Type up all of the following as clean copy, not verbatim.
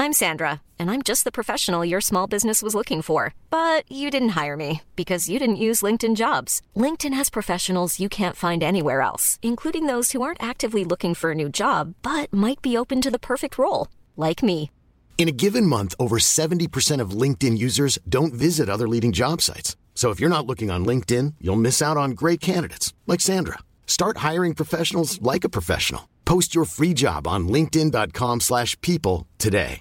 I'm Sandra, and I'm just the professional your small business was looking for. But you didn't hire me because you didn't use LinkedIn Jobs. LinkedIn has professionals you can't find anywhere else, including those who aren't actively looking for a new job, but might be open to the perfect role, like me. In a given month, over 70% of LinkedIn users don't visit other leading job sites. So if you're not looking on LinkedIn, you'll miss out on great candidates like Sandra. Start hiring professionals like a professional. Post your free job on linkedin.com/people today.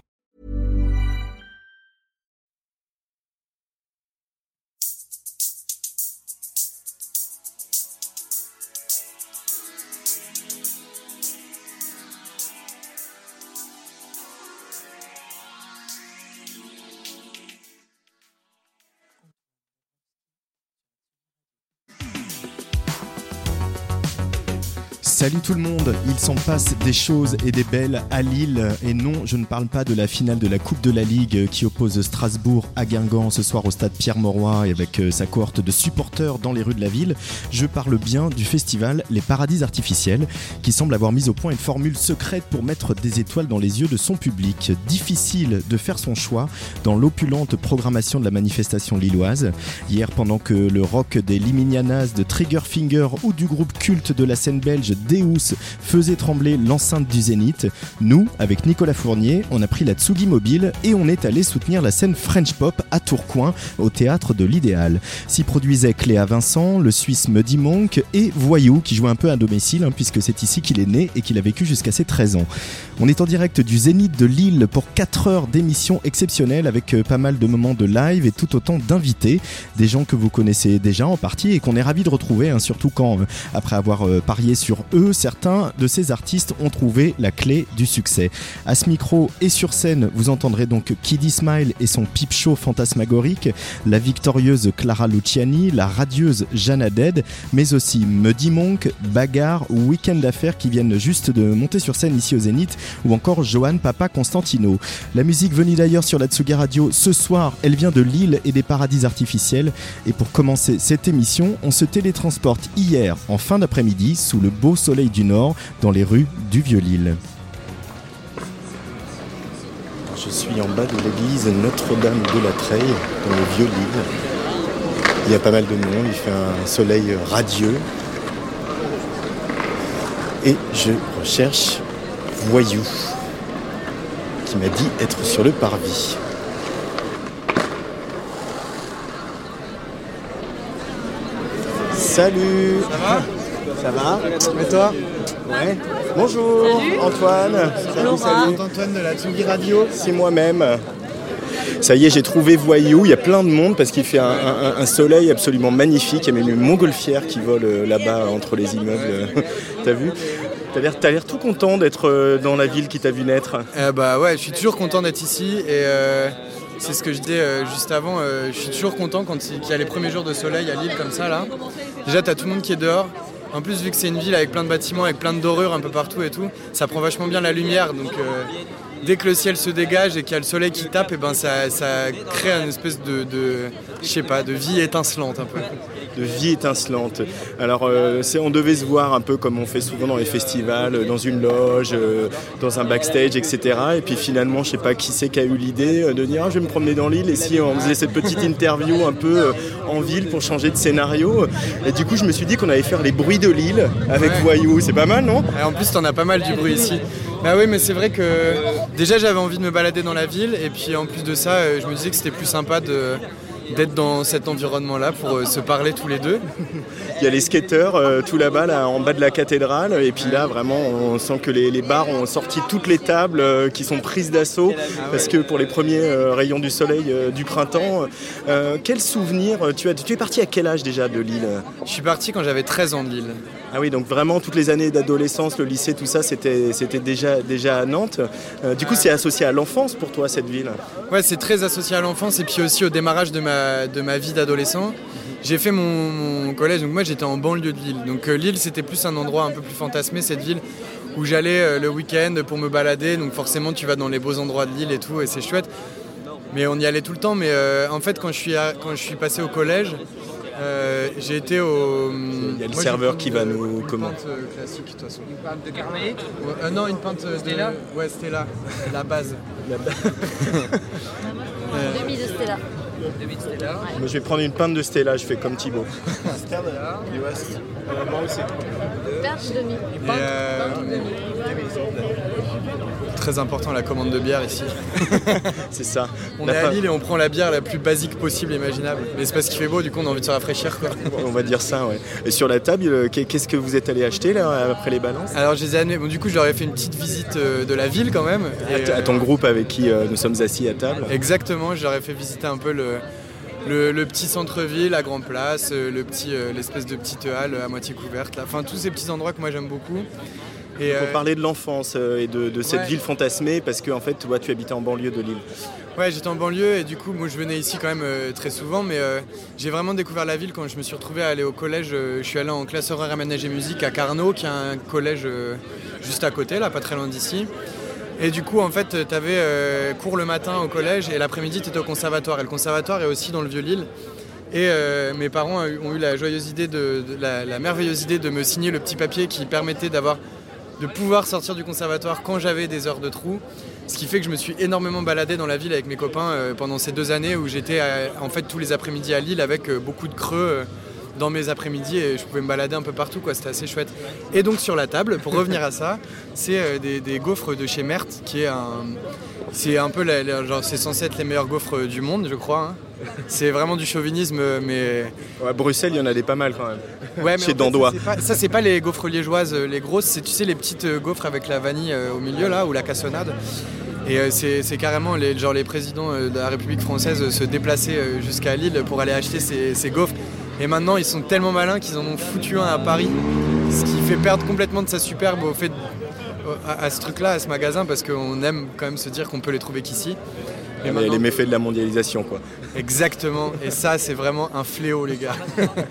Salut tout le monde, il s'en passe des choses et des belles à Lille. Et non, je ne parle pas de la finale de la Coupe de la Ligue qui oppose Strasbourg à Guingamp ce soir au stade Pierre-Mauroy et avec sa cohorte de supporters dans les rues de la ville. Je parle bien du festival Les Paradis Artificiels qui semble avoir mis au point une formule secrète pour mettre des étoiles dans les yeux de son public. Difficile de faire son choix dans l'opulente programmation de la manifestation lilloise. Hier, pendant que le rock des Liminianas, de Triggerfinger ou du groupe culte de la scène belge Deus faisait trembler l'enceinte du Zénith, nous, avec Nicolas Fournier, on a pris la Tsugi Mobile et on est allé soutenir la scène French Pop à Tourcoing, au théâtre de l'Idéal. S'y produisaient Cléa Vincent, le Suisse Muddy Monk et Voyou, qui jouait un peu à domicile, puisque c'est ici qu'il est né et qu'il a vécu jusqu'à ses 13 ans. On est en direct du Zénith de Lille pour 4 heures d'émission exceptionnelle avec pas mal de moments de live et tout autant d'invités, des gens que vous connaissez déjà en partie et qu'on est ravis de retrouver, surtout quand, après avoir parié sur eux, certains de ces artistes ont trouvé la clé du succès. À ce micro et sur scène, vous entendrez donc Kiddy Smile et son peep show fantasmagorique, la victorieuse Clara Luciani, la radieuse Jeanne Haddad, mais aussi Muddy Monk, Bagarre ou Weekend Affaires qui viennent juste de monter sur scène ici au Zénith, ou encore Johan Papa Constantino. La musique venue d'ailleurs sur la Tsugi Radio ce soir, elle vient de Lille et des Paradis Artificiels. Et pour commencer cette émission, on se télétransporte hier en fin d'après-midi sous le beau soleil du Nord dans les rues du Vieux-Lille. Je suis en bas de l'église Notre-Dame de la Treille dans le Vieux-Lille. Il y a pas mal de monde, il fait un soleil radieux. Et je recherche Voyou qui m'a dit être sur le parvis. Salut. Ça va ? Et toi ? Ouais. Bonjour. Salut. Antoine. Salut. Antoine de la Tsugi Radio. C'est moi-même. Ça y est, j'ai trouvé Voyou. Il y a plein de monde parce qu'il fait un soleil absolument magnifique. Il y a même une montgolfière qui vole là-bas entre les immeubles. T'as vu ? T'as l'air tout content d'être dans la ville qui t'a vu naître. Ouais, je suis toujours content d'être ici et c'est ce que je disais juste avant. Je suis toujours content quand il y a les premiers jours de soleil à Lille comme ça là. Déjà, t'as tout le monde qui est dehors. En plus, vu que c'est une ville avec plein de bâtiments, avec plein de dorures un peu partout et tout, ça prend vachement bien la lumière. Donc, dès que le ciel se dégage et qu'il y a le soleil qui tape, ça crée une espèce de vie étincelante un peu. De vie étincelante. Alors, on devait se voir un peu comme on fait souvent dans les festivals, dans une loge, dans un backstage, etc. Et puis finalement, je sais pas qui c'est qui a eu l'idée de dire je vais me promener dans Lille et si on faisait cette petite interview un peu en ville pour changer de scénario. Et du coup, je me suis dit qu'on allait faire les bruits de Lille avec Voyou. C'est pas mal, non ? Et en plus, t'en as pas mal du bruit ici. Bah oui, mais c'est vrai que déjà, j'avais envie de me balader dans la ville. Et puis en plus de ça, je me disais que c'était plus sympa d'être dans cet environnement-là pour se parler tous les deux. Il y a les skateurs tout là-bas, là, en bas de la cathédrale. Et puis là, vraiment, on sent que les bars ont sorti toutes les tables qui sont prises d'assaut. Parce que pour les premiers rayons du soleil du printemps, quel souvenir tu es parti à quel âge déjà de Lille ? Je suis parti quand j'avais 13 ans de Lille. Ah oui, donc vraiment toutes les années d'adolescence, le lycée, tout ça, c'était déjà à Nantes. Du coup, c'est associé à l'enfance pour toi, cette ville ? Ouais, c'est très associé à l'enfance et puis aussi au démarrage de ma vie d'adolescent. J'ai fait mon collège, donc moi j'étais en banlieue de Lille. Donc Lille, c'était plus un endroit un peu plus fantasmé, cette ville, où j'allais le week-end pour me balader. Donc forcément, tu vas dans les beaux endroits de Lille et tout, et c'est chouette. Mais on y allait tout le temps. Mais en fait, quand je suis passé au collège, J'ai été au... Il y a le serveur qui va nous commander. Une pinte classique de toute façon. Une pinte de carnet. Non, une pinte Stella. Ouais, Stella, la base. Demi de Stella. Demi de Stella. Moi, je vais prendre une pinte de Stella, je fais comme Thibaut. Stella. Moi aussi. Perche demi. Très important la commande de bière ici. C'est ça. On est à Lille et on prend la bière la plus basique possible, imaginable. Mais c'est parce qu'il fait beau, du coup on a envie de se rafraîchir quoi. On va dire ça, ouais. Et sur la table, qu'est-ce que vous êtes allé acheter là après les balances? Alors je les ai amenés, bon, du coup je leur ai fait une petite visite de la ville quand même. À ton groupe avec qui nous sommes assis à table. Exactement, je leur ai fait visiter un peu le petit centre-ville, la grande place, l'espèce de petite halle à moitié couverte. Là. Enfin tous ces petits endroits que moi j'aime beaucoup. Et pour parler de l'enfance et de cette ville fantasmée, parce que en fait, toi, tu habitais en banlieue de Lille. Ouais, j'étais en banlieue et du coup, moi, je venais ici quand même très souvent, mais j'ai vraiment découvert la ville quand je me suis retrouvé à aller au collège. Je suis allé en classe horaire aménagée musique à Carnot, qui est un collège juste à côté, là, pas très loin d'ici. Et du coup, en fait, tu avais cours le matin au collège et l'après-midi, tu étais au conservatoire. Et le conservatoire est aussi dans le Vieux-Lille. Et mes parents ont eu la joyeuse idée, la merveilleuse idée de me signer le petit papier qui permettait de pouvoir sortir du conservatoire quand j'avais des heures de trou. Ce qui fait que je me suis énormément baladé dans la ville avec mes copains pendant ces 2 années où j'étais en fait tous les après-midi à Lille avec beaucoup de creux dans mes après-midi et je pouvais me balader un peu partout, quoi. C'était assez chouette. Et donc sur la table, pour revenir à ça, c'est des gaufres de chez Mert, qui est c'est un peu genre c'est censé être les meilleurs gaufres du monde, je crois. Hein. C'est vraiment du chauvinisme, mais... Ouais, à Bruxelles, il y en a des pas mal quand même. Ouais, mais chez Dandois. Ça, c'est pas les gaufres liégeoises, les grosses, c'est, tu sais, les petites gaufres avec la vanille au milieu, là, ou la cassonade. Et c'est carrément les présidents de la République française se déplacer jusqu'à Lille pour aller acheter ces gaufres. Et maintenant, ils sont tellement malins qu'ils en ont foutu un à Paris, ce qui fait perdre complètement de sa superbe au fait à ce truc-là, à ce magasin, parce qu'on aime quand même se dire qu'on peut les trouver qu'ici. Et les méfaits de la mondialisation, quoi. Exactement, et ça c'est vraiment un fléau, les gars.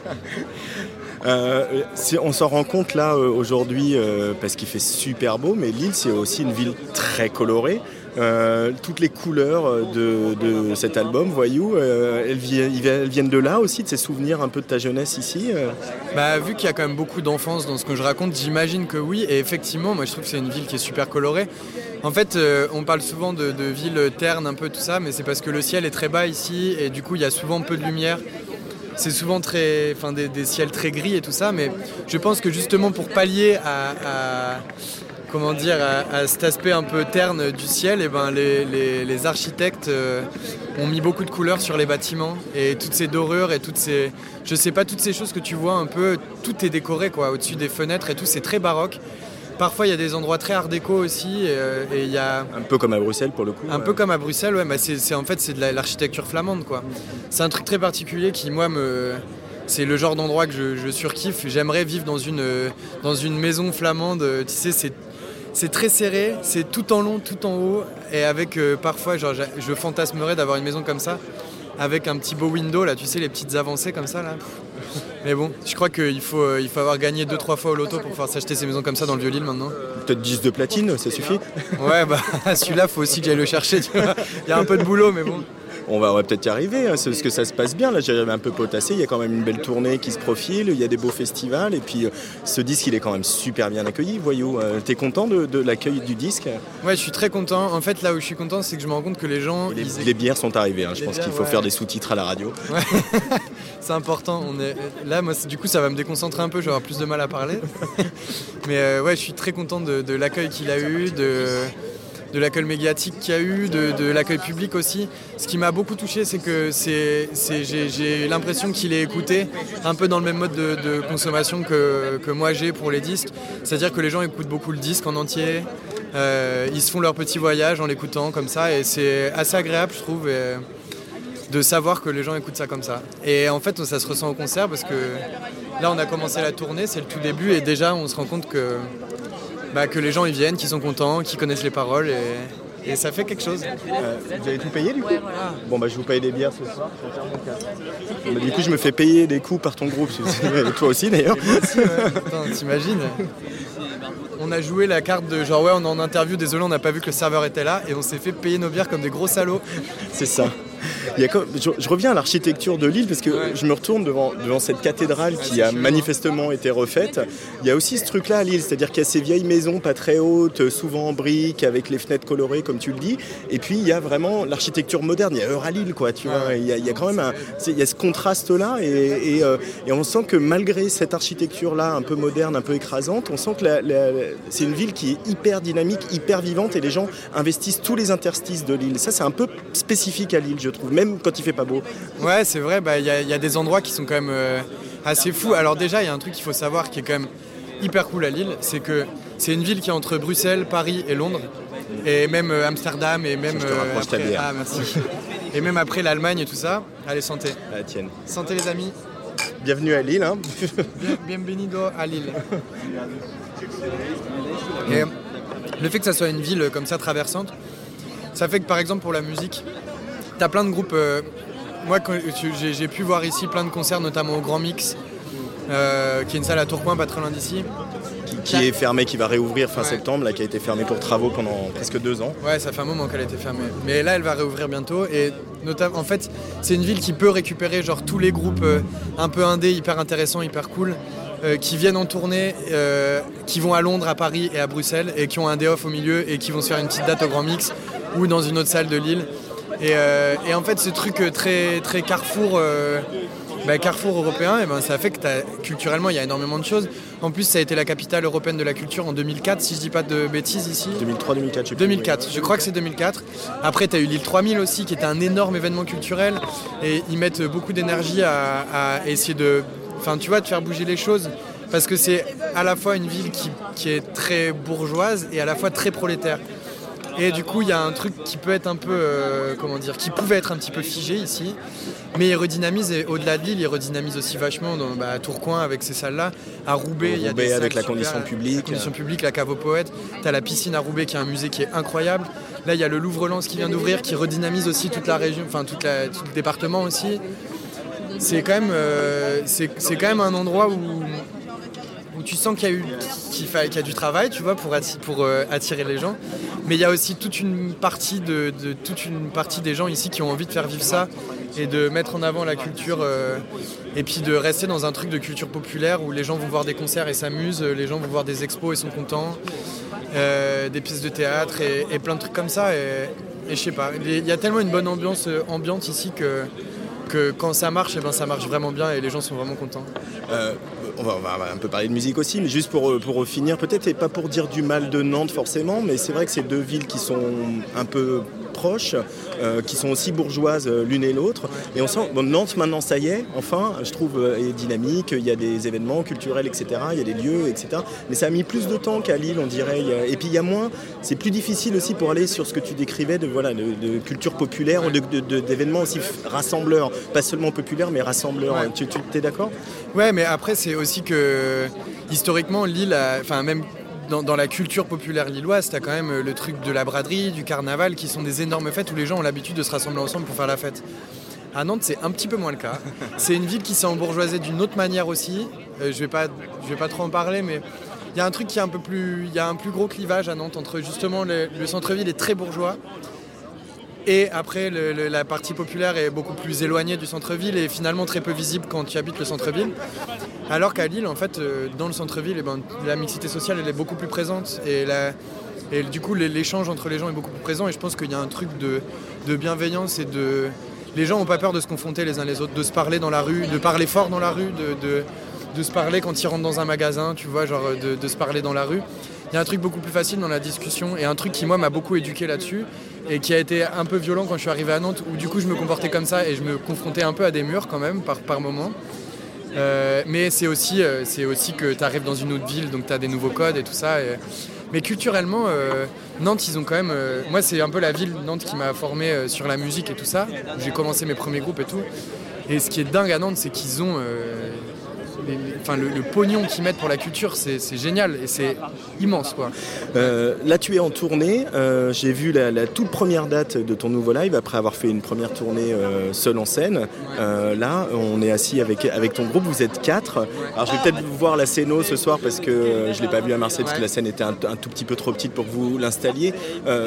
On s'en rend compte là aujourd'hui parce qu'il fait super beau, mais Lille c'est aussi une ville très colorée. Toutes les couleurs de cet album, Voyou, elles viennent de là aussi, de ces souvenirs un peu de ta jeunesse ici Vu qu'il y a quand même beaucoup d'enfance dans ce que je raconte, j'imagine que oui, et effectivement, moi je trouve que c'est une ville qui est super colorée. En fait, on parle souvent de villes ternes, un peu tout ça, mais c'est parce que le ciel est très bas ici, et du coup il y a souvent peu de lumière. C'est souvent des ciels très gris et tout ça, mais je pense que justement pour pallier à cet aspect un peu terne du ciel, et les architectes ont mis beaucoup de couleurs sur les bâtiments et toutes ces dorures et toutes ces choses que tu vois un peu, tout est décoré quoi, au-dessus des fenêtres et tout, c'est très baroque. Parfois il y a des endroits très art déco aussi et il y a un peu comme à Bruxelles pour le coup. Un peu comme à Bruxelles, ouais, c'est de l'architecture flamande quoi. C'est un truc très particulier qui moi c'est le genre d'endroit que je surkiffe. J'aimerais vivre dans une maison flamande, tu sais, c'est très serré, c'est tout en long, tout en haut, et avec parfois, genre, je fantasmerais d'avoir une maison comme ça, avec un petit beau window, là, tu sais, les petites avancées comme ça, là. Mais bon, je crois qu'il faut avoir gagné 2-3 fois au loto pour pouvoir s'acheter ces maisons comme ça dans le Vieux-Lille maintenant. Peut-être 10 de platine, ça suffit. Ouais, celui-là, faut aussi que j'aille le chercher, tu vois. Il y a un peu de boulot, mais bon. On va peut-être y arriver, parce que ça se passe bien. Là, j'arrive un peu potassé. Il y a quand même une belle tournée qui se profile. Il y a des beaux festivals. Et puis, ce disque, il est quand même super bien accueilli. Voyou, t'es content de l'accueil du disque ? Ouais, je suis très content. En fait, là où je suis content, c'est que je me rends compte que les gens... Les bières sont arrivées. Je pense qu'il faut faire des sous-titres à la radio. Ouais. C'est important. Là, moi, du coup, ça va me déconcentrer un peu. Je vais avoir plus de mal à parler. Mais ouais, je suis très content de l'accueil qu'il a eu, de l'accueil médiatique qu'il y a eu, de l'accueil public aussi. Ce qui m'a beaucoup touché, c'est que j'ai l'impression qu'il est écouté un peu dans le même mode de consommation que moi j'ai pour les disques. C'est-à-dire que les gens écoutent beaucoup le disque en entier, ils se font leur petit voyage en l'écoutant comme ça, et c'est assez agréable, je trouve, de savoir que les gens écoutent ça comme ça. Et en fait, ça se ressent au concert parce que là, on a commencé la tournée, c'est le tout début, et déjà, on se rend compte que les gens ils viennent, qu'ils sont contents, qu'ils connaissent les paroles et ça fait quelque chose. Vous avez tout payé du coup ? Ouais, voilà. Bon je vous paye des bières ce soir, du coup je me fais payer des coups par ton groupe, toi aussi d'ailleurs. Et moi aussi, ouais. Attends, t'imagines ? On a joué la carte de on est en interview, désolé on n'a pas vu que le serveur était là et on s'est fait payer nos bières comme des gros salauds. C'est ça. Je reviens à l'architecture de Lille parce que je me retourne devant cette cathédrale qui a manifestement été refaite. Il y a aussi ce truc-là à Lille, c'est-à-dire qu'il y a ces vieilles maisons pas très hautes, souvent en briques, avec les fenêtres colorées comme tu le dis. Et puis il y a vraiment l'architecture moderne. Il y a Euralille, quoi. Tu vois. Il y a quand même il y a ce contraste-là et on sent que malgré cette architecture-là un peu moderne, un peu écrasante, on sent que c'est une ville qui est hyper dynamique, hyper vivante et les gens investissent tous les interstices de Lille. Ça, c'est un peu spécifique à Lille, je trouve, même quand il fait pas beau. Ouais, c'est vrai, il y a des endroits qui sont quand même assez fous. Alors déjà, il y a un truc qu'il faut savoir qui est quand même hyper cool à Lille, c'est que c'est une ville qui est entre Bruxelles, Paris et Londres, et même Amsterdam, et même après, merci. Et même après l'Allemagne et tout ça. Allez, santé. La tienne. Santé les amis. Bienvenue à Lille. Hein. Bienvenido à Lille. Et le fait que ça soit une ville comme ça traversante, ça fait que par exemple pour la musique, t'as plein de groupes. Moi, j'ai pu voir ici plein de concerts, notamment au Grand Mix, qui est une salle à Tourcoing, pas très loin d'ici. Qui est fermée, qui va réouvrir fin septembre, là, qui a été fermée pour travaux pendant presque 2 ans. Ouais, ça fait un moment qu'elle a été fermée. Mais là, elle va réouvrir bientôt. Et notamment, en fait, c'est une ville qui peut récupérer genre tous les groupes un peu indés, hyper intéressants, hyper cool, qui viennent en tournée, qui vont à Londres, à Paris et à Bruxelles, et qui ont un day off au milieu, et qui vont se faire une petite date au Grand Mix ou dans une autre salle de Lille. Et en fait, ce truc très, très carrefour européen, et ça fait que culturellement il y a énormément de choses. En plus, ça a été la capitale européenne de la culture en 2004, si je dis pas de bêtises ici. 2003-2004, je sais plus. 2004, je crois que c'est 2004. Après, tu as eu l'île 3000 aussi, qui était un énorme événement culturel. Et ils mettent beaucoup d'énergie à essayer de faire bouger les choses. Parce que c'est à la fois une ville qui est très bourgeoise et à la fois très prolétaire. Et du coup, il y a un truc qui peut être un peu, qui pouvait être un petit peu figé ici, mais il redynamise, et au-delà de Lille, il redynamise aussi vachement à Tourcoing avec ces salles-là, à Roubaix, il y a des salles avec la condition publique. La condition publique, la cave aux poètes, t'as la piscine à Roubaix qui est un musée qui est incroyable. Là, il y a le Louvre-Lens qui vient d'ouvrir, qui redynamise aussi toute la région, tout le département aussi. C'est quand même un endroit où tu sens qu'il y a du travail, tu vois, pour attirer les gens. Mais il y a aussi toute une partie des gens ici qui ont envie de faire vivre ça et de mettre en avant la culture et puis de rester dans un truc de culture populaire où les gens vont voir des concerts et s'amusent, les gens vont voir des expos et sont contents, des pièces de théâtre et plein de trucs comme ça. Et je sais pas, il y a tellement une bonne ambiance ambiante ici que quand ça marche, ça marche vraiment bien et les gens sont vraiment contents. On va un peu parler de musique aussi, mais juste pour finir, peut-être, et pas pour dire du mal de Nantes forcément, mais c'est vrai que c'est deux villes qui sont un peu proches, qui sont aussi bourgeoises l'une et l'autre. Et on sent, Nantes maintenant ça y est, enfin, je trouve, est dynamique, il y a des événements culturels, etc., il y a des lieux, etc. Mais ça a mis plus de temps qu'à Lille, on dirait. Et puis il y a moins, c'est plus difficile aussi pour aller sur ce que tu décrivais de culture populaire, d'événements aussi rassembleurs, pas seulement populaires, mais rassembleurs. Ouais. Tu es d'accord ? Ouais, mais après c'est aussi que historiquement Lille, même dans la culture populaire lilloise, t'as quand même le truc de la braderie, du carnaval, qui sont des énormes fêtes où les gens ont l'habitude de se rassembler ensemble pour faire la fête. À Nantes, c'est un petit peu moins le cas. C'est une ville qui s'est embourgeoisée d'une autre manière aussi. Je vais pas trop en parler, mais il y a un truc qui est il y a un plus gros clivage à Nantes entre justement le centre-ville est très bourgeois. Et après, la partie populaire est beaucoup plus éloignée du centre-ville et finalement très peu visible quand tu habites le centre-ville. Alors qu'à Lille, en fait, dans le centre-ville, la mixité sociale elle est beaucoup plus présente et du coup, l'échange entre les gens est beaucoup plus présent. Et je pense qu'il y a un truc de bienveillance et les gens n'ont pas peur de se confronter les uns les autres, de se parler dans la rue, de parler fort dans la rue, de se parler quand ils rentrent dans un magasin, tu vois, genre de se parler dans la rue. Il y a un truc beaucoup plus facile dans la discussion et un truc qui, moi, m'a beaucoup éduqué là-dessus et qui a été un peu violent quand je suis arrivé à Nantes où, du coup, je me comportais comme ça et je me confrontais un peu à des murs quand même, par moments. Mais c'est aussi que tu arrives dans une autre ville, donc tu as des nouveaux codes et tout ça. Mais culturellement, Nantes, ils ont quand même... moi, c'est un peu la ville, Nantes, qui m'a formé sur la musique et tout ça. J'ai commencé mes premiers groupes et tout. Et ce qui est dingue à Nantes, c'est qu'ils ont... le pognon qu'ils mettent pour la culture, c'est génial et c'est immense, quoi. Là, tu es en tournée. J'ai vu la toute première date de ton nouveau live après avoir fait une première tournée seul en scène. Là, on est assis avec ton groupe. Vous êtes 4. Alors, je vais peut-être vous voir la scéno ce soir parce que je l'ai pas vu à Marseille parce que la scène était un tout petit peu trop petite pour que vous l'installiez.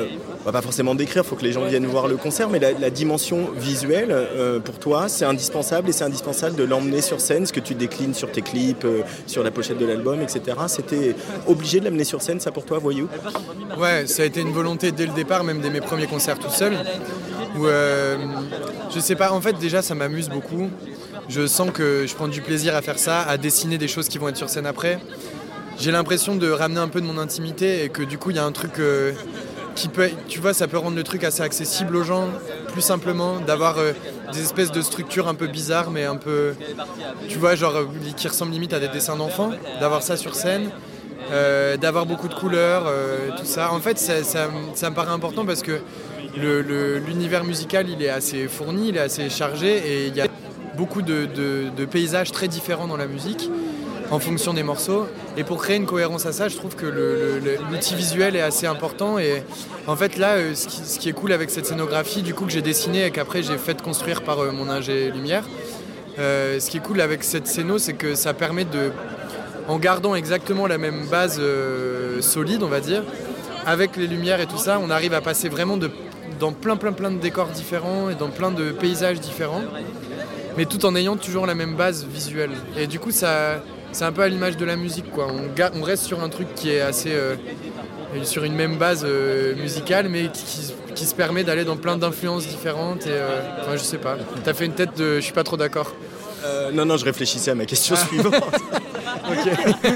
va pas forcément décrire, il faut que les gens viennent voir le concert, mais la dimension visuelle, pour toi, c'est indispensable, et c'est indispensable de l'emmener sur scène, ce que tu déclines sur tes clips, sur la pochette de l'album, etc. C'était obligé de l'amener sur scène, ça pour toi, Voyou ? Ouais, ça a été une volonté dès le départ, même dès mes premiers concerts tout seul, où je sais pas, en fait déjà ça m'amuse beaucoup, je sens que je prends du plaisir à faire ça, à dessiner des choses qui vont être sur scène après. J'ai l'impression de ramener un peu de mon intimité et que du coup il y a un truc qui peut, tu vois, ça peut rendre le truc assez accessible aux gens, plus simplement, d'avoir des espèces de structures un peu bizarres, mais un peu, tu vois, genre qui ressemblent limite à des dessins d'enfants, d'avoir ça sur scène, d'avoir beaucoup de couleurs, tout ça. En fait, ça me paraît important parce que l'univers musical, il est assez fourni, il est assez chargé, et il y a beaucoup de paysages très différents dans la musique, en fonction des morceaux, et pour créer une cohérence à ça, je trouve que l'outil visuel est assez important. Et en fait là, ce qui est cool avec cette scénographie du coup que j'ai dessinée et qu'après j'ai fait construire par mon ingé lumière, ce qui est cool avec cette scéno, c'est que ça permet en gardant exactement la même base solide, on va dire, avec les lumières et tout ça, on arrive à passer vraiment dans plein de décors différents et dans plein de paysages différents, mais tout en ayant toujours la même base visuelle. Et du coup c'est un peu à l'image de la musique, quoi. On reste sur un truc qui est assez sur une même base musicale, mais qui se permet d'aller dans plein d'influences différentes. Et je sais pas. T'as fait une tête de je suis pas trop d'accord. Non, je réfléchissais à ma question suivante. Ok.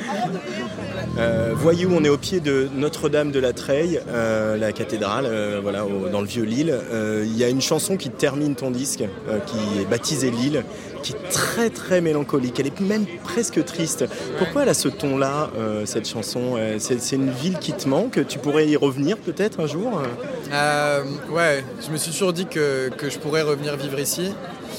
Voyou, on est au pied de Notre-Dame de la Treille, la cathédrale, dans le vieux Lille. Il y a une chanson qui termine ton disque, qui est baptisée Lille, qui est très très mélancolique. Elle est même presque triste. Pourquoi elle a ce ton-là, cette chanson ? C'est une ville qui te manque. Tu pourrais y revenir peut-être un jour ? Ouais, je me suis toujours dit que je pourrais revenir vivre ici.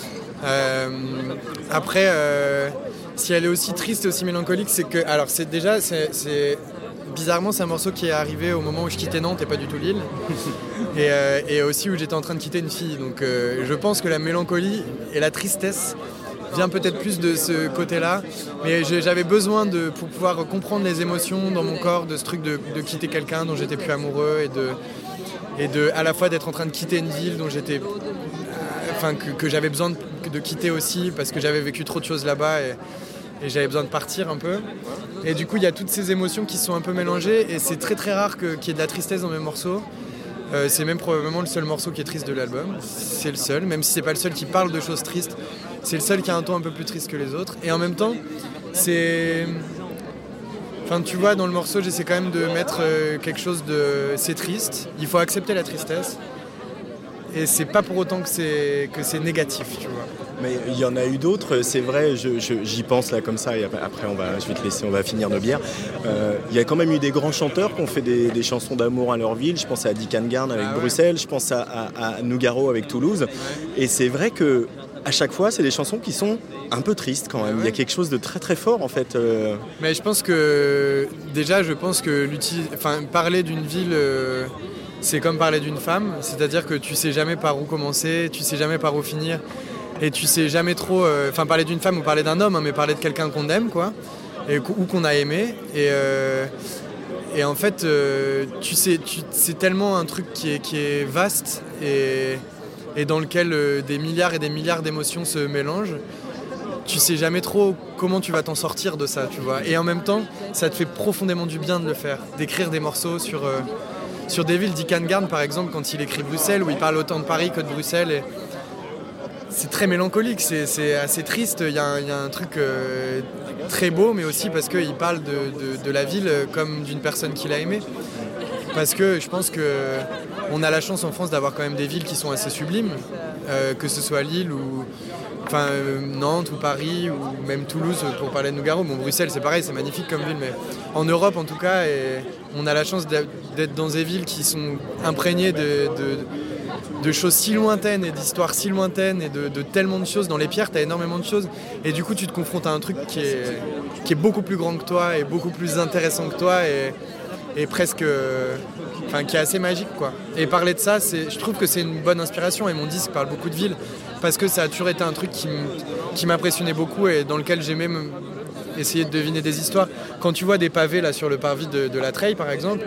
Après, si elle est aussi triste et aussi mélancolique, c'est que, alors bizarrement c'est un morceau qui est arrivé au moment où je quittais Nantes et pas du tout Lille, et aussi où j'étais en train de quitter une fille. Donc je pense que la mélancolie et la tristesse vient peut-être plus de ce côté-là, mais j'avais besoin pour pouvoir comprendre les émotions dans mon corps, de ce truc de quitter quelqu'un dont j'étais plus amoureux, et de à la fois d'être en train de quitter une ville dont j'étais, que j'avais besoin de quitter aussi parce que j'avais vécu trop de choses là-bas, et j'avais besoin de partir un peu. Et du coup, il y a toutes ces émotions qui sont un peu mélangées, et c'est très très rare qu'il y ait de la tristesse dans mes morceaux. C'est même probablement le seul morceau qui est triste de l'album. C'est le seul, même si c'est pas le seul qui parle de choses tristes. C'est le seul qui a un ton un peu plus triste que les autres. Et en même temps, tu vois, dans le morceau, j'essaie quand même de mettre quelque chose de... C'est triste, il faut accepter la tristesse. Et c'est pas pour autant que c'est négatif, tu vois. Mais il y en a eu d'autres, c'est vrai, j'y pense là comme ça, et après je vais te laisser, on va finir nos bières. Il y a quand même eu des grands chanteurs qui ont fait des chansons d'amour à leur ville. Je pense à Dick Garn avec Bruxelles, je pense à Nougaro avec Toulouse. Et c'est vrai que à chaque fois, c'est des chansons qui sont un peu tristes quand même. Il y a quelque chose de très très fort en fait. Mais je pense que parler d'une ville, c'est comme parler d'une femme, c'est-à-dire que tu sais jamais par où commencer, tu sais jamais par où finir, et tu sais jamais trop. Parler d'une femme ou parler d'un homme, hein, mais parler de quelqu'un qu'on aime, quoi, ou qu'on a aimé. Et en fait, c'est tellement un truc qui est vaste et dans lequel des milliards et des milliards d'émotions se mélangent. Tu sais jamais trop comment tu vas t'en sortir de ça, tu vois. Et en même temps, ça te fait profondément du bien de le faire, d'écrire des morceaux sur des villes. Dick Garn, par exemple, quand il écrit Bruxelles, où il parle autant de Paris que de Bruxelles, et c'est très mélancolique, c'est assez triste. Il y a un truc très beau, mais aussi parce qu'il parle de la ville comme d'une personne qu'il a aimée. Parce que je pense qu'on a la chance en France d'avoir quand même des villes qui sont assez sublimes, que ce soit Lille ou Nantes ou Paris ou même Toulouse pour parler de Nougaro. Bon, Bruxelles c'est pareil, c'est magnifique comme ville, mais en Europe en tout cas, et on a la chance d'être dans des villes qui sont imprégnées de choses si lointaines et d'histoires si lointaines et de tellement de choses. Dans les pierres, t'as énormément de choses, et du coup tu te confrontes à un truc qui est beaucoup plus grand que toi et beaucoup plus intéressant que toi, et presque qui est assez magique, quoi. Et parler de ça, je trouve que c'est une bonne inspiration, et mon disque parle beaucoup de villes parce que ça a toujours été un truc qui m'impressionnait beaucoup et dans lequel j'aimais essayer de deviner des histoires. Quand tu vois des pavés là sur le parvis de la Treille par exemple,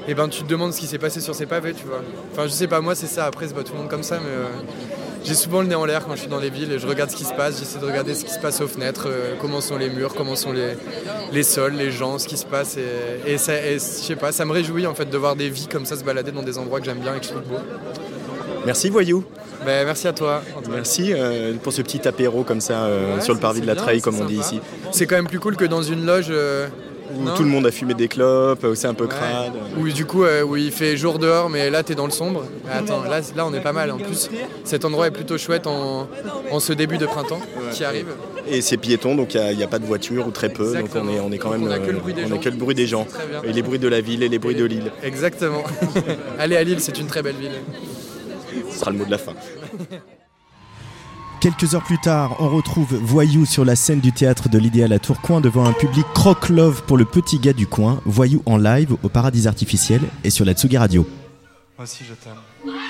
et ben tu te demandes ce qui s'est passé sur ces pavés, tu vois. Enfin, je sais pas, moi c'est ça, après c'est pas tout le monde comme ça, mais j'ai souvent le nez en l'air quand je suis dans les villes et je regarde ce qui se passe, j'essaie de regarder ce qui se passe aux fenêtres, comment sont les murs, comment sont les sols, les gens, ce qui se passe, et je sais pas, ça me réjouit en fait de voir des vies comme ça se balader dans des endroits que j'aime bien et que je trouve beaux. Merci Voyou. Ben, merci à toi. Merci pour ce petit apéro comme ça sur le parvis de la Treille, comme on dit ici. C'est quand même plus cool que dans une loge où tout le monde a fumé des clopes, où c'est un peu crade. Où du coup où il fait jour dehors, mais là t'es dans le sombre. Attends, là on est pas mal. En plus, cet endroit est plutôt chouette en ce début de printemps qui arrive. Et c'est piéton, donc il n'y a pas de voiture ou très peu. Exactement. Donc on est quand même. On a que le bruit des gens. Que le bruit des gens. Et les bruits de la ville et les bruits de Lille. Exactement. Allez à Lille, c'est une très belle ville. Ce sera le mot de la fin. Quelques heures plus tard, on retrouve Voyou sur la scène du théâtre de l'Idéal à Tourcoing devant un public croque-love pour le petit gars du coin. Voyou en live au Paradis Artificiel et sur la Tsugi Radio. Moi aussi je t'aime.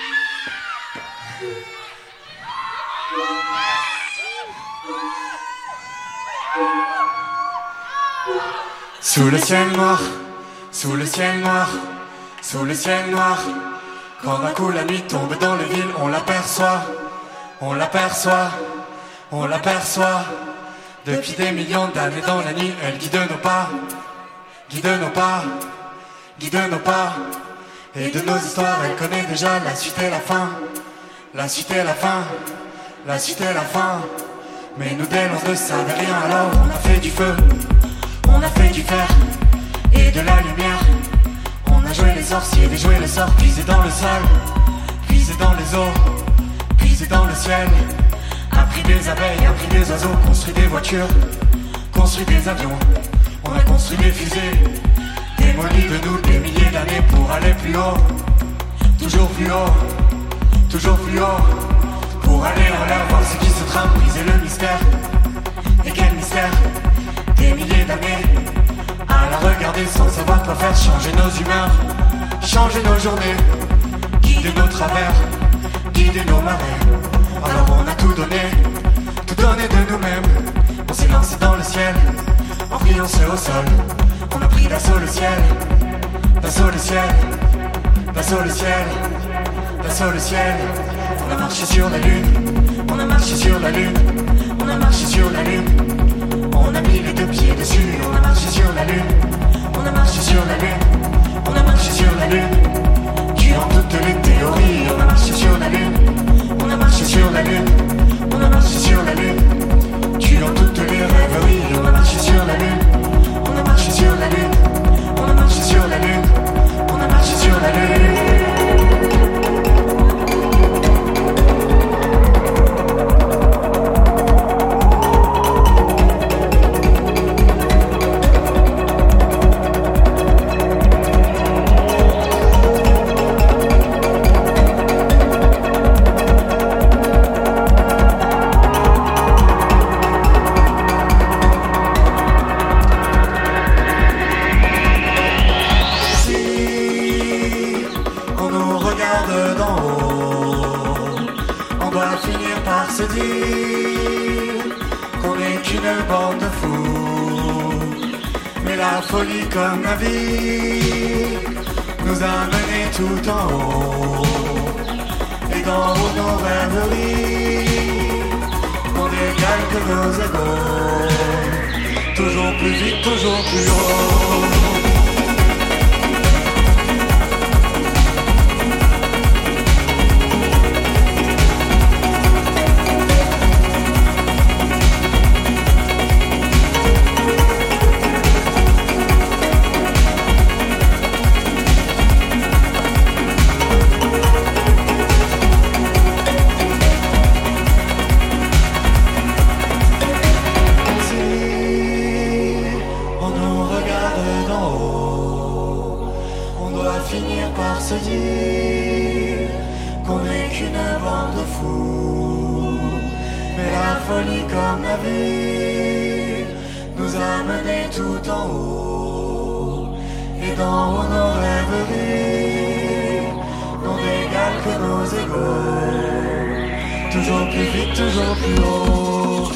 Sous le ciel noir, sous le ciel noir, sous le ciel noir. Quand d'un coup la nuit tombe dans les villes, on l'aperçoit, on l'aperçoit, on l'aperçoit. Depuis des millions d'années dans la nuit, elle guide nos pas, guide nos pas, guide nos pas. Et de nos histoires, elle connaît déjà la suite et la fin, la suite et la fin, la suite et la fin. Mais nous d'elle on ne savait rien, alors on a fait du feu, on a fait du fer et de la lumière. On a joué les sorciers, déjoué le sort, puisé dans le sol, puisé dans les eaux, puisé dans le ciel. Appris des abeilles, appris des oiseaux, construit des voitures, construit des avions. On a construit des fusées, démoli de nous des milliers d'années pour aller plus haut, toujours plus haut, toujours plus haut. Pour aller en l'air, voir ce qui se trame, briser le mystère. Et quel mystère, des milliers d'années à la regarder sans savoir quoi faire, changer nos humeurs, changer nos journées, guider nos travers, guider nos marées. Alors on a tout donné de nous-mêmes. On s'est lancé dans le ciel, en priant au sol. On a pris d'assaut le ciel, d'assaut le ciel, d'assaut le ciel, d'assaut le ciel. On a marché sur la lune, on a marché sur la lune, on a marché sur la lune. On a mis les deux pieds dessus, on a marché sur la lune, on a marché sur la lune, on a marché sur la lune. Tuant toutes les théories, on a marché sur la lune, on a marché sur la lune, on a marché sur la lune. Tuant toutes les rêveries, on a marché sur la lune, on a marché sur la lune, on a marché sur la lune, on a marché sur la lune. Comme la vie nous a menés tout en haut, et dans nos rêveries on égale que nos égaux, toujours plus vite, toujours plus haut. Toujours plus vite, toujours plus haut.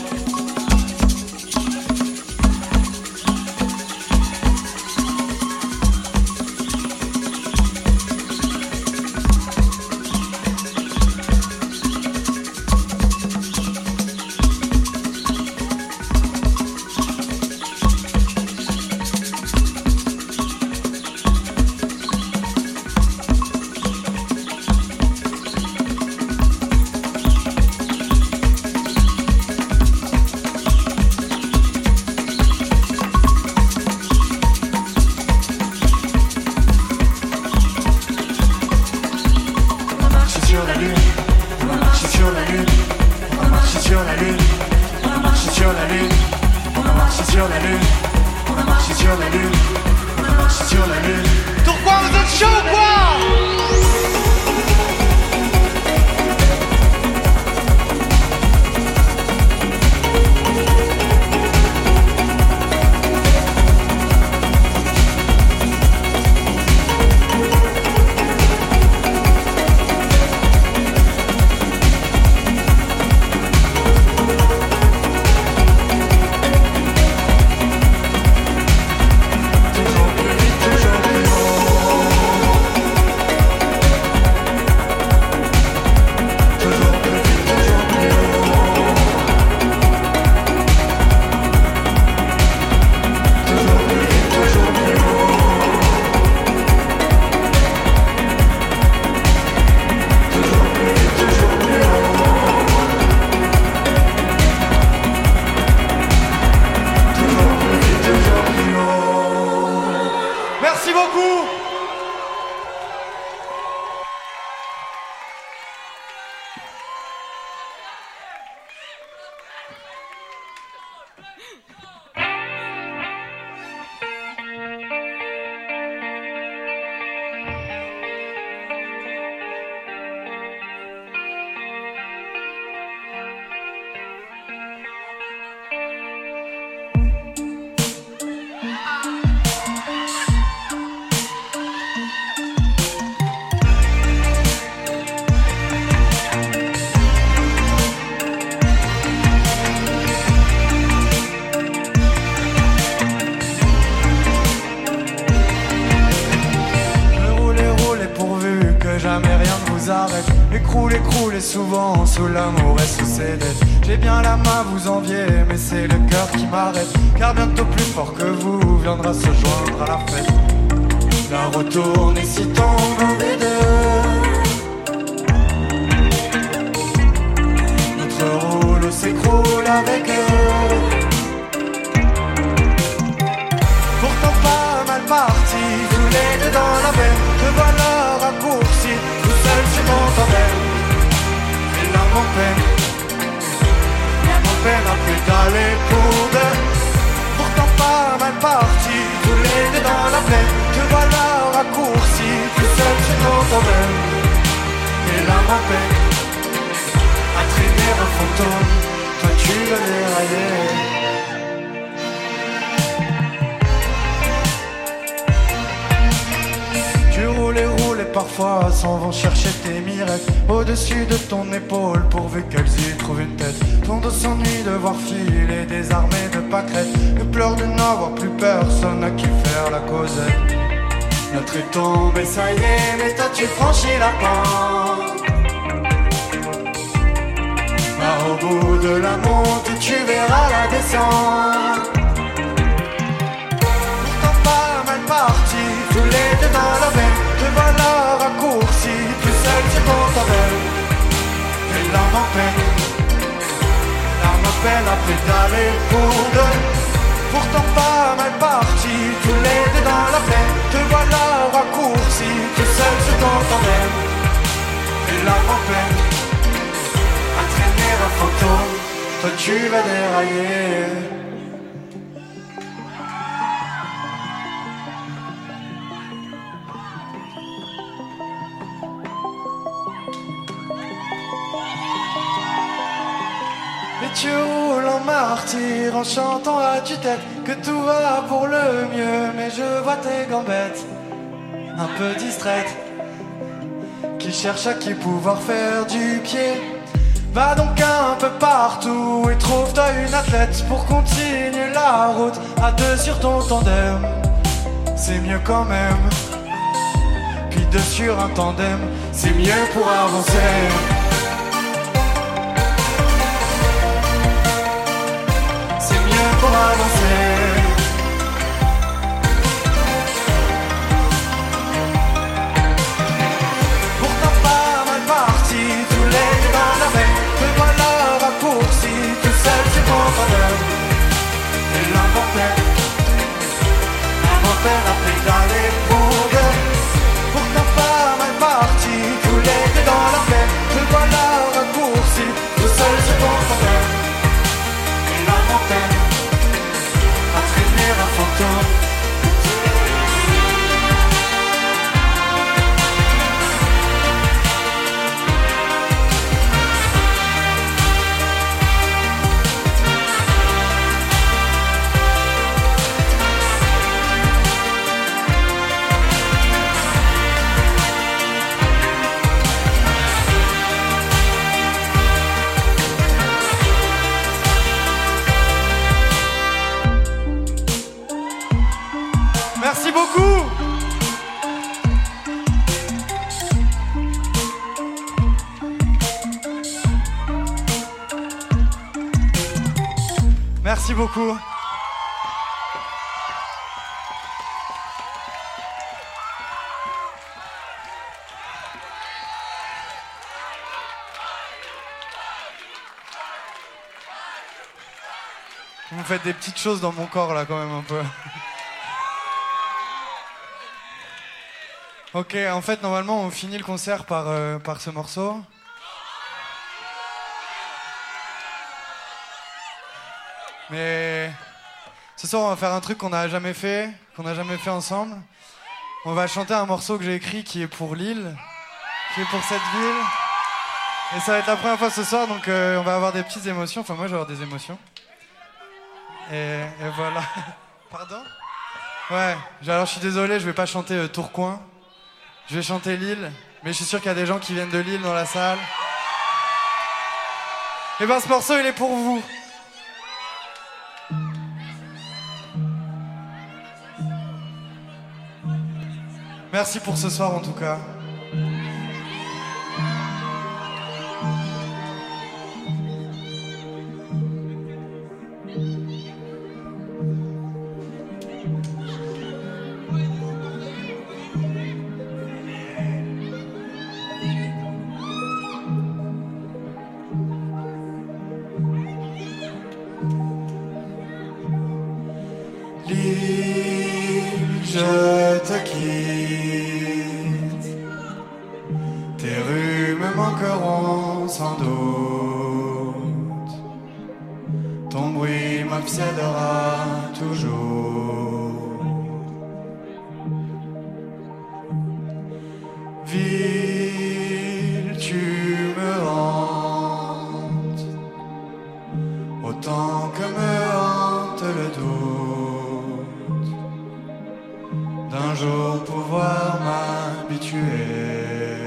sur la lune, on a marché sur la lune, on a marché sur la lune, on a marché sur la lune, on a marché sur la lune, on a marché sur la lune, on a marché sur la lune. Pourquoi vous êtes chaud quoi? Écroulez souvent sous l'amour et sous ses dettes. J'ai bien la main, vous enviez, mais c'est le cœur qui m'arrête. Car bientôt plus fort que vous viendra se joindre à la fête. La retourne et si tombe les deux. Notre rouleau s'écroule avec eux. Pourtant pas mal parti, tous les deux dans la veine. Me voilà raccourci, tout seul sur mon tandem. Et là mon peine a pédalé pour deux. Pourtant pas mal parti, tous les deux dans la plaine. Te voilà raccourci, tout seul sur mon tandem. Et là mon peine a traîné un fantôme. Toi tu veux dérailler. Roule et parfois s'en vont chercher tes mirettes au-dessus de ton épaule pourvu qu'elles y trouvent une tête. Ton dos s'ennuie de voir filer des armées de pâquerettes. Ne pleure de n'avoir plus personne à qui faire la causette. Notre est tombé, ça y est, mais toi tu franchis la pente. Au bout de la montée tu verras la descente. Pourtant pas mal parti, tous les deux dans la veine. Te voilà raccourci, plus seul c'est ton tandem. Et là m'appelle à pédaler pour deux. Pourtant pas mal parti, tous les deux dans la plaine. Te voilà raccourci, plus seul c'est ton tandem. Et là m'appelle à traîner un fantôme. Toi tu vas dérailler. Tu roules en martyr en chantant à tue-tête que tout va pour le mieux. Mais je vois tes gambettes un peu distraites qui cherchent à qui pouvoir faire du pied. Va donc un peu partout et trouve-toi une athlète pour continuer la route à deux sur ton tandem. C'est mieux quand même. Puis deux sur un tandem, c'est mieux pour avancer. Pour avancer. Pourtant pas mal parti, tous les deux dans la veine. Me voilà raccourci, tout seul c'est ton tandem. Et là m'appelle à pédaler pour deux. Pourtant pas mal parti, tous les deux dans la veine. Merci beaucoup. Vous me faites des petites choses dans mon corps là quand même un peu. Ok, en fait normalement on finit le concert par ce morceau. Mais ce soir on va faire un truc qu'on n'a jamais fait ensemble. On va chanter un morceau que j'ai écrit qui est pour Lille, qui est pour cette ville. Et ça va être la première fois ce soir, donc on va avoir des petites émotions. Enfin moi je vais avoir des émotions. Et voilà. Pardon ? Ouais, alors je suis désolé, je vais pas chanter Tourcoing. Je vais chanter Lille, mais je suis sûr qu'il y a des gens qui viennent de Lille dans la salle. Et ben ce morceau il est pour vous. Merci pour ce soir en tout cas. Je te quitte, tes rues me manqueront sans doute, ton bruit m'obsédera toujours. Ville, tu me hantes, autant que me hante le doute. Un jour pouvoir m'habituer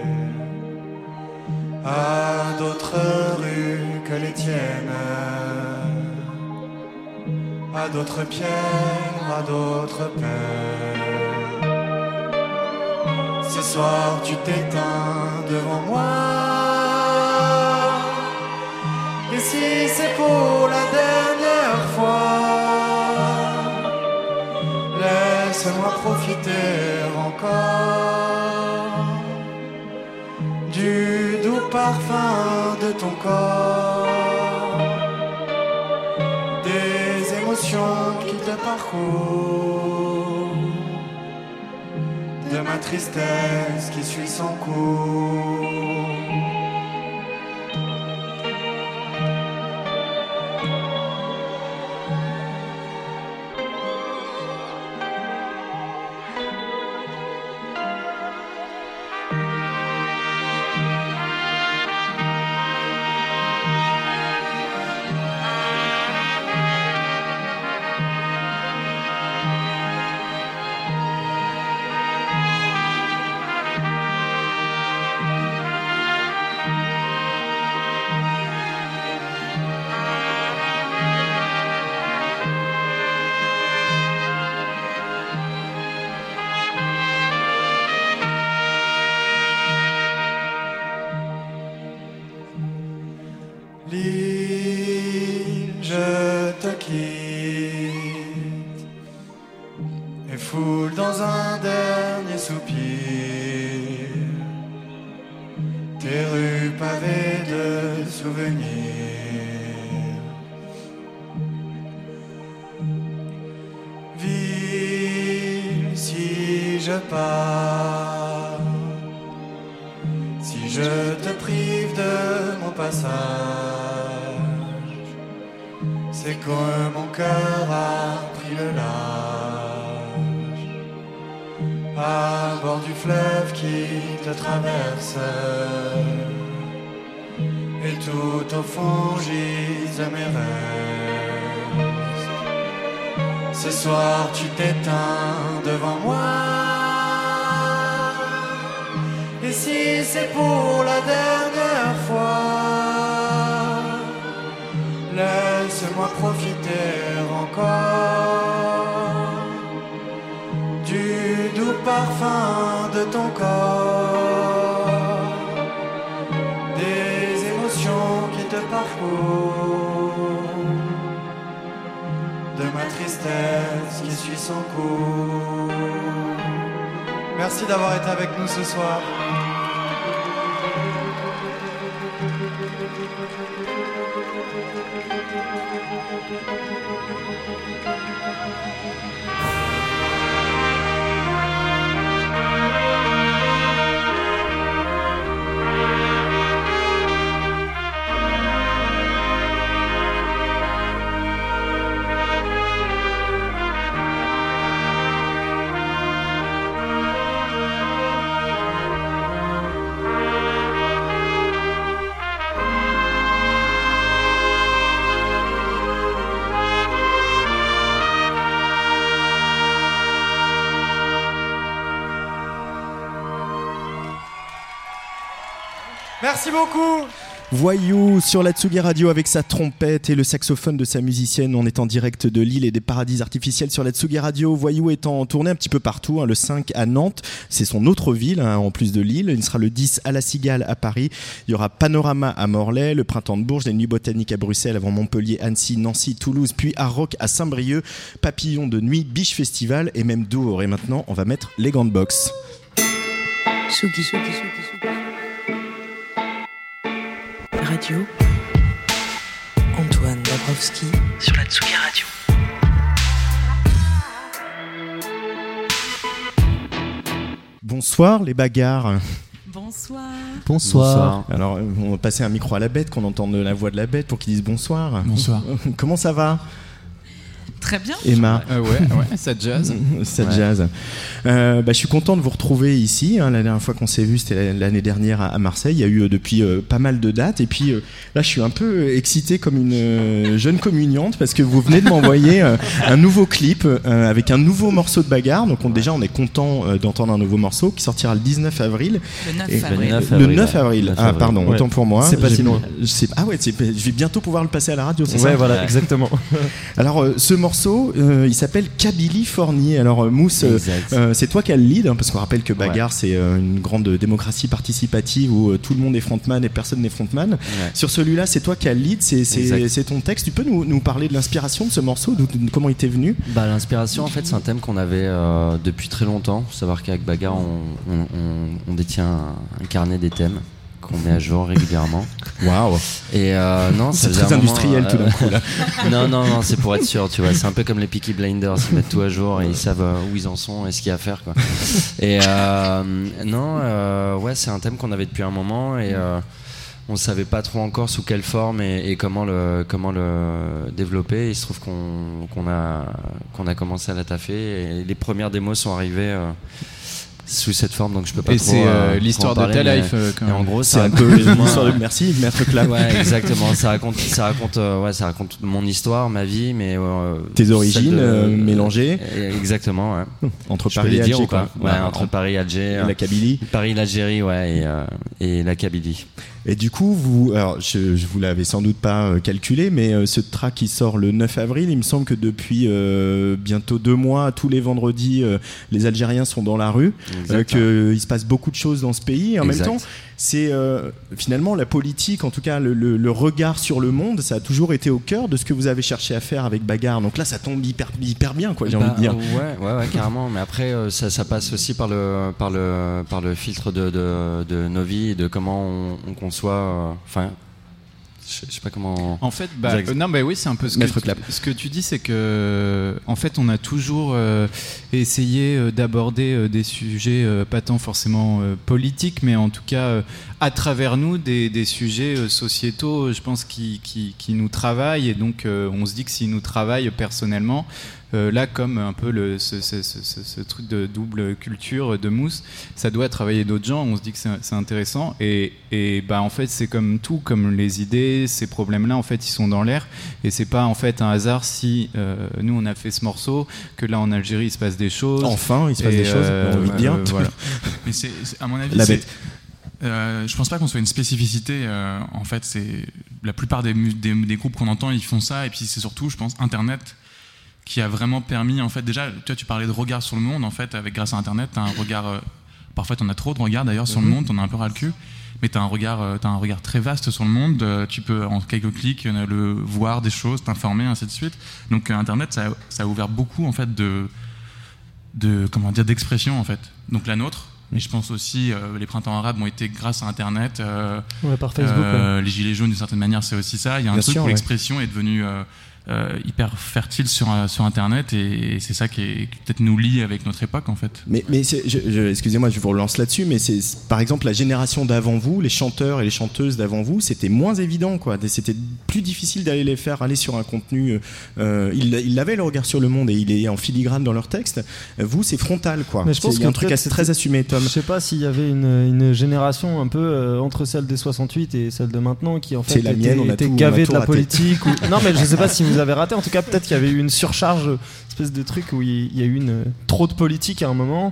à d'autres rues que les tiennes, à d'autres pierres, à d'autres peurs. Ce soir tu t'éteins devant moi, et si c'est pour la dernière fois, laisse-moi profiter encore du doux parfum de ton corps, des émotions qui te parcourent, de ma tristesse qui suit son cours. Lille, je te quitte et foule dans un dernier soupir tes rues pavées de souvenirs. Ville, si je pars, si je te prive de mon passage, c'est que mon cœur a pris le large, à bord du fleuve qui te traverse, et tout au fond gisent mes rêves. Ce soir tu t'éteins devant moi, et si c'est pour la dernière fois, laisse-moi profiter encore du doux parfum de ton corps, des émotions qui te parcourent, de ma tristesse qui suit son cours. Merci d'avoir été avec nous ce soir. Merci beaucoup. Voyou sur la Tsugi Radio avec sa trompette et le saxophone de sa musicienne. On est en direct de l'île et des paradis artificiels sur la Tsugi Radio. Voyou est en tournée un petit peu partout, le 5 à Nantes, c'est son autre ville en plus de Lille. Il sera le 10 à La Cigale à Paris. Il y aura Panorama à Morlaix, le Printemps de Bourges, les Nuits Botaniques à Bruxelles, avant Montpellier, Annecy, Nancy, Toulouse, puis Art Rock à Saint-Brieuc, Papillon de Nuit, Biche Festival et même dehors. Et maintenant, on va mettre les gants de boxe. Tsugi, Tsugi, Tsugi, Tsugi. Radio, Antoine Dabrowski sur la Tsugi Radio. Bonsoir les bagarres. Bonsoir. Bonsoir. Alors on va passer un micro à la bête, qu'on entende la voix de la bête pour qu'il dise bonsoir. Bonsoir. Comment ça va ? Très bien. Emma. Ouais, ça jazz. Ça jazz. Je suis content de vous retrouver ici. La dernière fois qu'on s'est vu, c'était l'année dernière à Marseille. Il y a eu depuis pas mal de dates. Et puis là, je suis un peu excité comme une jeune communiante parce que vous venez de m'envoyer un nouveau clip avec un nouveau morceau de bagarre. Donc déjà, on est content d'entendre un nouveau morceau qui sortira le 19 avril. Le 9 avril. Ah, pardon, autant pour moi. C'est pas si loin. Je vais bientôt pouvoir le passer à la radio, c'est ça ? Ouais, voilà, exactement. Alors, ce morceau, il s'appelle Californie. Alors Mousse, c'est toi qui as le lead, parce qu'on rappelle que Bagarre, c'est une grande démocratie participative où tout le monde est frontman et personne n'est frontman. Ouais. Sur celui-là, c'est toi qui as le lead, c'est ton texte. Tu peux nous parler de l'inspiration de ce morceau, comment il t'est venu ? L'inspiration, en fait, c'est un thème qu'on avait depuis très longtemps. Il faut savoir qu'avec Bagarre, on détient un carnet des thèmes qu'on met à jour régulièrement. Waouh. Et non, c'est très industriel tout d'un coup là. Non, c'est pour être sûr, tu vois. C'est un peu comme les Peaky Blinders, ils mettent tout à jour et ils savent où ils en sont et ce qu'il y a à faire, quoi. Et c'est un thème qu'on avait depuis un moment et on savait pas trop encore sous quelle forme et comment le développer. Il se trouve qu'on a commencé à la taffer et les premières démos sont arrivées sous cette forme, donc je peux pas et trop. C'est l'histoire de ta life. Et en gros, c'est un peu l'histoire de merci, Maître Clap. Ouais, exactement. Ça raconte mon histoire, ma vie, mais tes origines mélangées. Exactement. Ouais. Entre Paris et Alger, quoi. Ouais, entre Paris et Alger. Et la Kabylie. Paris, l'Algérie, ouais, et la Kabylie. Et du coup, je vous l'avais sans doute pas calculé, mais ce track qui sort le 9 avril, il me semble que depuis bientôt 2 mois, tous les vendredis, les Algériens sont dans la rue, qu'il se passe beaucoup de choses dans ce pays. Et en même temps, c'est finalement la politique, en tout cas le regard sur le monde, ça a toujours été au cœur de ce que vous avez cherché à faire avec Bagarre. Donc là, ça tombe hyper bien, quoi, j'ai envie de dire. Ouais, carrément. Mais après, ça passe aussi par le filtre de nos vies et de comment on conçoit. Je sais pas comment. En fait, oui, c'est un peu ce que tu dis, c'est que en fait, on a toujours essayé d'aborder des sujets pas tant forcément politiques, mais en tout cas à travers nous des sujets sociétaux, je pense, qui nous travaillent, et donc on se dit que s'ils nous travaillent personnellement. Là, comme un peu ce truc de double culture de Mousse, ça doit travailler d'autres gens. On se dit que c'est intéressant et en fait c'est comme tout, comme les idées, ces problèmes-là en fait ils sont dans l'air et c'est pas en fait un hasard si nous on a fait ce morceau que là en Algérie il se passe des choses. Enfin, il se passe des choses. On veut dire. Voilà. Mais c'est à mon avis. Je pense pas qu'on soit une spécificité. En fait, c'est la plupart des groupes qu'on entend, ils font ça et puis c'est surtout, je pense, Internet. Qui a vraiment permis, en fait, déjà, tu parlais de regard sur le monde, en fait, grâce à Internet, t'as un regard, parfois t'en as trop de regards d'ailleurs sur le monde, t'en as un peu ras le cul, mais tu as un regard très vaste sur le monde. Tu peux en quelques clics le voir des choses, t'informer, ainsi de suite. Donc Internet, ça a ouvert beaucoup en fait d'expression en fait. Donc la nôtre. Mais je pense aussi les printemps arabes ont été grâce à Internet. Par Facebook. Les gilets jaunes, d'une certaine manière, c'est aussi ça. Il y a un truc où l'expression est devenue hyper fertile sur Internet, et c'est ça qui peut-être nous lie avec notre époque en fait. Mais excusez-moi, je vous relance là-dessus, mais c'est par exemple la génération d'avant vous, les chanteurs et les chanteuses d'avant vous, c'était moins évident quoi. C'était plus difficile d'aller les faire aller sur un contenu. Ils avaient le regard sur le monde et il est en filigrane dans leur texte. Vous, c'est frontal quoi. Mais je pense qu'il y a un truc très assumé, Tom. Je sais pas s'il y avait une génération un peu entre celle des 68 et celle de maintenant qui en fait était gavée de la politique. Non mais je sais pas si vous avez raté, en tout cas peut-être qu'il y avait eu une surcharge, espèce de truc où il y a eu trop de politique à un moment,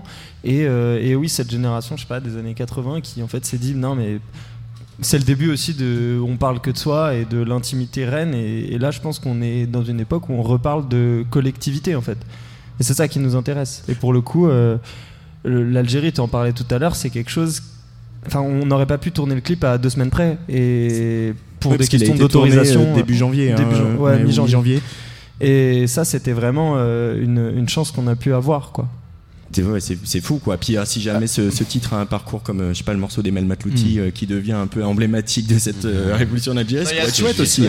et oui, cette génération, je sais pas, des années 80 qui en fait s'est dit non mais c'est le début aussi on parle que de soi et de l'intimité reine, et là je pense qu'on est dans une époque où on reparle de collectivité en fait, et c'est ça qui nous intéresse. Et pour le coup l'Algérie, tu en parlais tout à l'heure, c'est quelque chose, enfin on n'aurait pas pu tourner le clip à 2 semaines près, et pour des questions d'autorisation début janvier, mi-janvier. Et ça, c'était vraiment une chance qu'on a pu avoir, quoi. C'est fou quoi. Puis si jamais ce titre a un parcours comme je sais pas, le morceau d'Emel Matlouti qui devient un peu emblématique de cette révolution en Algérie, ça pourrait être chouette aussi.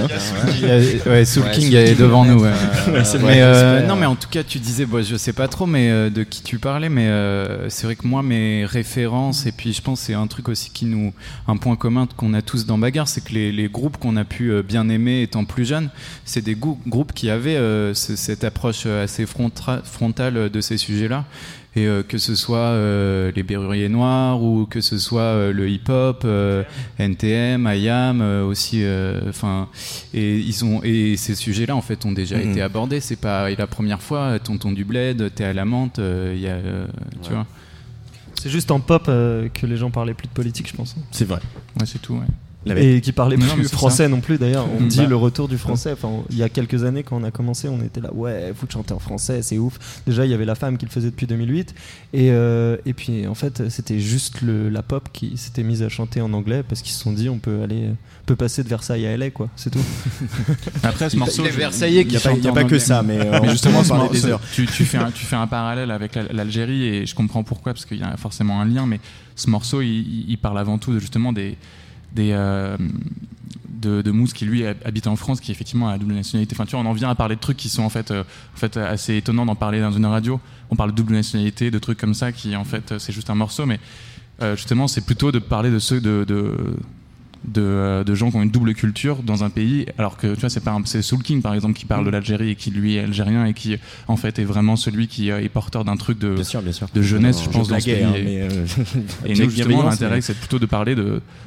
Soul King est devant nous. Non mais en tout cas tu disais, je sais pas trop mais de qui tu parlais, mais c'est vrai que moi mes références, et puis je pense que c'est un truc aussi un point commun qu'on a tous dans Bagarre, c'est que les groupes qu'on a pu bien aimer étant plus jeunes, c'est des groupes qui avaient cette approche assez frontale de ces sujets-là. Et que ce soit les Berruriers Noirs ou que ce soit le hip-hop, NTM, IAM aussi, et ces sujets-là en fait ont déjà été abordés. C'est pas la première fois. Tonton du Bled, T'es à la menthe, tu vois. C'est juste en pop que les gens parlaient plus de politique, je pense. C'est vrai. Ouais, c'est tout. Ouais. Et qui parlait plus français non plus d'ailleurs. On dit le retour du français. Enfin, il y a quelques années quand on a commencé, on était là, ouais, faut chanter en français, c'est ouf. Déjà, il y avait La Femme qui le faisait depuis 2008, et puis en fait, c'était juste la pop qui s'était mise à chanter en anglais parce qu'ils se sont dit, on peut passer de Versailles à LA, quoi. C'est tout. Après, ce morceau, les Versaillais qui chantent en anglais. Il n'y a pas que ça, mais justement, tu fais un parallèle avec l'Algérie, et je comprends pourquoi, parce qu'il y a forcément un lien. Mais ce morceau, il parle avant tout justement de Mousse qui lui habite en France, qui effectivement a la double nationalité. Enfin, tu vois, on en vient à parler de trucs qui sont en fait assez étonnants d'en parler dans une radio. On parle de double nationalité, de trucs comme ça qui en fait c'est juste un morceau, mais justement c'est plutôt de parler de ceux de gens qui ont une double culture dans un pays, alors que tu vois c'est Soul King par exemple qui parle de l'Algérie et qui lui est algérien et qui en fait est vraiment celui qui est porteur d'un truc de jeunesse, je pense, dans ce pays. Et nous justement l'intérêt c'est plutôt de parler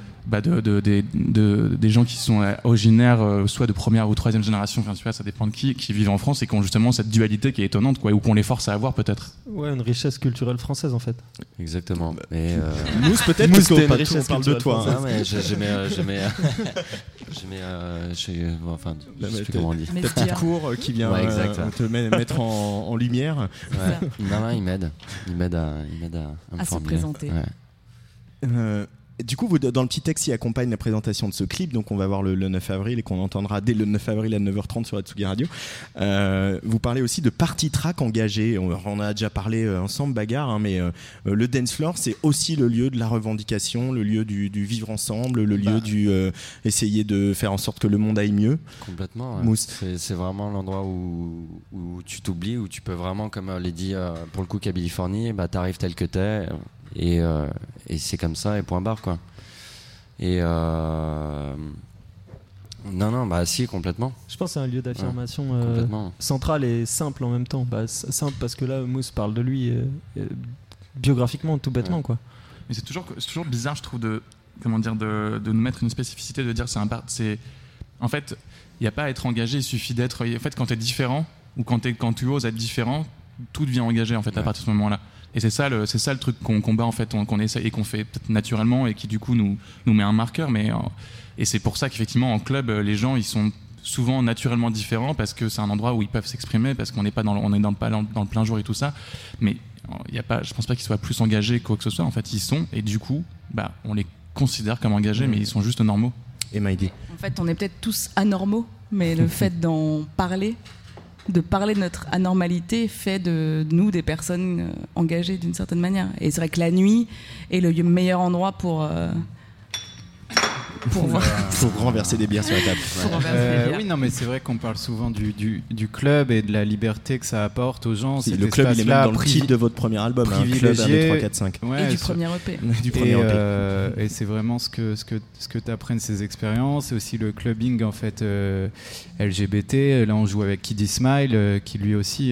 des gens qui sont originaires soit de première ou troisième génération, enfin tu vois, ça dépend de qui vivent en France et qui ont justement cette dualité qui est étonnante, quoi, ou qu'on les force à avoir peut-être. Ouais, une richesse culturelle française en fait. Exactement. Et Mousse peut-être, parce qu'on parle de toi. Non, mais je sais plus comment on dit. Ta petite cour qui vient te mettre en lumière. Ouais. Non, il m'aide à me se présenter. Ouais. Du coup, dans le petit texte qui accompagne la présentation de ce clip, donc on va voir le 9 avril et qu'on entendra dès le 9 avril à 9h30 sur la Tsugi Radio, vous parlez aussi de party track engagé. On en a déjà parlé ensemble, Bagarre, mais le dance floor, c'est aussi le lieu de la revendication, le lieu du vivre ensemble, le lieu du essayer de faire en sorte que le monde aille mieux. Complètement. Ouais. C'est vraiment l'endroit où tu t'oublies, où tu peux vraiment, comme l'a dit pour le coup Californie, t'arrives tel que t'es. Et c'est comme ça, et point barre, quoi. Et si, complètement. Je pense que c'est un lieu d'affirmation central et simple en même temps. Simple parce que là, Mousse parle de lui biographiquement, tout bêtement, quoi. Mais c'est toujours bizarre, je trouve, de nous mettre une spécificité, de dire en fait, il n'y a pas à être engagé, il suffit d'être. En fait, quand tu es différent, ou quand tu oses être différent, tout devient engagé, en fait, à partir de ce moment-là. Et c'est ça le truc qu'on combat, en fait, qu'on essaie et qu'on fait peut-être naturellement, et qui du coup nous met un marqueur. Et c'est pour ça qu'effectivement en club, les gens ils sont souvent naturellement différents, parce que c'est un endroit où ils peuvent s'exprimer, parce qu'on n'est pas dans le plein jour et tout ça. Mais je pense pas qu'ils soient plus engagés que quoi que ce soit. En fait, ils sont, et du coup, on les considèrent comme engagés, mais ils sont juste normaux. Et Maïdi. En fait, on est peut-être tous anormaux, mais le fait d'en parler, de parler de notre anormalité, fait de nous des personnes engagées d'une certaine manière. Et c'est vrai que la nuit est le meilleur endroit pour renverser des bières sur la table. Oui, non, mais c'est vrai qu'on parle souvent du club et de la liberté que ça apporte aux gens. Le club, il est même dans le titre de votre premier album, hein, Club 1, 2, 3, 4, 5. Ouais, et du premier EP. Et c'est vraiment ce que t'apprennent ces expériences. Et aussi le clubbing, en fait, LGBT. Là, on joue avec Kiddy Smile, qui lui aussi,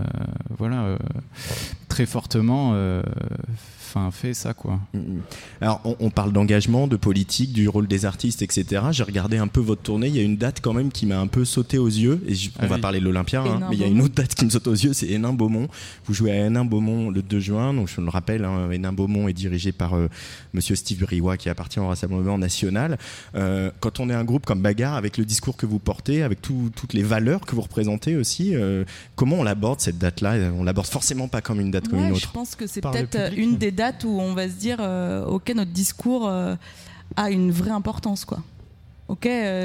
très fortement... fait ça, quoi. Alors on parle d'engagement, de politique, du rôle des artistes, etc. J'ai regardé un peu votre tournée, il y a une date quand même qui m'a un peu sauté aux yeux, et on va parler de l'Olympia, hein, mais il y a une autre date qui me saute aux yeux, c'est Hénin-Beaumont. Vous jouez à Hénin-Beaumont le 2 juin, donc je le rappelle, hein, Hénin-Beaumont est dirigé par monsieur Steve Riwa, qui appartient au Rassemblement National. Quand on est un groupe comme Bagarre, avec le discours que vous portez, avec toutes les valeurs que vous représentez aussi, comment on l'aborde cette date-là? On l'aborde forcément pas comme une date comme une autre. Je pense que c'est peut-être une des dates où on va se dire ok, notre discours a une vraie importance, quoi. Ok,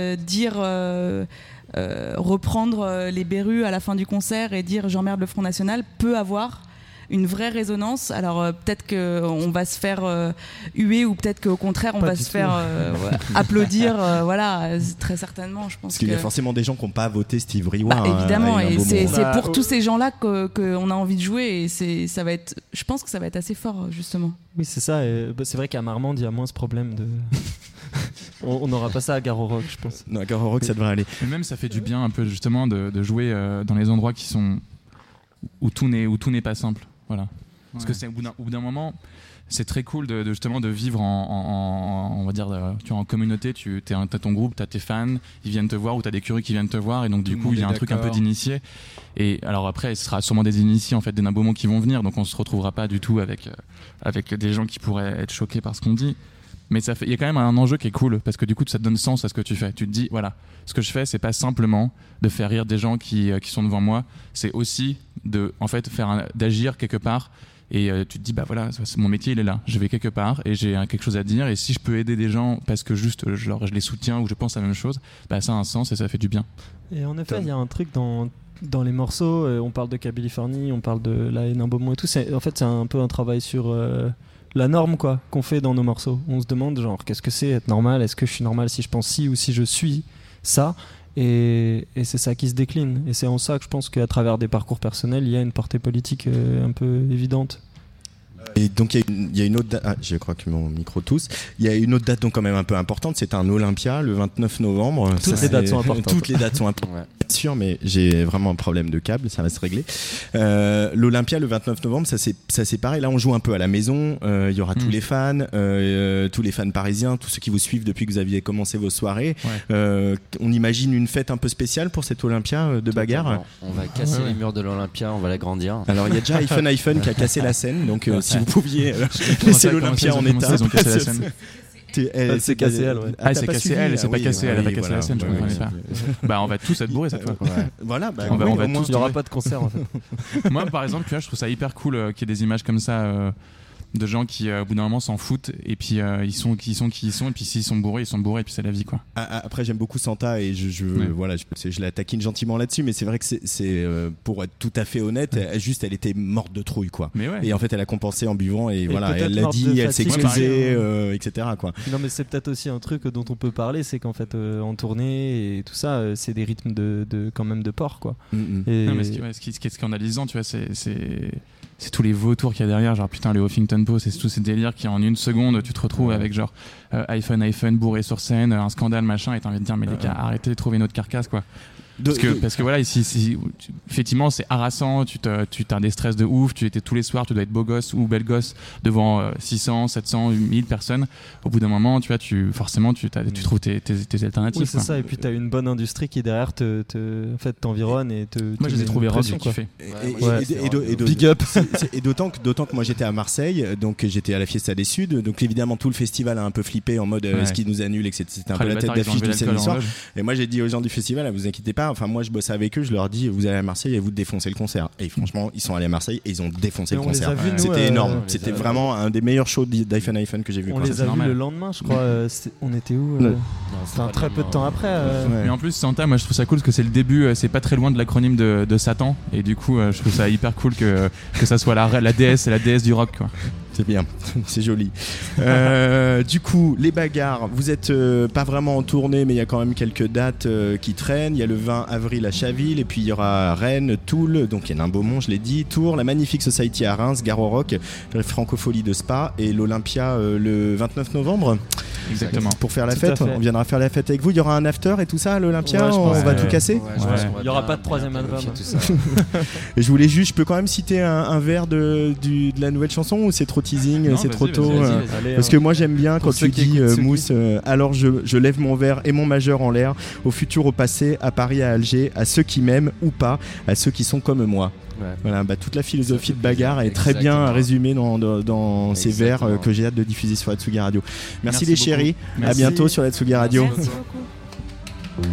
reprendre les berrues à la fin du concert et dire j'emmerde le Front National peut avoir une vraie résonance. Alors peut-être qu'on va se faire huer, ou peut-être qu'au contraire on va se faire applaudir, très certainement, je pense. Parce qu'il y a forcément des gens qui n'ont pas voté Steve Riwa. Évidemment, et c'est pour tous ces gens-là qu'on a envie de jouer, et ça va être, je pense que ça va être assez fort, justement. Oui, c'est ça, et c'est vrai qu'à Marmande il y a moins ce problème de... on n'aura pas ça à Garo Rock, je pense. Non, à Garo Rock ça devrait aller. Et même ça fait du bien un peu justement de jouer dans les endroits qui sont où tout n'est pas simple. Voilà. Parce que c'est au bout d'un moment, c'est très cool de justement de vivre on va dire, tu es en communauté, t'as ton groupe, t'as tes fans, ils viennent te voir, ou t'as des curieux qui viennent te voir, et donc du coup il y a un truc un peu d'initié. Et alors après, ce sera sûrement des initiés en fait, des Hénin-Beaumont qui vont venir, donc on se retrouvera pas du tout avec des gens qui pourraient être choqués par ce qu'on dit. Mais il y a quand même un enjeu qui est cool, parce que du coup ça te donne sens à ce que tu fais. Tu te dis, voilà, ce que je fais, c'est pas simplement de faire rire des gens qui sont devant moi, c'est aussi d'agir quelque part. Et tu te dis, bah voilà, mon métier il est là, je vais quelque part et j'ai quelque chose à dire, et si je peux aider des gens parce que juste je les soutiens ou je pense à la même chose, bah ça a un sens et ça fait du bien. Et en effet, il y a un truc dans les morceaux, on parle de Cabilifornie, on parle de la Hénin-Beaumont et tout, c'est un peu un travail sur la norme, quoi, qu'on fait dans nos morceaux. On se demande genre qu'est-ce que c'est être normal, est-ce que je suis normal si je pense ci ou si je suis ça, et c'est ça qui se décline, et c'est en ça que je pense qu'à travers des parcours personnels il y a une portée politique un peu évidente. Et donc il y a une autre date, je crois que mon micro tousse. Il y a une autre date donc quand même un peu importante, c'est un Olympia le 29 novembre. Toutes les dates sont importantes. Toutes les dates sont importantes. Ouais. Sûr, mais j'ai vraiment un problème de câble, ça va se régler. L'Olympia le 29 novembre, ça c'est pareil. Là on joue un peu à la maison. Il y aura tous les fans parisiens, tous ceux qui vous suivent depuis que vous aviez commencé vos soirées. Ouais. On imagine une fête un peu spéciale pour cette Olympia de Bagarre. On va casser les murs de l'Olympia, on va l'agrandir. Alors il y a déjà iPhone qui a cassé la scène, donc si vous pouviez laisser l'Olympia en état. Ils ont cassé la scène. C'est cassé elle, ouais. C'est cassé elle, c'est pas cassé elle, a pas cassé la scène, je comprenais pas. Bah on va tous être bourrés cette fois. Voilà, on va tous, il n'y aura pas de concert en fait. Moi par exemple, tu vois, je trouve ça hyper cool qu'il y ait des images comme ça de gens qui au bout d'un moment s'en foutent, et puis ils sont qui ils sont, et puis s'ils sont bourrés, et puis c'est la vie, quoi. Après j'aime beaucoup Santa, et je la taquine gentiment là-dessus, mais c'est vrai que c'est pour être tout à fait honnête, elle était morte de trouille, quoi. Et en fait elle a compensé en buvant, et voilà, elle l'a dit, elle s'est excusée, etc., quoi. Non mais c'est peut-être aussi un truc dont on peut parler, c'est qu'en fait en tournée et tout ça, c'est des rythmes de quand même de porc, quoi. Et... Non, mais ce qui est scandalisant, tu vois, c'est tous les vautours qu'il y a derrière, genre putain, les Huffington Post, c'est tous ces délires qui en une seconde tu te retrouves avec genre iPhone bourré sur scène, un scandale machin, et t'as envie de dire mais les gars, arrêtez de trouver une autre carcasse, quoi. Parce que voilà, ici effectivement c'est harassant, tu as des stress de ouf, tu étais tous les soirs, tu dois être beau gosse ou belle gosse devant 600, 700, 1000 personnes. Au bout d'un moment, tu vois, forcément tu trouves tes alternatives. Oui, c'est ça, et puis tu as une bonne industrie qui derrière t'environne et moi je les ai trouvés rock, j'ai kiffé. Big up. Et d'autant que moi j'étais à Marseille, donc j'étais à la Fiesta des Suds, donc évidemment tout le festival a un peu flippé en mode est-ce qu'ils nous annulent, etc. C'était un peu la tête d'affiche du samedi soir. Et moi j'ai dit aux gens du festival, vous inquiétez pas, là, enfin moi je bossais avec eux, je leur dis vous allez à Marseille et vous défoncez le concert. Et franchement, ils sont allés à Marseille et ils ont défoncé le concert. C'était énorme. C'était vraiment un des meilleurs shows d'Iphone que j'ai vu. On les a vus le lendemain, je crois. On était où C'était un très peu de temps après. Mais en plus, Santa, moi je trouve ça cool parce que c'est le début, c'est pas très loin de l'acronyme de Satan. Et du coup, je trouve ça hyper cool que ça soit la déesse et la déesse du rock, quoi. C'est bien, c'est joli. Du coup, les bagarres, vous êtes pas vraiment en tournée, mais il y a quand même quelques dates qui traînent. Il y a le 20 avril à Chaville, et puis il y aura Rennes, Toul, donc il y en a un Beaumont, je l'ai dit, Tours, la Magnifique Society à Reims, Gare au Rock, la Francophonie de Spa et l'Olympia le 29 novembre. Exactement. Pour faire la fête, on viendra faire la fête avec vous. Il y aura un after et tout ça à l'Olympia, on va tout casser. Il n'y aura pas de troisième album. Et je voulais juste, je peux quand même citer un vers de la nouvelle chanson ou c'est trop teasing, non, c'est trop tôt parce que moi j'aime bien quand tu dis Mousse, alors je lève mon verre et mon majeur en l'air, au futur, au passé, à Paris, à Alger, à ceux qui m'aiment ou pas, à ceux qui sont comme moi. Voilà, toute la philosophie de bagarre est très bien résumée dans ces vers que j'ai hâte de diffuser sur la Tsugi Radio. Merci les chéris, à bientôt sur la Tsugi Radio. Merci beaucoup.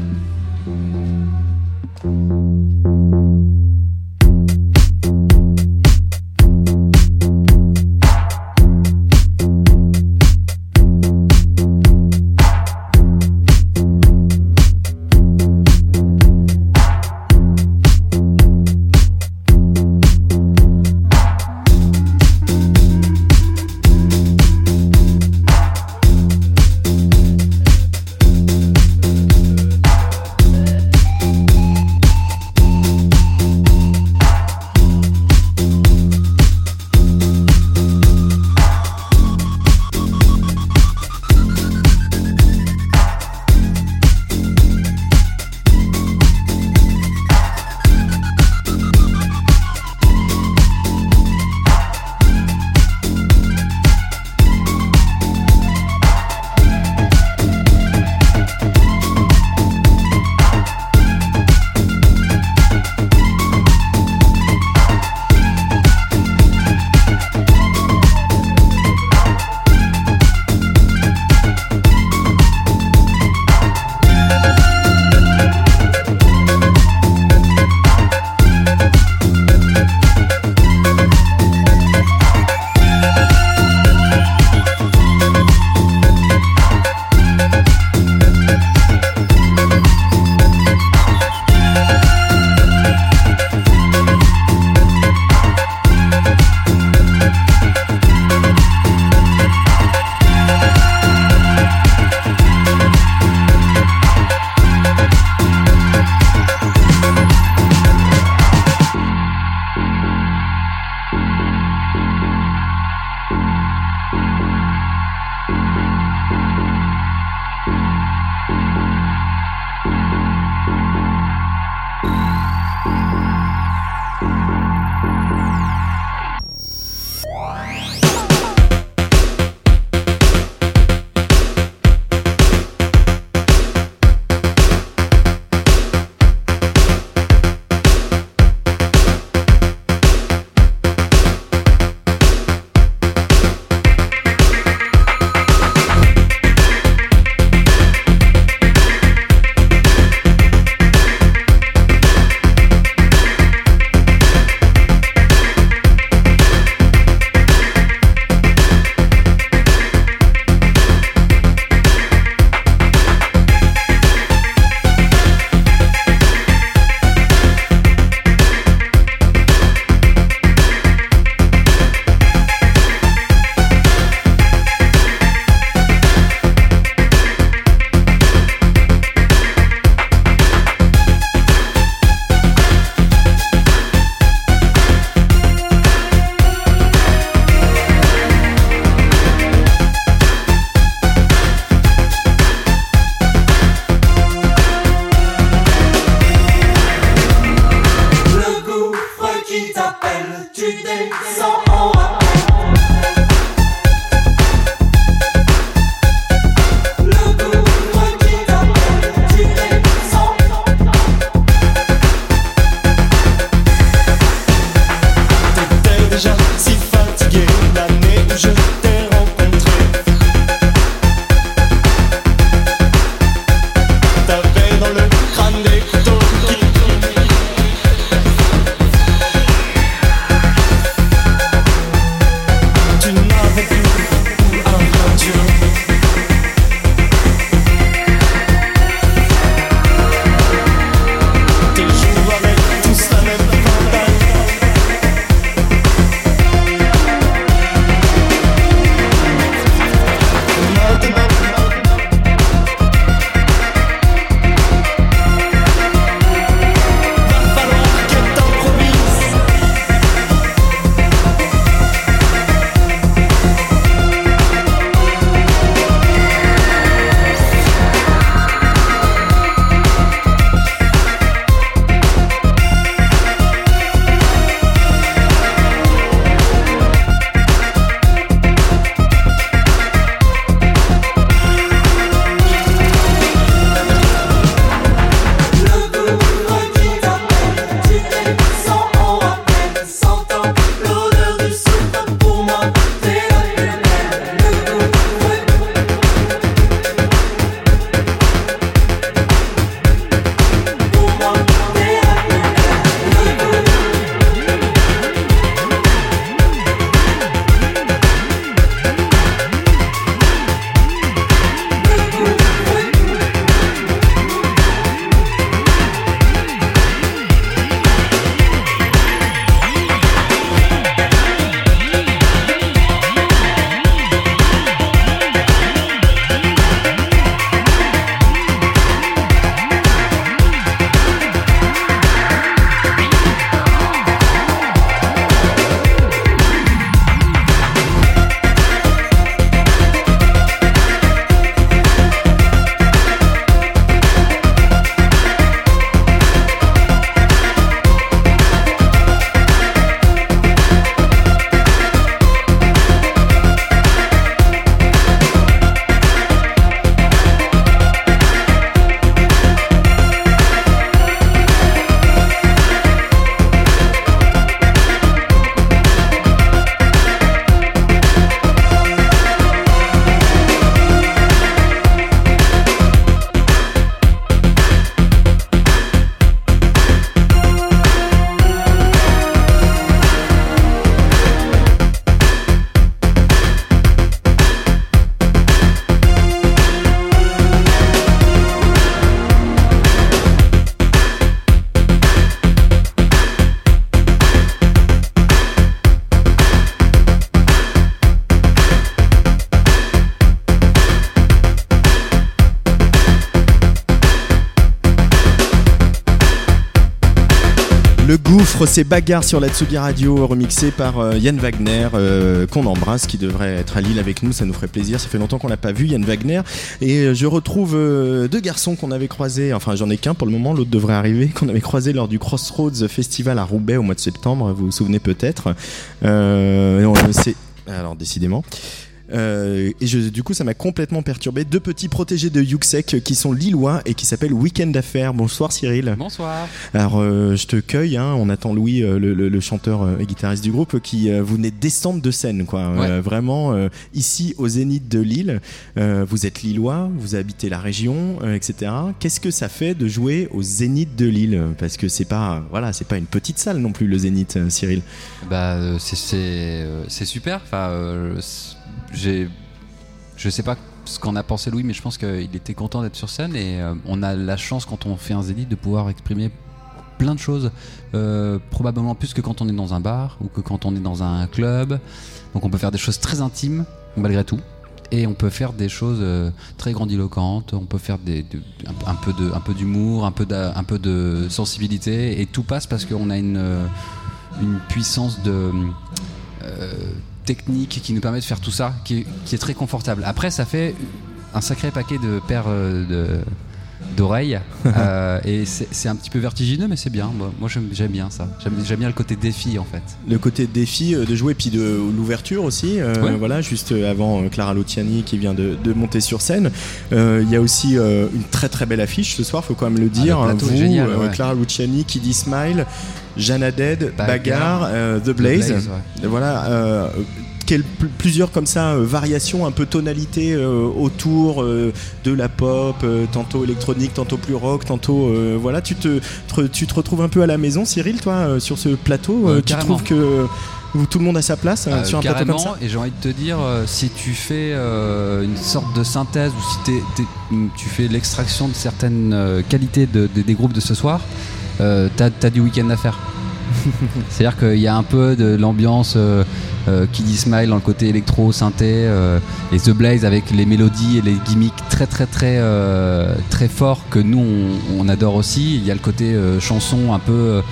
Le gouffre, c'est Bagarre sur la Tsugi Radio, remixé par Yann Wagner, qu'on embrasse, qui devrait être à Lille avec nous, ça nous ferait plaisir, ça fait longtemps qu'on l'a pas vu, Yann Wagner. Et je retrouve deux garçons qu'on avait croisés, enfin j'en ai qu'un pour le moment, l'autre devrait arriver, qu'on avait croisés lors du Crossroads Festival à Roubaix au mois de septembre, vous vous souvenez peut-être. Alors décidément. Du coup ça m'a complètement perturbé. Deux petits protégés de Yuxek qui sont lillois et qui s'appellent Weekend Affair. Bonsoir Cyril. Bonsoir. Alors je te cueille, on attend Louis, le chanteur et guitariste du groupe, qui vous venez de descendre de scène quoi. Ouais. Vraiment ici au Zénith de Lille. Vous êtes lillois, vous habitez la région, etc. Qu'est-ce que ça fait de jouer au Zénith de Lille? Parce que c'est pas une petite salle non plus, le Zénith, Cyril. C'est super. Je sais pas ce qu'en a pensé Louis, mais je pense qu'il était content d'être sur scène et on a la chance quand on fait un Zénith de pouvoir exprimer plein de choses, probablement plus que quand on est dans un bar ou que quand on est dans un club. Donc on peut faire des choses très intimes malgré tout, et on peut faire des choses très grandiloquentes. On peut faire un peu d'humour, un peu de sensibilité, et tout passe parce qu'on a une puissance de technique qui nous permet de faire tout ça, qui est très confortable. Après, ça fait un sacré paquet de paires d'oreilles et c'est un petit peu vertigineux, mais c'est bien. Moi j'aime bien ça. J'aime bien le côté défi en fait. Le côté défi de jouer, puis de l'ouverture aussi. Ouais. Voilà, juste avant Clara Luciani qui vient de monter sur scène. Il y a aussi une très très belle affiche ce soir, faut quand même le dire. Le plateau vous, est génial, ouais. Clara Luciani, Kiddy Smile, Jeanne Haddad, Bagarre, The Blaze. Ouais. Voilà. Plusieurs comme ça variations, un peu tonalité autour de la pop, tantôt électronique, tantôt plus rock, tantôt voilà. Tu te retrouves un peu à la maison, Cyril, toi, sur ce plateau. Tu trouves que tout le monde a sa place sur un plateau comme ça? Et j'ai envie de te dire, si tu fais une sorte de synthèse, ou si tu fais l'extraction de certaines qualités des groupes de ce soir, t'as du Week-end à faire. C'est-à-dire qu'il y a un peu de l'ambiance Kiddy Smile dans le côté électro, synthé, et The Blaze avec les mélodies et les gimmicks très très très très forts que nous on adore aussi. Il y a le côté chanson un peu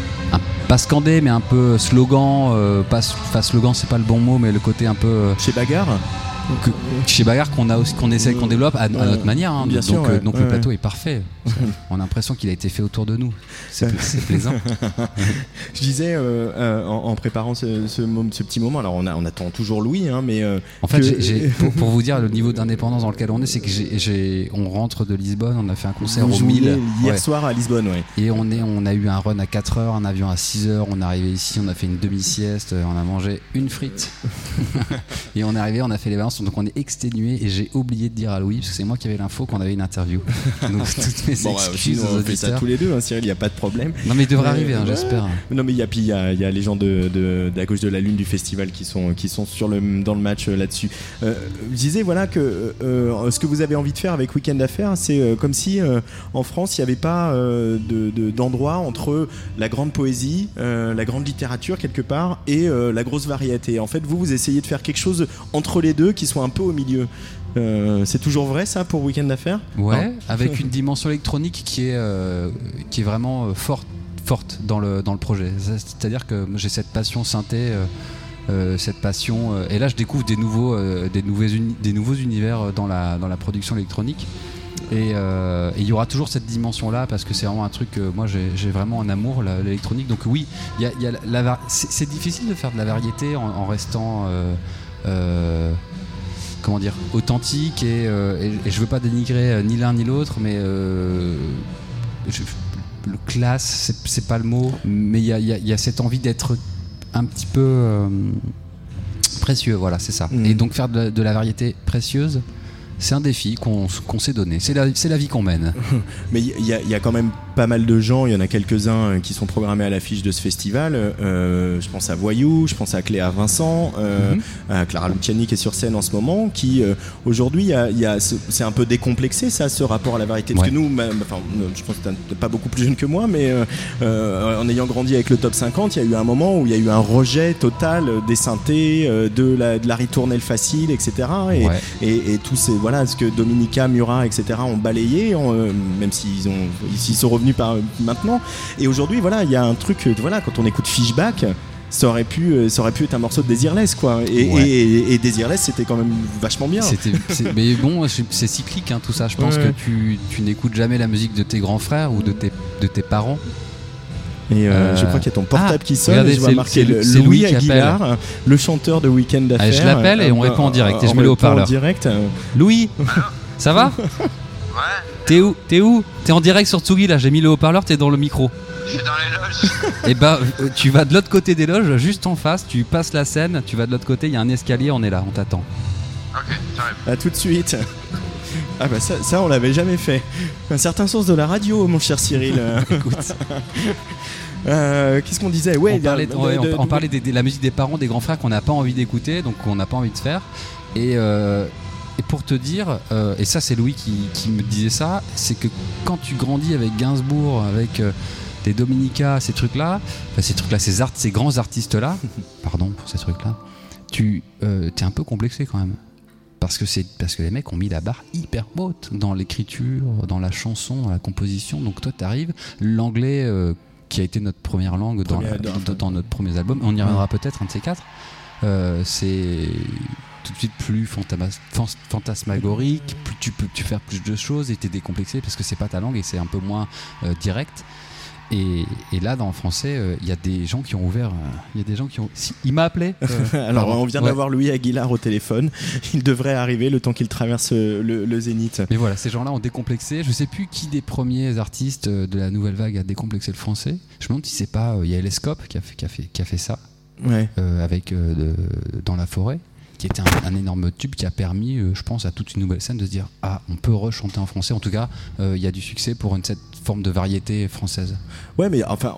pas scandé mais un peu slogan, pas slogan c'est pas le bon mot, mais le côté un peu chez Bagarre. Chez Bagarre qu'on essaie, qu'on développe à notre manière, hein. Bien sûr, donc le plateau est parfait. On a l'impression qu'il a été fait autour de nous. C'est plaisant. Je disais en préparant ce petit moment, alors on attend toujours Louis, mais en fait pour vous dire le niveau d'indépendance dans lequel on est, c'est que on rentre de Lisbonne, on a fait un concert au 1000 hier soir à Lisbonne, ouais. Et on a eu un run à 4h, un avion à 6h, on est arrivé ici, on a fait une demi-sieste, on a mangé une frite et on est arrivé, on a fait les balances. Donc on est exténué, et j'ai oublié de dire à Louis, parce que c'est moi qui avais l'info, qu'on avait une interview. Donc toutes mes excuses aux on fait ça tous les deux, Cyril, il n'y a pas de problème. Non mais il devrait arriver, j'espère. Non mais il y a les gens de la gauche de la lune du festival qui sont dans le match là-dessus. Je disais voilà que ce que vous avez envie de faire avec Week-end Affair, c'est comme si en France il n'y avait pas d'endroit entre la grande poésie, la grande littérature quelque part, et la grosse variété. En fait vous essayez de faire quelque chose entre les deux qui soit un peu au milieu. C'est toujours vrai ça pour Week-end Affair? Ouais, avec une dimension électronique qui est vraiment forte dans le projet. C'est-à-dire que j'ai cette passion synthé, cette passion, et là je découvre des nouveaux univers dans la production électronique. Et il y aura toujours cette dimension là, parce que c'est vraiment un truc que moi j'ai vraiment un amour, l'électronique. Donc oui, c'est difficile de faire de la variété en restant comment dire, authentique, et je veux pas dénigrer ni l'un ni l'autre, mais le classe c'est pas le mot, mais il y a cette envie d'être un petit peu précieux, voilà, c'est ça. Et donc faire de la variété précieuse, c'est un défi qu'on s'est donné. C'est la vie qu'on mène. Mais il y a quand même pas mal de gens, il y en a quelques-uns qui sont programmés à l'affiche de ce festival. Je pense à Voyou, je pense à Cléa Vincent, à Clara Luciani qui est sur scène en ce moment, qui aujourd'hui c'est un peu décomplexé ça, ce rapport à la variété. Parce que nous, je pense que t'es pas beaucoup plus jeune que moi, mais en ayant grandi avec le top 50, il y a eu un moment où il y a eu un rejet total des synthés, de la ritournelle facile, etc. Et tous ces voilà, ce que Dominica, Murat, etc. ont balayé, même s'ils sont revenus maintenant. Et aujourd'hui, voilà, il y a un truc, voilà, quand on écoute Fishback, ça aurait pu être un morceau de Désirless, quoi. Et Désirless, c'était quand même vachement bien. Mais bon, c'est cyclique, hein, tout ça. Je pense que tu n'écoutes jamais la musique de tes grands frères ou de tes parents. Et je crois qu'il y a ton portable qui sonne. Regardez, je vois marqué Louis Aguilar, le chanteur de Week-end d'affaires. Allez, je l'appelle et on répond en direct. Et je mets le haut-parleur. Louis, ça va? Ouais. T'es où? T'es en direct sur Tsugi là. J'ai mis le haut-parleur. T'es dans le micro. Je suis dans les loges. Et bah, tu vas de l'autre côté des loges, juste en face. Tu passes la scène. Tu vas de l'autre côté. Il y a un escalier. On est là. On t'attend. Ok, j'arrive. À tout de suite. Ah bah ça on l'avait jamais fait. Un certain sens de la radio, mon cher Cyril. Écoute. Qu'est-ce qu'on disait? On parlait de la musique des parents, des grands frères qu'on n'a pas envie d'écouter, donc qu'on n'a pas envie de faire. Et pour te dire, et ça c'est Louis qui me disait ça, c'est que quand tu grandis avec Gainsbourg, avec des Dominica, ces ces grands artistes-là, pardon pour ces trucs-là, t'es un peu complexé quand même. Parce que les mecs ont mis la barre hyper haute dans l'écriture, dans la chanson, dans la composition. Donc toi t'arrives, l'anglais qui a été notre première langue dans notre premier album, on y reviendra peut-être un de ces quatre, c'est tout de suite plus fantasmagorique, plus tu peux faire plus de choses et t'es décomplexé parce que c'est pas ta langue et c'est un peu moins direct. Et là, dans le français, il y a des gens qui ont ouvert. Il m'a appelé. Alors, on vient d'avoir Louis Aguilar au téléphone. Il devrait arriver le temps qu'il traverse le Zénith. Mais voilà, ces gens-là ont décomplexé. Je sais plus qui des premiers artistes de la nouvelle vague a décomplexé le français. Je me demande si c'est pas Yaelescope qui a fait ça. Ouais. Avec Dans la forêt, qui était un énorme tube qui a permis, je pense, à toute une nouvelle scène de se dire on peut rechanter en français. En tout cas, il y a du succès pour cette forme de variété française. Ouais, mais enfin,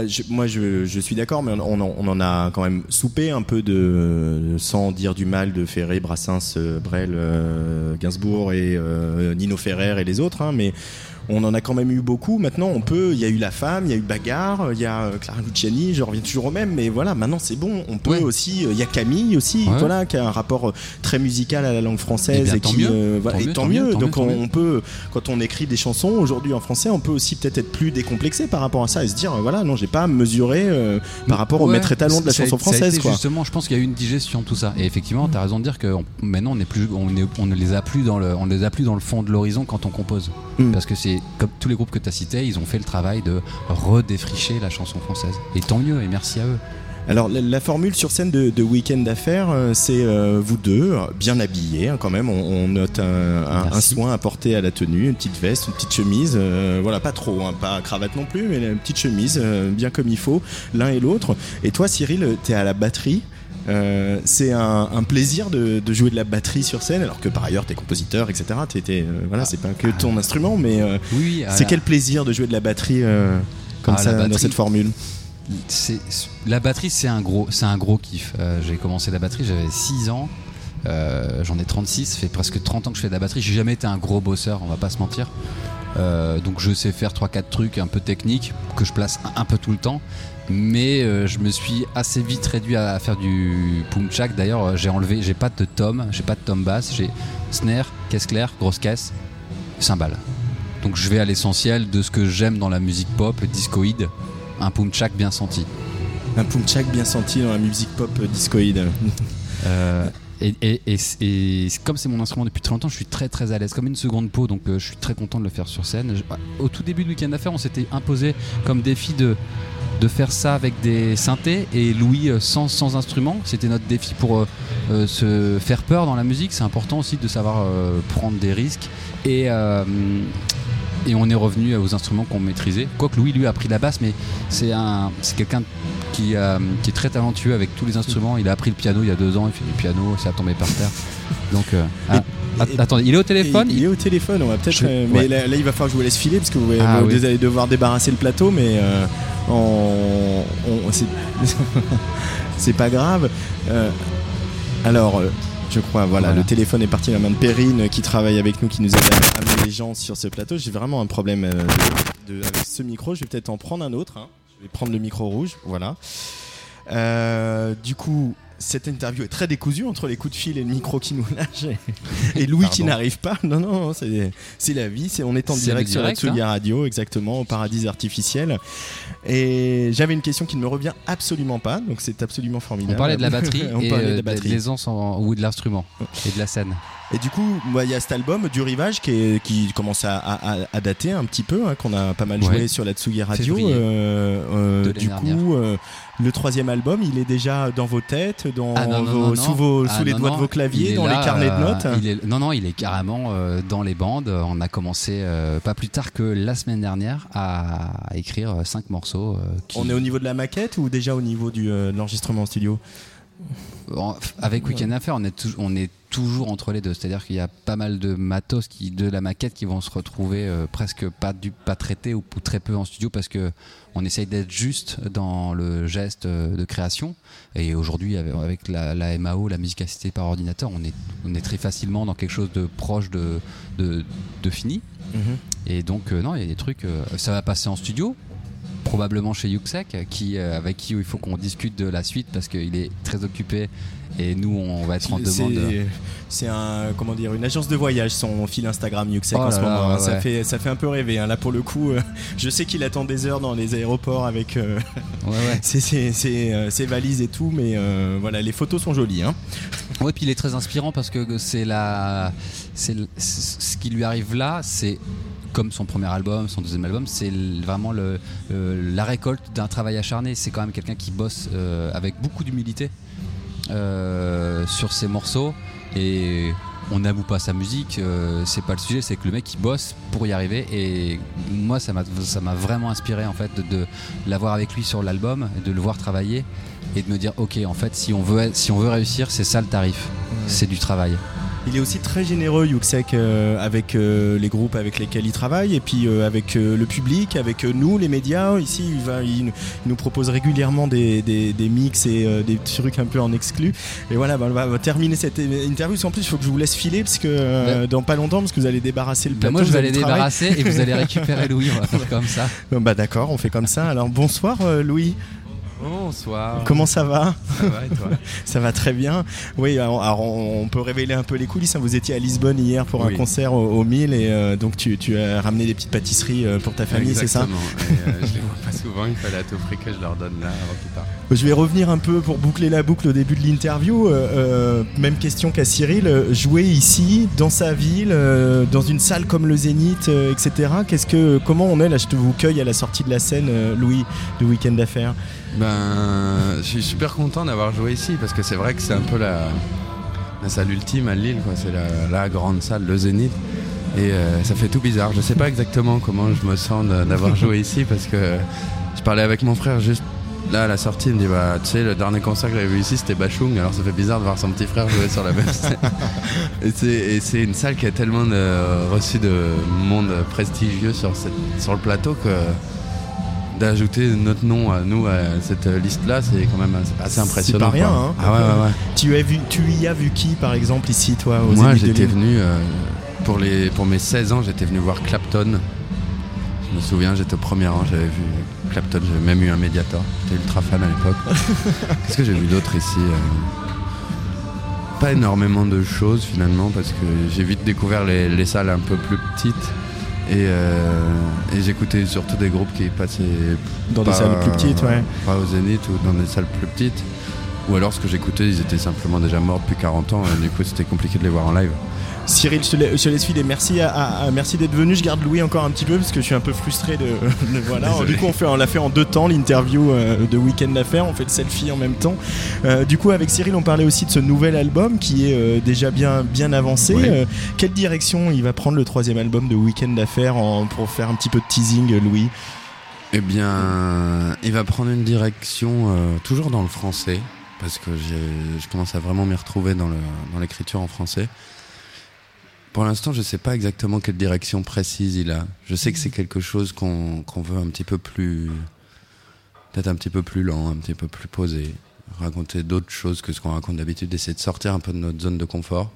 je suis d'accord, mais on en a quand même soupé un peu sans dire du mal de Ferré, Brassens, Brel, Gainsbourg et Nino Ferrer et les autres, hein, mais on en a quand même eu beaucoup. Maintenant, il y a eu La Femme, il y a eu Bagarre, il y a Clara Luciani, je reviens toujours au même, mais voilà, maintenant c'est bon. On peut aussi, il y a Camille aussi, voilà, qui a un rapport très musical à la langue française. Et tant mieux. Donc on peut, quand on écrit des chansons aujourd'hui en français, on peut aussi peut-être être plus décomplexé par rapport à ça et se dire, voilà, non, j'ai pas à me mesurer par rapport au maître étalon de la chanson française. Quoi. Justement, je pense qu'il y a eu une digestion de tout ça. Et effectivement, t'as raison de dire que maintenant on ne les a plus dans le fond de l'horizon quand on compose. Parce que c'est comme tous les groupes que tu as cités, ils ont fait le travail de redéfricher la chanson française. Et tant mieux, et merci à eux. Alors la formule sur scène de Week-end d'affaires, c'est vous deux, bien habillés, hein, quand même. On note un soin apporté à la tenue, une petite veste, une petite chemise, voilà, pas trop, hein, pas cravate non plus, mais une petite chemise, bien comme il faut, l'un et l'autre. Et toi, Cyril, t'es à la batterie. C'est un plaisir de jouer de la batterie sur scène, alors que par ailleurs t'es compositeur, etc. C'est pas que ton instrument, mais c'est quel plaisir de jouer de la batterie comme ça dans cette formule. La batterie, c'est un gros kiff. J'ai commencé la batterie, j'avais 6 ans. J'en ai 36, ça fait presque 30 ans que je fais de la batterie. J'ai jamais été un gros bosseur, on va pas se mentir. Donc je sais faire 3-4 trucs un peu techniques que je place un peu tout le temps. Mais je me suis assez vite réduit à faire du pumchak. D'ailleurs, j'ai pas de tom basse, j'ai snare, caisse claire, grosse caisse, cymbale. Donc je vais à l'essentiel de ce que j'aime dans la musique pop, discoïde, un pumchak bien senti. Un pumchak bien senti dans la musique pop discoïde. Et comme c'est mon instrument depuis très longtemps, je suis très très à l'aise, comme une seconde peau, donc je suis très content de le faire sur scène. Au tout début de Week-end d'affaires, on s'était imposé comme défi de faire ça avec des synthés, et Louis sans instrument. C'était notre défi pour se faire peur dans la musique. C'est important aussi de savoir prendre des risques, et on est revenu aux instruments qu'on maîtrisait. Quoique Louis lui a pris la basse, mais c'est quelqu'un qui est très talentueux avec tous les instruments. Il a appris le piano il y a 2 ans, il fait du piano, ça a tombé par terre. Donc attendez, il est au téléphone. Il est au téléphone, on va peut-être. Mais là, il va falloir que je vous laisse filer parce que vous allez devoir débarrasser le plateau, mais c'est pas grave. Alors. Je crois, voilà, le téléphone est parti dans la main de Perrine qui travaille avec nous, qui nous aide à amener les gens sur ce plateau. J'ai vraiment un problème avec ce micro. Je vais peut-être en prendre un autre. Hein. Je vais prendre le micro rouge, voilà. Du coup, cette interview est très décousue entre les coups de fil et le micro qui nous lâche et Louis qui n'arrive pas. Non, c'est la vie. On est en direct sur la Tsugi Radio, exactement, au paradis artificiel. Et j'avais une question qui ne me revient absolument pas, donc c'est absolument formidable. On parlait de la batterie de l'aisance ou de l'instrument et de la scène. Et du coup, il y a cet album du Rivage qui commence à dater un petit peu, qu'on a pas mal joué sur la Tsugi Radio. Du coup, le troisième album, il est déjà dans vos têtes, sous les doigts de vos claviers, dans les carnets de notes. Il est carrément dans les bandes. On a commencé pas plus tard que la semaine dernière à écrire 5 morceaux. On est au niveau de la maquette ou déjà au niveau de l'enregistrement en studio? Avec Week-end Affair, on est toujours entre les deux, c'est-à-dire qu'il y a pas mal de matos de la maquette qui vont se retrouver presque pas traités ou très peu en studio parce que on essaye d'être juste dans le geste de création. Et aujourd'hui, avec la MAO, la musique assistée par ordinateur, on est très facilement dans quelque chose de proche de fini. Et donc non, il y a des trucs, ça va passer en studio. Probablement chez Yuxek, avec qui il faut qu'on discute de la suite parce qu'il est très occupé et nous on va être en demande. C'est une agence de voyage, son fil Instagram Yuxek en ce moment. Ça fait un peu rêver. Là pour le coup, je sais qu'il attend des heures dans les aéroports avec ses valises et tout, mais voilà, les photos sont jolies. Ouais, puis il est très inspirant parce que ce qui lui arrive là, c'est comme son premier album, son deuxième album, c'est vraiment la récolte d'un travail acharné. C'est quand même quelqu'un qui bosse avec beaucoup d'humilité sur ses morceaux et on n'avoue pas sa musique, c'est pas le sujet, c'est que le mec il bosse pour y arriver et moi ça m'a vraiment inspiré en fait de l'avoir avec lui sur l'album, de le voir travailler et de me dire ok, en fait si on veut réussir, c'est ça le tarif, c'est du travail. Il est aussi très généreux, Yuxek, avec les groupes avec lesquels il travaille et puis avec le public, avec nous, les médias. Ici, il nous propose régulièrement des mix et des trucs un peu en exclu. Et voilà, on va terminer cette interview. En plus, il faut que je vous laisse filer parce que dans pas longtemps, parce que vous allez débarrasser le plateau. Moi, je vais aller débarrasser et vous allez récupérer Louis. On va faire comme ça. D'accord, on fait comme ça. Alors, bonsoir, Louis. Bonsoir. Comment ça va ? Ça va et toi ? Ça va très bien. Oui, alors on peut révéler un peu les coulisses. Vous étiez à Lisbonne hier pour un concert au 1000 et donc tu as ramené des petites pâtisseries pour ta famille, exactement. C'est ça ? Et je les vois pas souvent, il fallait à tout prix que je leur donne là avant qu'ils partent. Je vais revenir un peu pour boucler la boucle au début de l'interview. Même question qu'à Cyril. Jouer ici, dans sa ville, dans une salle comme le Zénith, etc. Comment on est là ? Je te vous cueille à la sortie de la scène, Louis, de Week-end d'Affaires. Je suis super content d'avoir joué ici parce que c'est vrai que c'est un peu la salle ultime à Lille, quoi. C'est la grande salle, le Zénith, et ça fait tout bizarre. Je sais pas exactement comment je me sens d'avoir joué ici parce que je parlais avec mon frère juste là à la sortie, il me dit tu sais, le dernier concert que j'avais vu ici c'était Bachung, alors ça fait bizarre de voir son petit frère jouer sur la même scène. et c'est une salle qui a tellement reçu de monde prestigieux sur le plateau que d'ajouter notre nom à nous à cette liste-là, c'est quand même assez impressionnant. C'est pas rien, hein. Ah ouais. Tu y as vu qui, par exemple, ici, toi, aux Moi, Zénith j'étais venu, pour mes 16 ans, j'étais venu voir Clapton. Je me souviens, j'étais au premier rang, j'avais vu Clapton, j'avais même eu un Mediator. J'étais ultra fan à l'époque. Qu'est-ce que j'ai vu d'autre ici ? Pas énormément de choses, finalement, parce que j'ai vite découvert les salles un peu plus petites. Et j'écoutais surtout des groupes qui passaient dans des salles plus petites, pas au Zénith ou dans des salles plus petites. Ou alors ce que j'écoutais, ils étaient simplement déjà morts depuis 40 ans et du coup c'était compliqué de les voir en live. Cyril, je te laisse filer. Merci d'être venu. Je garde Louis encore un petit peu parce que je suis un peu frustré de voilà. Du coup, on l'a fait en 2 temps, l'interview de Week-end d'Affaires. On fait le selfie en même temps. Du coup, avec Cyril, on parlait aussi de ce nouvel album qui est déjà bien avancé. Ouais. Quelle direction il va prendre le 3e album de Week-end d'Affaires pour faire un petit peu de teasing, Louis ? Eh bien, il va prendre une direction toujours dans le français parce que je commence à vraiment m'y retrouver dans l'écriture en français. Pour l'instant, je sais pas exactement quelle direction précise il a. Je sais que c'est quelque chose qu'on veut un petit peu plus, peut-être un petit peu plus lent, un petit peu plus posé, raconter d'autres choses que ce qu'on raconte d'habitude, d'essayer de sortir un peu de notre zone de confort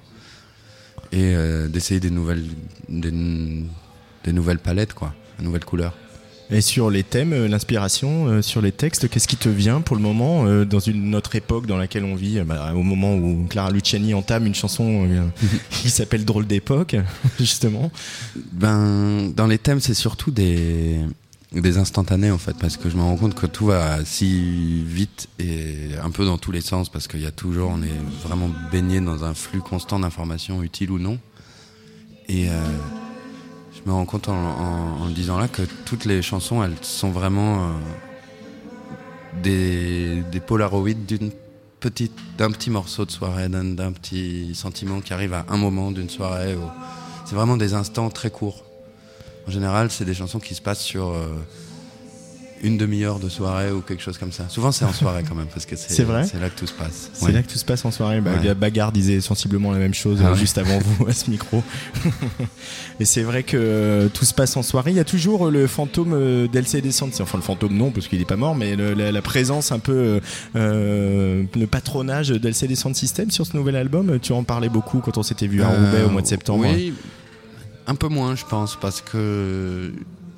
et d'essayer des nouvelles palettes, quoi, de nouvelles couleurs. Et sur les thèmes, l'inspiration, sur les textes, qu'est-ce qui te vient pour le moment dans une autre époque dans laquelle on vit, au moment où Clara Luciani entame une chanson qui s'appelle Drôle d'époque, justement. Dans les thèmes, c'est surtout des instantanés en fait, parce que je me rends compte que tout va si vite et un peu dans tous les sens, parce qu'il y a toujours, on est vraiment baigné dans un flux constant d'informations utiles ou non. Et je me rends compte en le disant là que toutes les chansons, elles sont vraiment des polaroïds d'un petit morceau de soirée, d'un petit sentiment qui arrive à un moment d'une soirée. C'est vraiment des instants très courts. En général, c'est des chansons qui se passent sur une demi-heure de soirée ou quelque chose comme ça. Souvent, c'est en soirée quand même, parce que c'est là que tout se passe. C'est là que tout se passe en soirée. Bagarre disait sensiblement la même chose juste avant vous à ce micro. Et c'est vrai que tout se passe en soirée. Il y a toujours le fantôme d'LCD Soundsystem. Enfin, le fantôme non, parce qu'il n'est pas mort, mais la présence un peu, le patronage d'LCD Soundsystem sur ce nouvel album. Tu en parlais beaucoup quand on s'était vu à Roubaix au mois de septembre. Oui. Un peu moins, je pense, parce que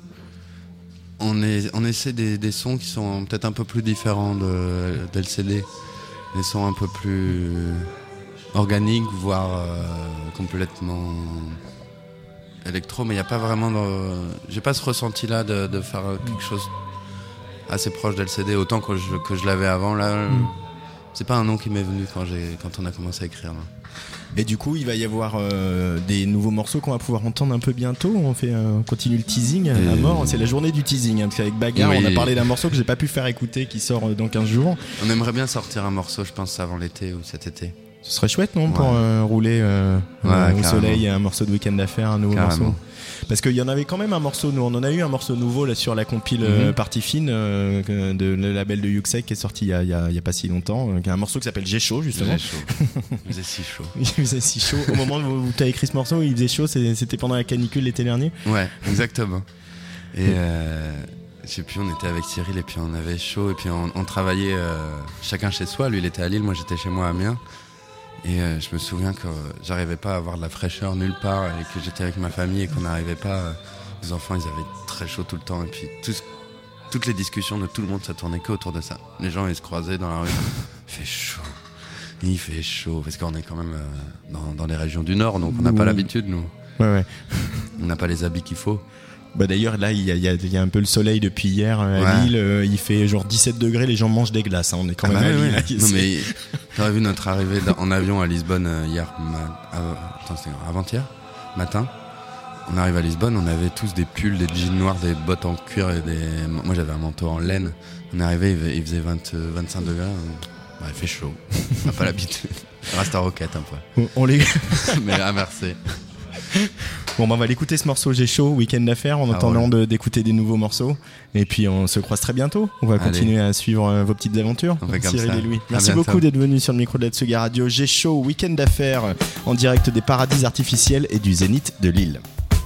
on essaie des sons qui sont peut-être un peu plus différents d'LCD, des sons un peu plus organiques, voire complètement électro, mais il n'y a pas vraiment j'ai pas ce ressenti-là de faire quelque chose assez proche d'LCD, autant que je l'avais avant. Là, c'est pas un nom qui m'est venu quand on a commencé à écrire. Là. Et du coup, il va y avoir des nouveaux morceaux qu'on va pouvoir entendre un peu bientôt. On continue le teasing à mort. C'est la journée du teasing, parce qu'avec Bagarre, on a parlé d'un morceau que j'ai pas pu faire écouter, qui sort dans 15 jours. On aimerait bien sortir un morceau, je pense, avant l'été ou cet été. Ce serait chouette, non, pour rouler au soleil, un morceau de Week-end d'affaires, un nouveau morceau. Parce qu'il y en avait quand même un morceau, nous on en a eu un morceau nouveau là sur la compile Partie Fine de le label de Yuxek qui est sorti il y a pas si longtemps, un morceau qui s'appelle J'ai chaud justement. J'ai chaud. Il faisait si chaud. Il faisait si chaud. Au moment où tu as écrit ce morceau, il faisait chaud, c'était pendant la canicule l'été dernier. Ouais, exactement. Et je sais plus, on était avec Cyril et puis on avait chaud et puis on travaillait chacun chez soi. Lui il était à Lille, moi j'étais chez moi à Amiens. Et je me souviens que j'arrivais pas à avoir de la fraîcheur nulle part et que j'étais avec ma famille et qu'on n'arrivait pas. Les enfants, ils avaient très chaud tout le temps. Et puis toutes les discussions de tout le monde, ça tournait que autour de ça. Les gens, ils se croisaient dans la rue. Il fait chaud. Parce qu'on est quand même dans les régions du Nord, donc on n'a pas l'habitude, nous. Ouais. On n'a pas les habits qu'il faut. D'ailleurs, là, il y a un peu le soleil depuis hier à Lille. Il fait genre 17 degrés, les gens mangent des glaces. On est quand même à Lille. Non, mais t'aurais vu notre arrivée en avion à Lisbonne avant-hier matin. On arrive à Lisbonne, on avait tous des pulls, des jeans noirs, des bottes en cuir et moi j'avais un manteau en laine. On est arrivé, il faisait 25 degrés. Il fait chaud. On n'a pas l'habitude. On reste en roquette un peu. Mais inversé. Bon, on va l'écouter ce morceau J'ai chaud, Week-end d'affaires, en attendant d'écouter des nouveaux morceaux. Et puis on se croise très bientôt. On va continuer à suivre vos petites aventures. Cyril et Louis. Merci beaucoup d'être venus sur le micro de la Tsugi Radio. J'ai chaud, Week-end d'affaires, en direct des paradis artificiels et du Zénith de Lille.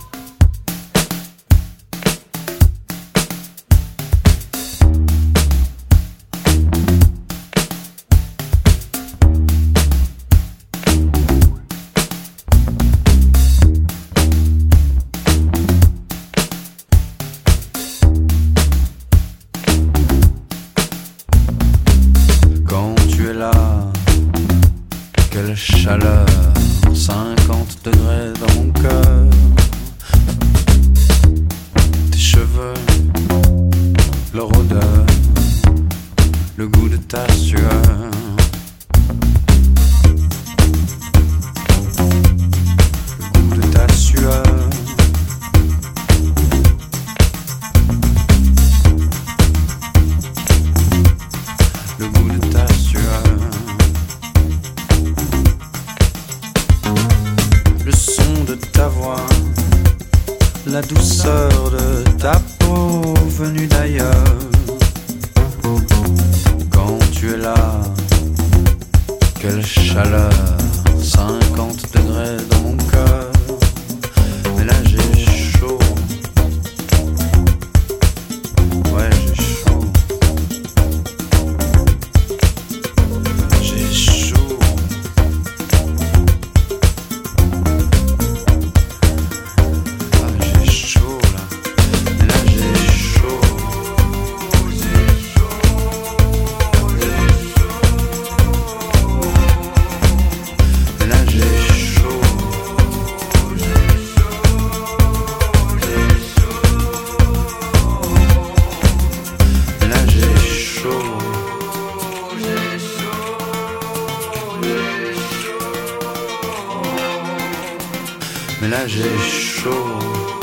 Chaleur, 50 degrés dans mon cœur. Tes cheveux, leur odeur, le goût de ta sueur. Le goût de ta sueur. Le goût de ta sueur. De ta voix, la douceur de ta peau venue d'ailleurs. Quand tu es là, quelle chaleur, 50 degrés dans mon cœur. Mais là j'ai chaud. Ouais, j'ai chaud. J'ai chaud. Chaud là j'ai chaud. là j'ai chaud.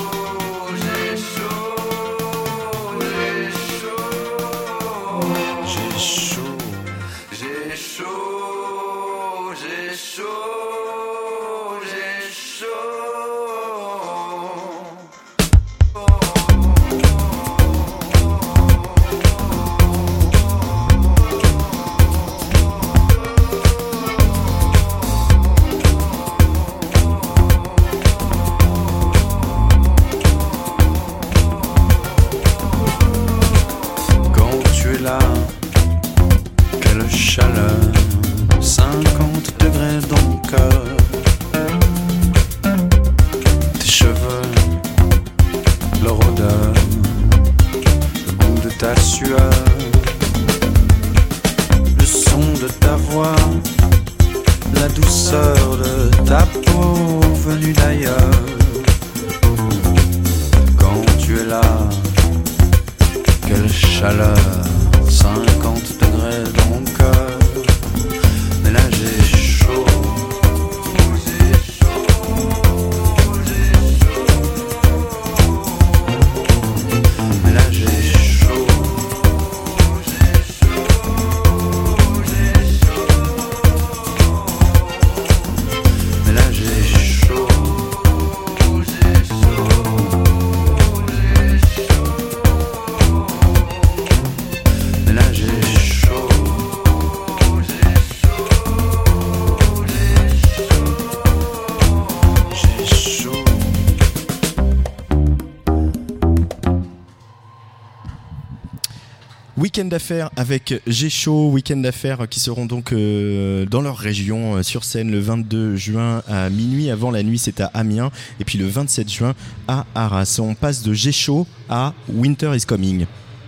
Week-end d'affaires avec J'ai chaud, week-end d'affaires qui seront donc dans leur région sur scène le 22 juin à minuit. Avant la nuit, c'est à Amiens, et puis le 27 juin à Arras. On passe de J'ai chaud à Winter is Coming.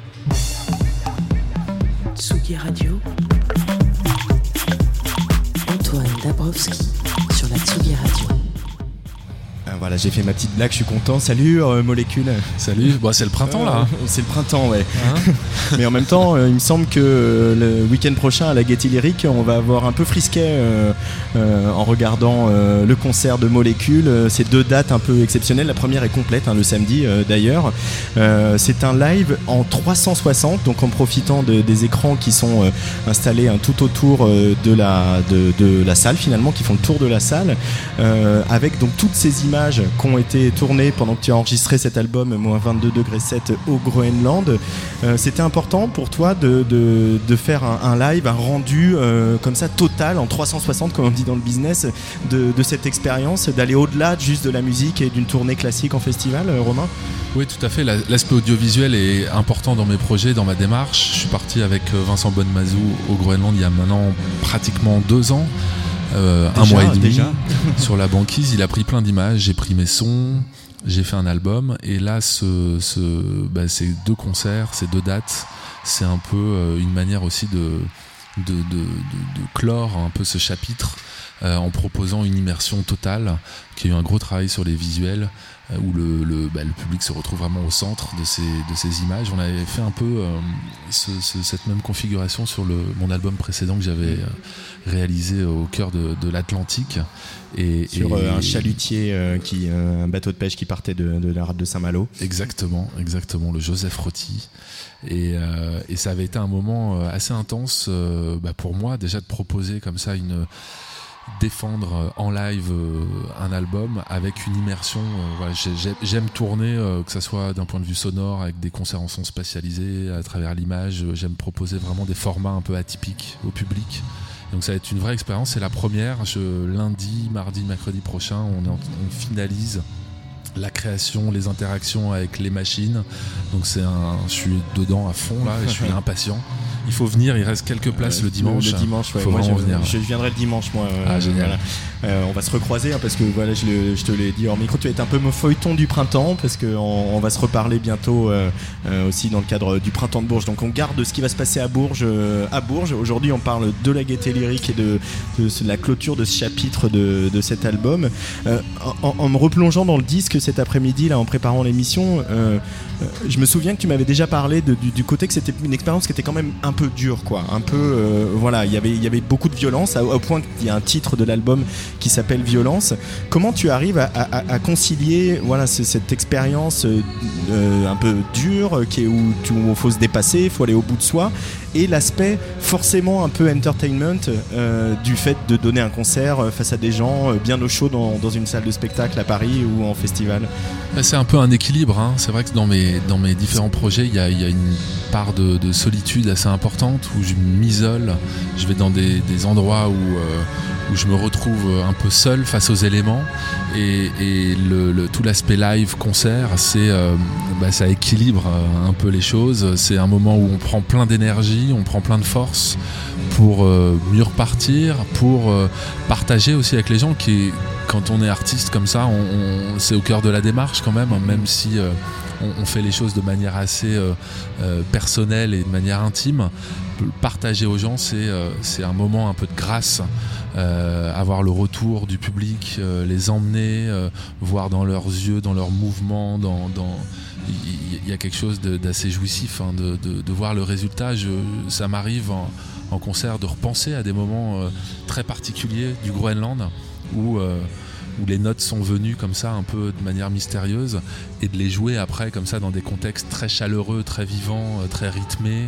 Tsugi Radio, Antoine Dabrowski sur la Tsugi Radio. Voilà, j'ai fait ma petite blague, je suis content. Salut Molécule. Salut, bon, c'est le printemps là. C'est le printemps, ouais. Hein mais en même temps, il me semble que le week-end prochain à la Gaîté Lyrique, on va avoir un peu frisquet en regardant le concert de Molécule. C'est 2 dates un peu exceptionnelles. La première est complète, le samedi d'ailleurs. C'est un live en 360, donc en profitant des écrans qui sont installés tout autour de la salle finalement, qui font le tour de la salle, avec donc toutes ces images qui ont été tournées pendant que tu as enregistré cet album moins 22°7 au Groenland. C'était important pour toi de faire un live, un rendu comme ça total en 360 comme on dit dans le business de cette expérience, d'aller au-delà juste de la musique et d'une tournée classique en festival, Romain? Oui, tout à fait. L'aspect audiovisuel est important dans mes projets, dans ma démarche. Je suis parti avec Vincent Bonnemazou au Groenland il y a maintenant pratiquement 2 ans. Un mois et demi sur la banquise. Il a pris plein d'images, j'ai pris mes sons, j'ai fait un album, et là ces 2 concerts, ces 2 dates, c'est un peu une manière aussi de clore un peu ce chapitre en proposant une immersion totale, qui a eu un gros travail sur les visuels, où le public se retrouve vraiment au centre de ces images. On avait fait un peu cette même configuration sur mon album précédent que j'avais réalisé au cœur de l'Atlantique. Sur un chalutier, un bateau de pêche qui partait de la rade de Saint-Malo. Exactement, le Joseph Roty. Et ça avait été un moment assez intense pour moi, déjà de proposer comme ça défendre en live un album avec une immersion. J'aime tourner, que ça soit d'un point de vue sonore, avec des concerts en son spatialisés, à travers l'image. J'aime proposer vraiment des formats un peu atypiques au public. Donc ça va être une vraie expérience. C'est la première. Lundi, mardi, mercredi prochain, on finalise la création, les interactions avec les machines. Donc je suis dedans à fond là, et je suis impatient. Il faut venir, il reste quelques places le dimanche. Le dimanche, ouais. Faut vraiment venir. Je viendrai le dimanche, moi. Génial. Voilà. On va se recroiser, parce que voilà, je te l'ai dit hors micro, tu vas être un peu mon feuilleton du printemps, parce qu'on va se reparler bientôt aussi dans le cadre du printemps de Bourges. Donc on garde ce qui va se passer à Bourges. Aujourd'hui, on parle de la Gaîté Lyrique et de la clôture de ce chapitre de cet album. En me replongeant dans le disque cet après-midi, là, en préparant l'émission, je me souviens que tu m'avais déjà parlé du côté que c'était une expérience qui était quand même un peu dure, quoi. Un peu, voilà, il y avait beaucoup de violence, au point qu'il y a un titre de l'album qui s'appelle Violence. Comment tu arrives à concilier cette expérience un peu dure où il faut se dépasser, il faut aller au bout de soi, et l'aspect forcément un peu entertainment du fait de donner un concert face à des gens bien au chaud dans une salle de spectacle à Paris ou en festival? C'est un peu un équilibre, hein. C'est vrai que dans mes différents projets, il y a une part de solitude assez importante où je m'isole, je vais dans des endroits où je me retrouve un peu seul face aux éléments, et tout l'aspect live concert, ça équilibre un peu les choses. C'est un moment où on prend plein d'énergie, on prend plein de force pour mieux repartir, pour partager aussi avec les gens. Quand on est artiste comme ça, c'est au cœur de la démarche quand même si on fait les choses de manière assez personnelle et de manière intime. Partager aux gens, c'est un moment un peu de grâce, avoir le retour du public, les emmener, voir dans leurs yeux, dans leurs mouvements, il y a quelque chose d'assez jouissif, hein, de voir le résultat. Ça m'arrive en concert de repenser à des moments très particuliers du Groenland où les notes sont venues comme ça un peu de manière mystérieuse, et de les jouer après comme ça dans des contextes très chaleureux, très vivants, très rythmés.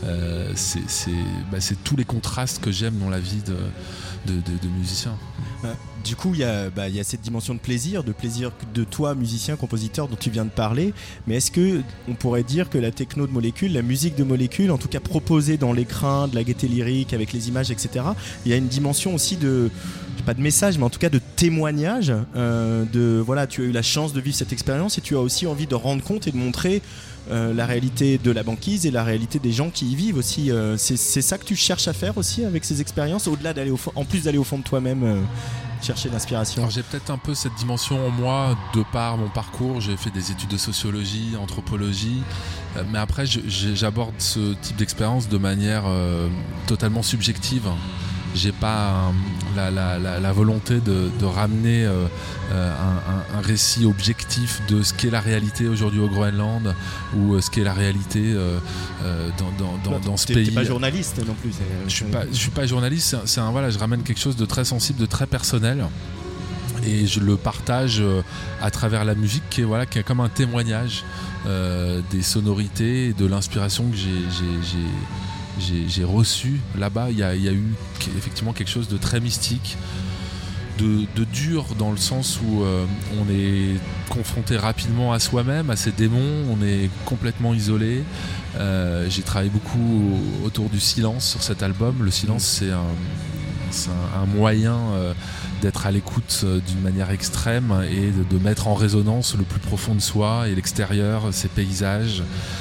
C'est tous les contrastes que j'aime dans la vie de musicien. Du coup, il y a cette dimension de plaisir de toi, musicien, compositeur, dont tu viens de parler. Mais est-ce que on pourrait dire que la techno de Molécule, la musique de Molécule, en tout cas proposée dans l'écrin, de la gaieté lyrique, avec les images, etc., il y a une dimension aussi pas de message, mais en tout cas de témoignage. Tu as eu la chance de vivre cette expérience, et tu as aussi envie de rendre compte et de montrer la réalité de la banquise et la réalité des gens qui y vivent aussi. C'est ça que tu cherches à faire aussi avec ces expériences, au-delà en plus d'aller au fond de toi-même chercher l'inspiration? Alors j'ai peut-être un peu cette dimension en moi de par mon parcours. J'ai fait des études de sociologie, anthropologie, mais après j'aborde ce type d'expérience de manière totalement subjective. J'ai pas la volonté de ramener un récit objectif de ce qu'est la réalité aujourd'hui au Groenland, ou ce qu'est la réalité dans ce pays. T'es pas journaliste non plus. Je suis pas journaliste. Je ramène quelque chose de très sensible, de très personnel, et je le partage à travers la musique qui est comme un témoignage des sonorités et de l'inspiration que j'ai reçu là-bas. Il y a eu effectivement quelque chose de très mystique, de dur, dans le sens où on est confronté rapidement à soi-même, à ses démons, on est complètement isolé. J'ai travaillé beaucoup autour du silence sur cet album. Le silence, c'est un moyen d'être à l'écoute d'une manière extrême et de mettre en résonance le plus profond de soi et l'extérieur, ses paysages.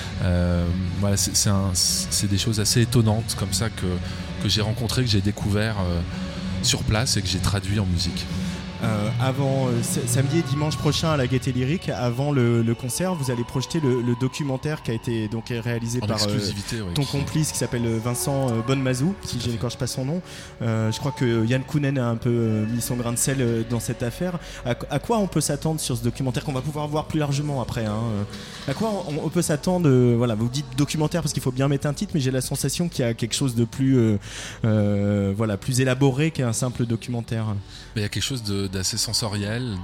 C'est des choses assez étonnantes comme ça que j'ai rencontrées, que j'ai découvert sur place et que j'ai traduit en musique. Avant samedi et dimanche prochain à la Gaieté Lyrique, avant le concert, vous allez projeter le documentaire qui a été donc réalisé par ton complice qui s'appelle Vincent Bonnemazou, si je n'écorche pas son nom. Je crois que Yann Kounen a un peu mis son grain de sel dans cette affaire. À quoi on peut s'attendre sur ce documentaire qu'on va pouvoir voir plus largement après, hein. À quoi on peut s'attendre vous dites documentaire parce qu'il faut bien mettre un titre, mais j'ai la sensation qu'il y a quelque chose de plus plus élaboré qu'un simple documentaire. Il y a quelque chose d'assez sensoriel,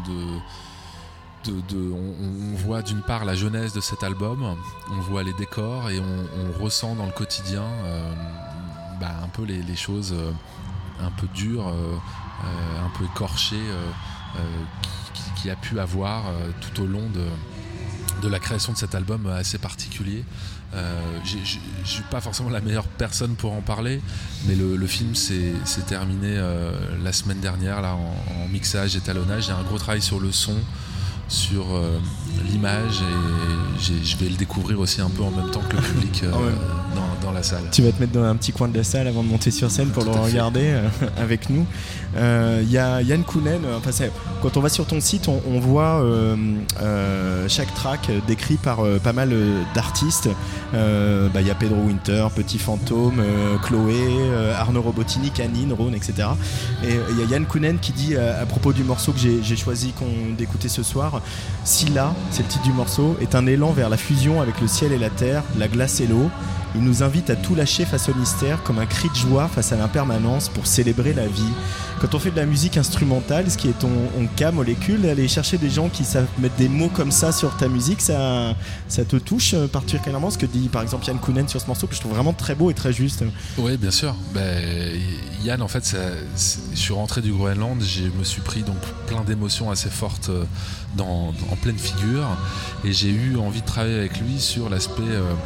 on voit d'une part la jeunesse de cet album, on voit les décors et on ressent dans le quotidien un peu les choses un peu dures, un peu écorchées qu'il a pu avoir tout au long de la création de cet album assez particulier. Je suis pas forcément la meilleure personne pour en parler, mais le film s'est terminé la semaine dernière là, en mixage, étalonnage. Il y a un gros travail sur le son, sur l'image, et je vais le découvrir aussi un peu en même temps que le public dans la salle. Tu vas te mettre dans un petit coin de la salle avant de monter sur scène pour le regarder avec nous. Il y a Yann Kounen, quand on va sur ton site, on voit chaque track décrit par pas mal d'artistes. Il y a Pedro Winter, Petit Fantôme, Chloé, Arnaud Robotini, Canine, Rhône, etc. Et il y a Yann Kounen qui dit à propos du morceau que j'ai choisi d'écouter ce soir, soir. Scylla, c'est le titre du morceau, est un élan vers la fusion avec le ciel et la terre, la glace et l'eau. Il nous invite à tout lâcher face au mystère, comme un cri de joie face à l'impermanence pour célébrer la vie. Quand on fait de la musique instrumentale, ce qui est ton cas, Molécule, aller chercher des gens qui savent mettre des mots comme ça sur ta musique, ça te touche particulièrement, ce que dit par exemple Yann Kounen sur ce morceau, que je trouve vraiment très beau et très juste. Oui, bien sûr. Yann, en fait, je suis rentré du Groenland, je me suis pris donc plein d'émotions assez fortes en pleine figure, et j'ai eu envie de travailler avec lui sur l'aspect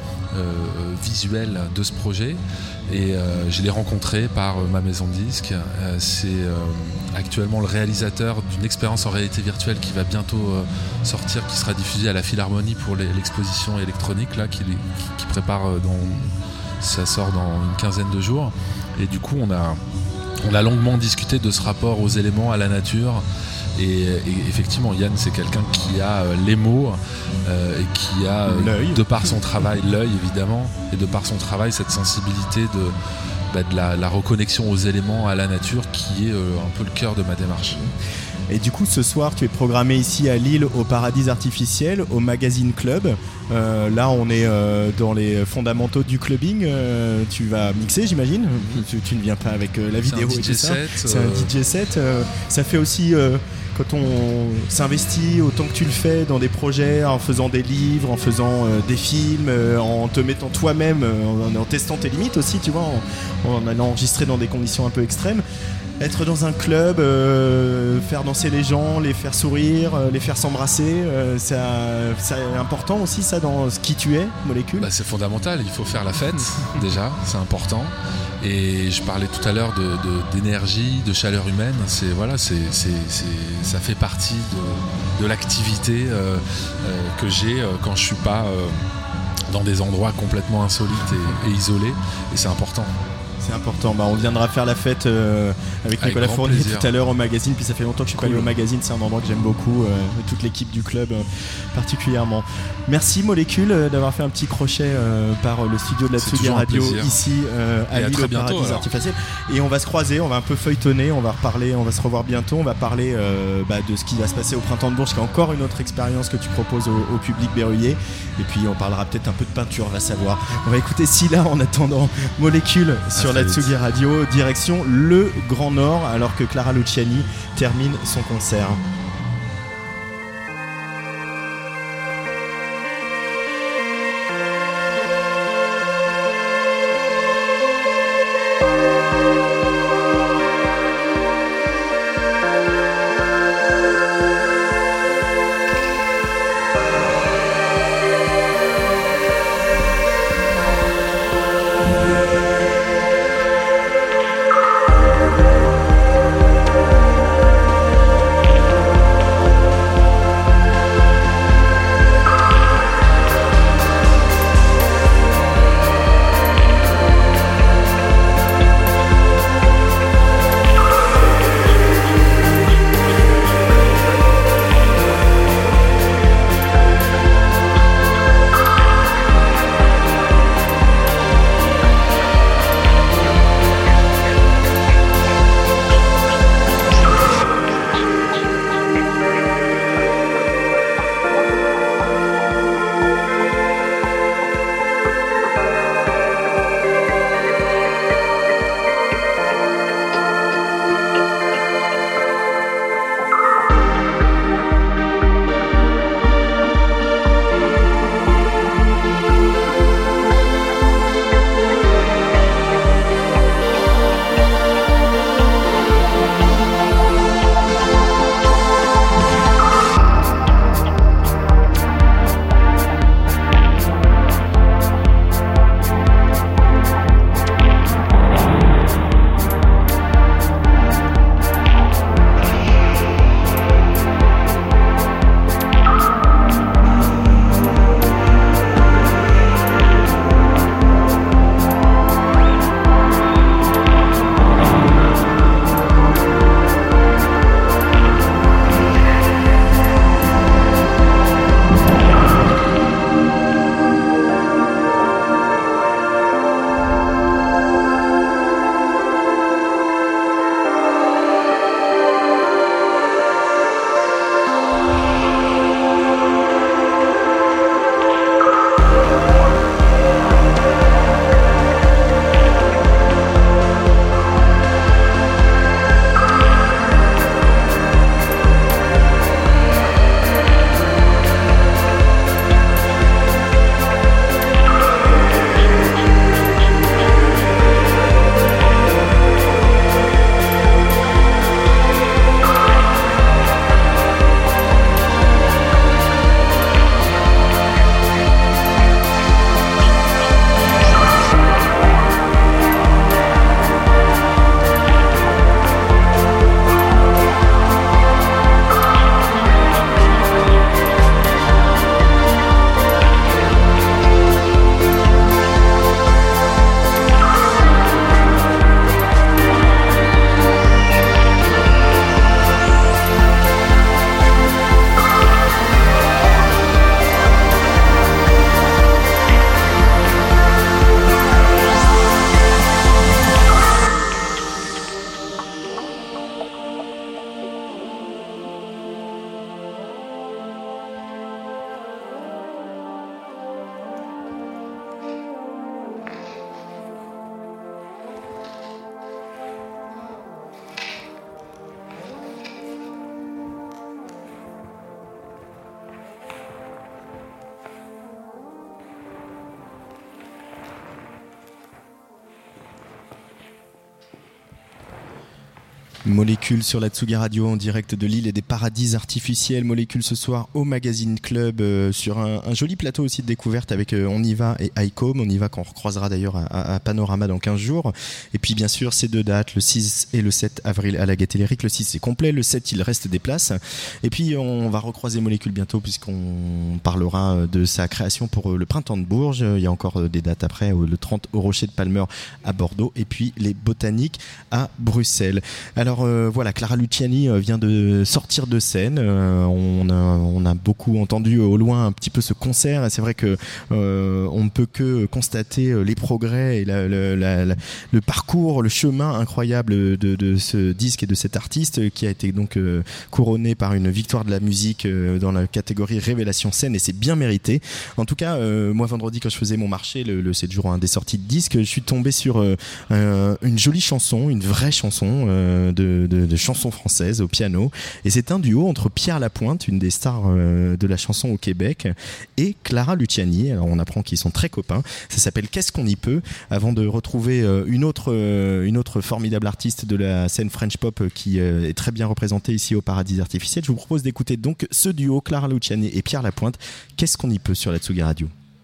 visuel de ce projet, et je l'ai rencontré par ma maison de disques. C'est actuellement le réalisateur d'une expérience en réalité virtuelle qui va bientôt sortir, qui sera diffusée à la Philharmonie pour l'exposition électronique là, qui prépare ça sort dans une quinzaine de jours, et du coup on a longuement discuté de ce rapport aux éléments, à la nature. Et effectivement, Yann, c'est quelqu'un qui a les mots et qui a, de par son travail, l'œil évidemment, et de par son travail, cette sensibilité de la reconnexion aux éléments, à la nature, qui est un peu le cœur de ma démarche. Et du coup, ce soir, tu es programmé ici à Lille au Paradis Artificiel, au Magazine Club. Là, on est dans les fondamentaux du clubbing. Tu vas mixer, j'imagine. Tu ne viens pas avec la vidéo et tout ça. C'est un DJ set. Ça fait aussi... quand on s'investit autant que tu le fais dans des projets, en faisant des livres, en faisant des films, en te mettant toi-même, en testant tes limites aussi, tu vois, en allant enregistrer dans des conditions un peu extrêmes. Être dans un club, faire danser les gens, les faire sourire, les faire s'embrasser, c'est important aussi ça dans ce qui tu es, Molécule. C'est fondamental, il faut faire la fête déjà, c'est important. Et je parlais tout à l'heure d'énergie, de chaleur humaine. Ça fait partie de l'activité que j'ai quand je suis pas dans des endroits complètement insolites et isolés. Et c'est important. C'est important. On viendra faire la fête avec Nicolas Fournier tout à l'heure au magazine. Puis ça fait longtemps que je suis pas allé au magazine. C'est un endroit que j'aime beaucoup, toute l'équipe du club particulièrement. Merci Molécule d'avoir fait un petit crochet par le studio de la Tsugi Radio ici à Lille au Paradis Artificiel. Et on va se croiser, on va un peu feuilletonner, on va reparler, on va se revoir bientôt. On va parler de ce qui va se passer au Printemps de Bourges, qui est encore une autre expérience que tu proposes au public berruyer. Et puis on parlera peut-être un peu de peinture, on va savoir. On va écouter Scylla en attendant Molécule sur la Tsugi Radio, direction le Grand Nord, alors que Clara Luciani termine son concert. Molécule sur la Tsugi Radio en direct de l'île et des paradis artificiels. Molécule ce soir au Magazine Club sur un joli plateau aussi de découverte avec On y va et Icom. On y va qu'on recroisera d'ailleurs à Panorama dans 15 jours. Et puis bien sûr ces deux dates, le 6 et le 7 avril à la Gaîté Lyrique. Le 6 c'est complet, le 7 il reste des places. Et puis on va recroiser Molécule bientôt puisqu'on parlera de sa création pour le Printemps de Bourges. Il y a encore des dates après, le 30 au Rocher de Palmer à Bordeaux et puis les Botaniques à Bruxelles. Alors voilà, Clara Luciani vient de sortir de scène. On a beaucoup entendu au loin un petit peu ce concert et c'est vrai que on ne peut que constater les progrès et le parcours, le chemin incroyable de ce disque et de cet artiste qui a été donc couronné par une victoire de la musique dans la catégorie Révélation scène et c'est bien mérité. En tout cas, moi vendredi quand je faisais mon marché, le 7 jours des sorties de disques, je suis tombé sur une jolie chanson, une vraie chanson de chansons françaises au piano et c'est un duo entre Pierre Lapointe, une des stars de la chanson au Québec, et Clara Luciani. Alors on apprend qu'ils sont très copains. Ça s'appelle Qu'est-ce qu'on y peut, avant de retrouver une autre formidable artiste de la scène French pop qui est très bien représentée ici au Paradis Artificiel. Je vous propose d'écouter donc ce duo Clara Luciani et Pierre Lapointe. Qu'est-ce qu'on y peut sur la Tsugi Radio.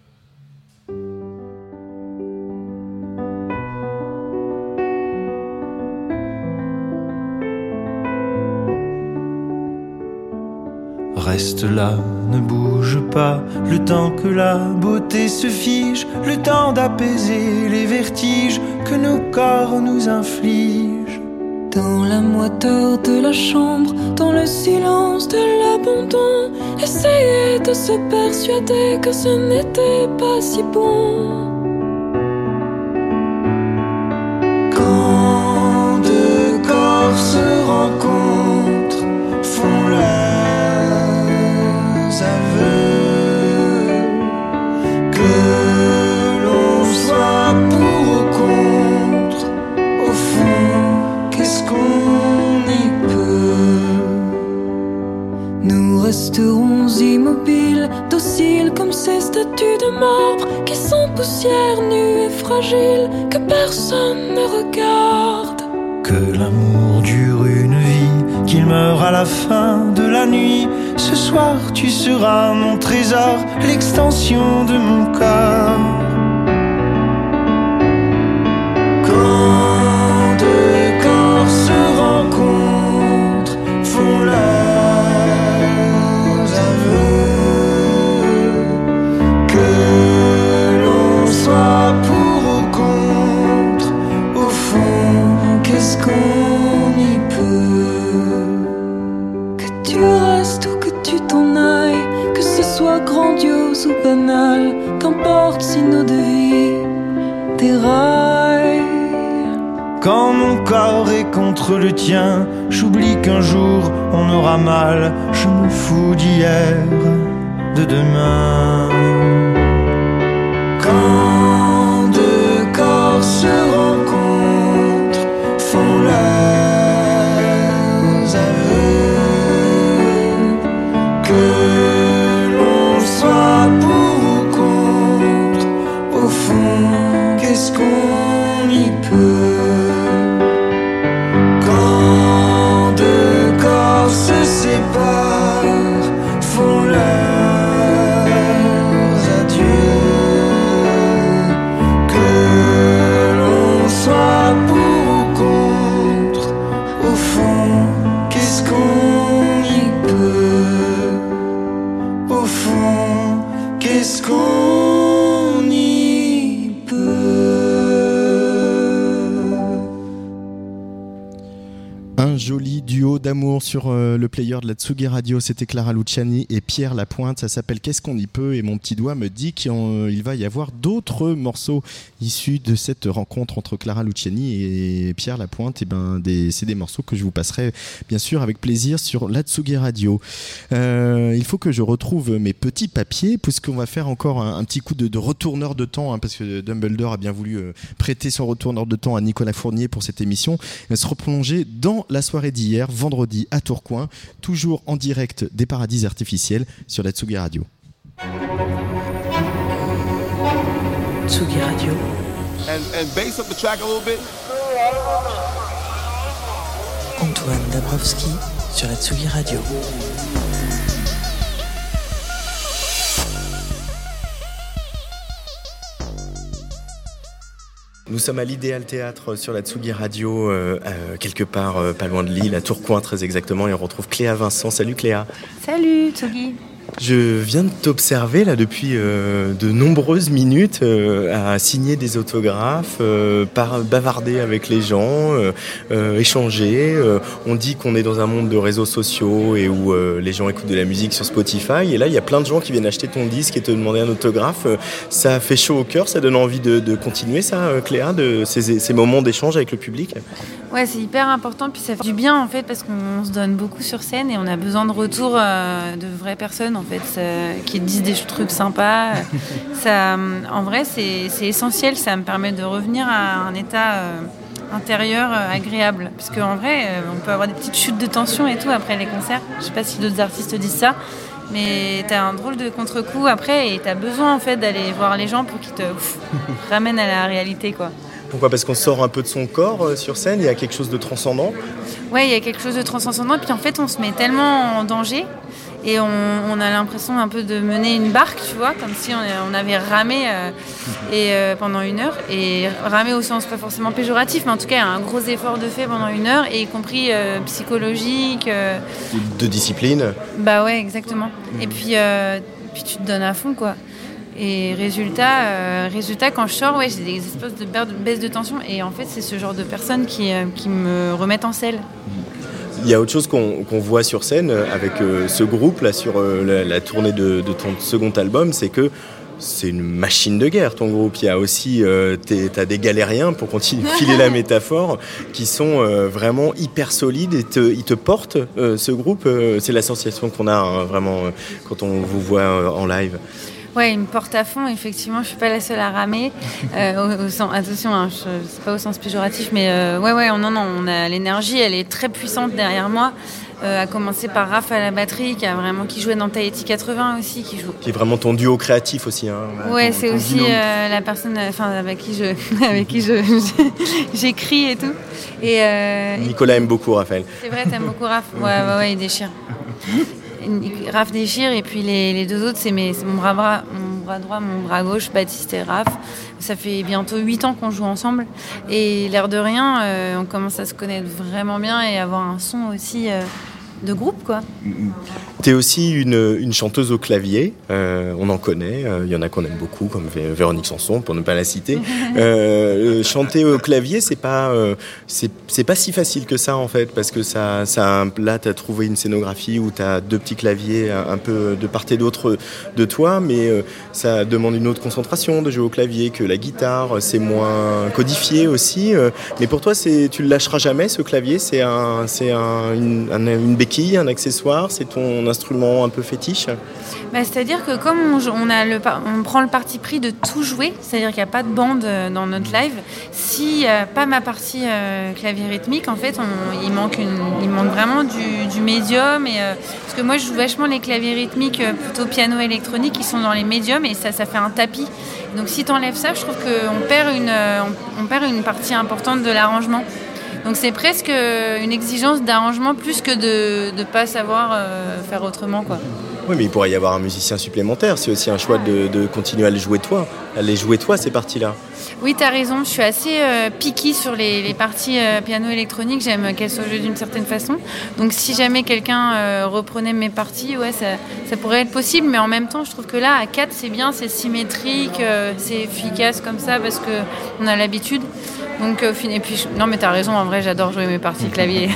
Reste là, ne bouge pas, le temps que la beauté se fige, le temps d'apaiser les vertiges que nos corps nous infligent. Dans la moiteur de la chambre, dans le silence de l'abandon, essayer de se persuader que ce n'était pas si bon. Quand deux corps se rencontrent, font leurs aveux, que l'on soit pour ou contre, au fond, qu'est-ce qu'on y peut? Nous resterons immobiles, dociles comme ces statues de marbre qui sont poussière nue et fragile, que personne ne regarde. Que l'amour dure une vie, qu'il meure à la fin de la nuit. Ce soir tu seras mon trésor, l'extension de mon corps. Quand deux corps se rencontrent, font leurs aveux, que l'on soit pour ou contre, au fond, qu'est-ce qu'on y peut? Que tu restes ou que tu t'en ailles, que ce soit grandiose ou banal, qu'importe si nos deux vies déraillent. Quand mon corps est contre le tien, j'oublie qu'un jour on aura mal. Je me fous d'hier, de demain. Quand deux corps se rencontrent, font leurs aveux, que l'on soit pour ou contre, au fond, qu'est-ce qu'on y peut? Quand deux corps se séparent, font leurs adieux, que l'on soit pour ou contre, au fond, qu'est-ce qu'on y peut? Au fond, qu'est-ce qu'on y peut? Un joli duo d'amour sur le player de la Tsugi Radio, c'était Clara Luciani et Pierre Lapointe, ça s'appelle Qu'est-ce qu'on y peut, et mon petit doigt me dit qu'il va y avoir d'autres morceaux issus de cette rencontre entre Clara Luciani et Pierre Lapointe, et c'est des morceaux que je vous passerai bien sûr avec plaisir sur la Tsugi Radio. Il faut que je retrouve mes petits papiers puisqu'on va faire encore un petit coup de retourneur de temps, hein, parce que Dumbledore a bien voulu prêter son retourneur de temps à Nicolas Fournier pour cette émission. Il va se replonger dans la soirée d'hier, vendredi à Tourcoing, toujours en direct des Paradis Artificiels sur la Tsugi Radio. Tsugi Radio. And bass up the track a little bit. Antoine Dabrowski sur la Tsugi Radio. Nous sommes à l'Idéal Théâtre sur la Tsugi Radio, quelque part pas loin de Lille, à Tourcoing très exactement, et on retrouve Cléa Vincent. Salut Cléa. Salut Tsugi. Je viens de t'observer là depuis de nombreuses minutes à signer des autographes, bavarder avec les gens, échanger. On dit qu'on est dans un monde de réseaux sociaux et où les gens écoutent de la musique sur Spotify. Et là, il y a plein de gens qui viennent acheter ton disque et te demander un autographe. Ça fait chaud au cœur, ça donne envie de continuer ça, Cléa, de ces moments d'échange avec le public. Ouais, c'est hyper important, puis ça fait du bien en fait parce qu'on se donne beaucoup sur scène et on a besoin de retour de vraies personnes en fait qui disent des trucs sympas. Ça, en vrai, c'est essentiel, ça me permet de revenir à un état intérieur agréable parce qu'en vrai, on peut avoir des petites chutes de tension et tout après les concerts. Je sais pas si d'autres artistes disent ça. Mais t'as un drôle de contre-coup après et t'as besoin en fait d'aller voir les gens pour qu'ils te ramènent à la réalité quoi. Pourquoi ? Parce qu'on sort un peu de son corps sur scène, il y a quelque chose de transcendant ? Ouais, il y a quelque chose de transcendant, puis en fait on se met tellement en danger et on a l'impression un peu de mener une barque, tu vois, comme si on avait ramé pendant 1 heure, et ramé au sens pas forcément péjoratif, mais en tout cas un gros effort de fait pendant 1 heure, et y compris psychologique. De discipline ? Bah ouais, exactement. Et puis tu te donnes à fond, quoi. Et résultat, quand je sors, ouais, j'ai des espèces de baisse de tension. Et en fait, c'est ce genre de personnes qui me remettent en selle. Il y a autre chose qu'on voit sur scène avec ce groupe là sur la tournée de ton second album, c'est que c'est une machine de guerre ton groupe. Il y a aussi t'as des galériens, pour continuer de filer la métaphore, qui sont vraiment hyper solides et ils te portent. Ce groupe, c'est l'association qu'on a vraiment quand on vous voit en live. Ouais, il me porte à fond, effectivement, je suis pas la seule à ramer. Attention, hein, c'est pas au sens péjoratif, mais on a l'énergie, elle est très puissante derrière moi. À commencer par Raph à la batterie, qui jouait dans Tahiti 80 aussi, qui est vraiment ton duo créatif aussi. Hein, ouais, c'est aussi la personne, avec qui j'écris et tout. Et Nicolas aime beaucoup Raphaël. C'est vrai, t'aimes beaucoup Raph. Ouais, il déchire. Raph déchire, et puis les 2 autres, c'est mon bras droit, mon bras gauche, Baptiste et Raph. Ça fait bientôt 8 ans qu'on joue ensemble, et l'air de rien, on commence à se connaître vraiment bien et avoir un son aussi de groupe, quoi. T'es aussi une chanteuse au clavier, on en connaît, il y en a qu'on aime beaucoup, comme Véronique Sanson, pour ne pas la citer. Chanter au clavier, c'est pas si facile que ça, en fait, parce que là, t'as trouvé une scénographie où t'as 2 petits claviers un peu de part et d'autre de toi, mais ça demande une autre concentration de jouer au clavier que la guitare, c'est moins codifié aussi. Mais pour toi, tu le lâcheras jamais, ce clavier, c'est une béquille, un accessoire, c'est ton instrument un peu fétiche? C'est-à-dire que comme on prend le parti pris de tout jouer, c'est-à-dire qu'il n'y a pas de bande dans notre live, s'il n'y a pas ma partie clavier rythmique, en fait, il manque vraiment du médium. Parce que moi, je joue vachement les claviers rythmiques plutôt piano électronique qui sont dans les médiums, et ça fait un tapis. Donc si tu enlèves ça, je trouve qu'on perd une partie importante de l'arrangement. Donc c'est presque une exigence d'arrangement plus que de ne pas savoir faire autrement, quoi. Oui, mais il pourrait y avoir un musicien supplémentaire. C'est aussi un choix de continuer à les jouer toi, ces parties-là. Oui, t'as raison. Je suis assez picky sur les parties piano électronique. J'aime qu'elles soient jouées d'une certaine façon. Donc si jamais quelqu'un reprenait mes parties, ouais, ça pourrait être possible. Mais en même temps, je trouve que là, à 4, c'est bien, c'est symétrique, c'est efficace comme ça parce qu'on a l'habitude. Donc, et puis, non, mais t'as raison. En vrai, j'adore jouer mes parties clavier.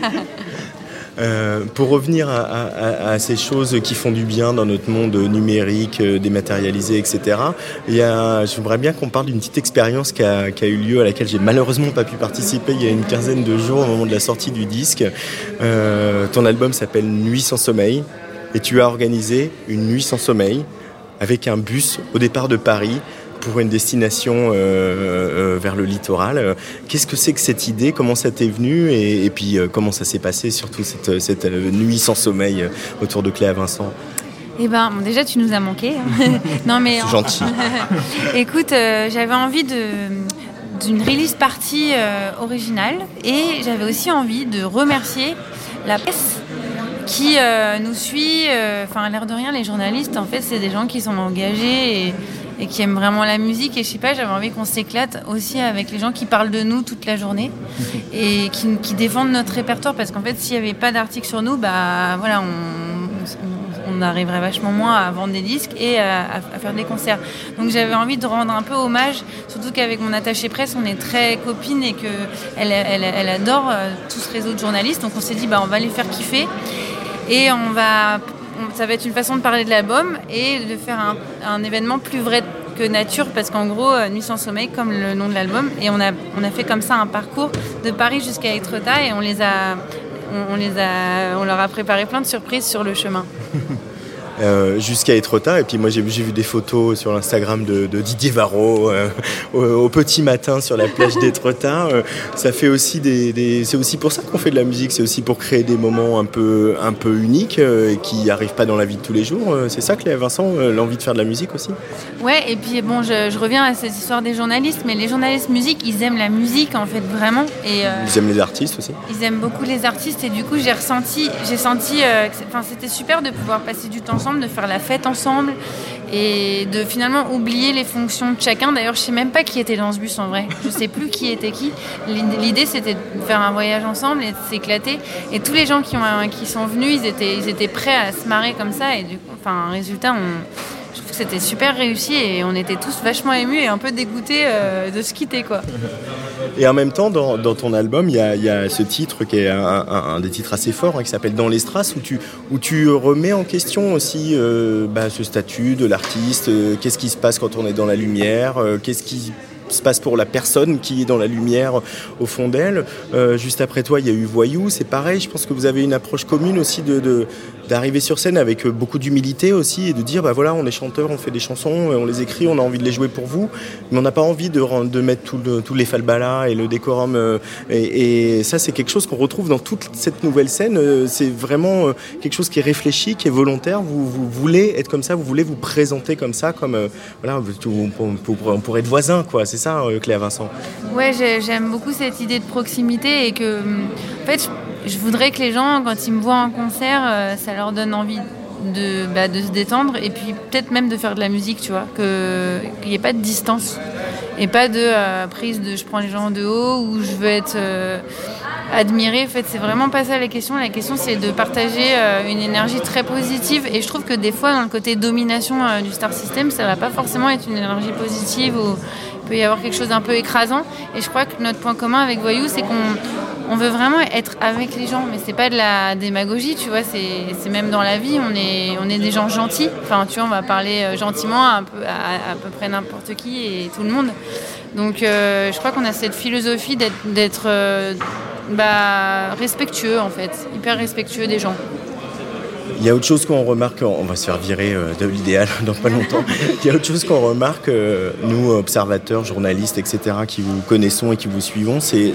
Pour revenir à ces choses qui font du bien dans notre monde numérique, dématérialisé, etc., j'aimerais bien qu'on parle d'une petite expérience qui a eu lieu, à laquelle j'ai malheureusement pas pu participer il y a une quinzaine de jours au moment de la sortie du disque. Ton album s'appelle Nuit sans sommeil, et tu as organisé une nuit sans sommeil avec un bus au départ de Paris pour une destination vers le littoral. Qu'est-ce que c'est que cette idée ? Comment ça t'est venu ? Et puis comment ça s'est passé, surtout cette nuit sans sommeil autour de Cléa Vincent ? Eh ben, déjà, tu nous as manqué. Non, mais c'est gentil. Écoute, j'avais envie de d'une release party originale. Et j'avais aussi envie de remercier la presse qui nous suit. Enfin, l'air de rien, les journalistes, en fait, c'est des gens qui sont engagés et qui aiment vraiment la musique. Et je sais pas, j'avais envie qu'on s'éclate aussi avec les gens qui parlent de nous toute la journée et qui défendent notre répertoire. Parce qu'en fait, s'il n'y avait pas d'articles sur nous, bah voilà, on arriverait vachement moins à vendre des disques et à faire des concerts. Donc j'avais envie de rendre un peu hommage, surtout qu'avec mon attachée presse, on est très copines et qu'elle adore tout ce réseau de journalistes. Donc on s'est dit, bah, on va les faire kiffer et ça va être une façon de parler de l'album et de faire un événement plus vrai que nature, parce qu'en gros, Nuit sans sommeil, comme le nom de l'album, et on a fait comme ça un parcours de Paris jusqu'à Étretat et on leur a préparé plein de surprises sur le chemin. Jusqu'à Étretat, et puis moi j'ai vu des photos sur l'Instagram de Didier Varro au petit matin sur la plage d'Étretat. Ça fait aussi c'est aussi pour ça qu'on fait de la musique, c'est aussi pour créer des moments un peu uniques qui n'arrivent pas dans la vie de tous les jours. C'est ça, Cléa Vincent, l'envie de faire de la musique aussi? Ouais, et puis bon, je reviens à cette histoire des journalistes, mais les journalistes musique, ils aiment la musique en fait vraiment. Et ils aiment les artistes aussi. Ils aiment beaucoup les artistes, et du coup j'ai senti c'était super de pouvoir passer du temps ensemble, de faire la fête ensemble et de finalement oublier les fonctions de chacun. D'ailleurs, je sais même pas qui était dans ce bus en vrai. Je sais plus qui était qui. L'idée, c'était de faire un voyage ensemble et de s'éclater. Et tous les gens qui sont venus, ils étaient prêts à se marrer comme ça. Et du coup, résultat, je trouve que c'était super réussi et on était tous vachement émus et un peu dégoûtés de se quitter, quoi. Et en même temps, dans ton album, il y a ce titre qui est un des titres assez forts, qui s'appelle Dans les Strass, où tu remets en question aussi ce statut de l'artiste. Qu'est-ce qui se passe quand on est dans la lumière, qu'est-ce qui se passe pour la personne qui est dans la lumière au fond d'elle. Juste après toi, il y a eu Voyou, c'est pareil. Je pense que vous avez une approche commune aussi d'arriver sur scène avec beaucoup d'humilité aussi et de dire, voilà, on est chanteur, on fait des chansons, on les écrit, on a envie de les jouer pour vous, mais on n'a pas envie de mettre tous les falbalas et le décorum. Et ça, c'est quelque chose qu'on retrouve dans toute cette nouvelle scène. C'est vraiment quelque chose qui est réfléchi, qui est volontaire. Vous voulez être comme ça, vous voulez vous présenter comme ça, comme on pourrait être voisins, quoi. C'est ça, Cléa Vincent? Ouais, j'aime beaucoup cette idée de proximité et que, en fait, je voudrais que les gens, quand ils me voient en concert, ça leur donne envie de se détendre et puis peut-être même de faire de la musique, tu vois, qu'il n'y ait pas de distance et pas de prise de je prends les gens de haut ou je veux être admiré. En fait, c'est vraiment pas ça la question. La question, c'est de partager une énergie très positive et je trouve que des fois, dans le côté domination du Star System, ça va pas forcément être une énergie positive ou il peut y avoir quelque chose d'un peu écrasant. Et je crois que notre point commun avec Voyou, c'est qu'on veut vraiment être avec les gens, mais c'est pas de la démagogie, tu vois, c'est même dans la vie, on est des gens gentils. Enfin, tu vois, on va parler gentiment à peu près n'importe qui et tout le monde. Donc, je crois qu'on a cette philosophie d'être respectueux, en fait, hyper respectueux des gens. Il y a autre chose qu'on remarque, on va se faire virer de l'idéal dans pas longtemps. Il y a autre chose qu'on remarque, nous, observateurs, journalistes, etc., qui vous connaissons et qui vous suivons, c'est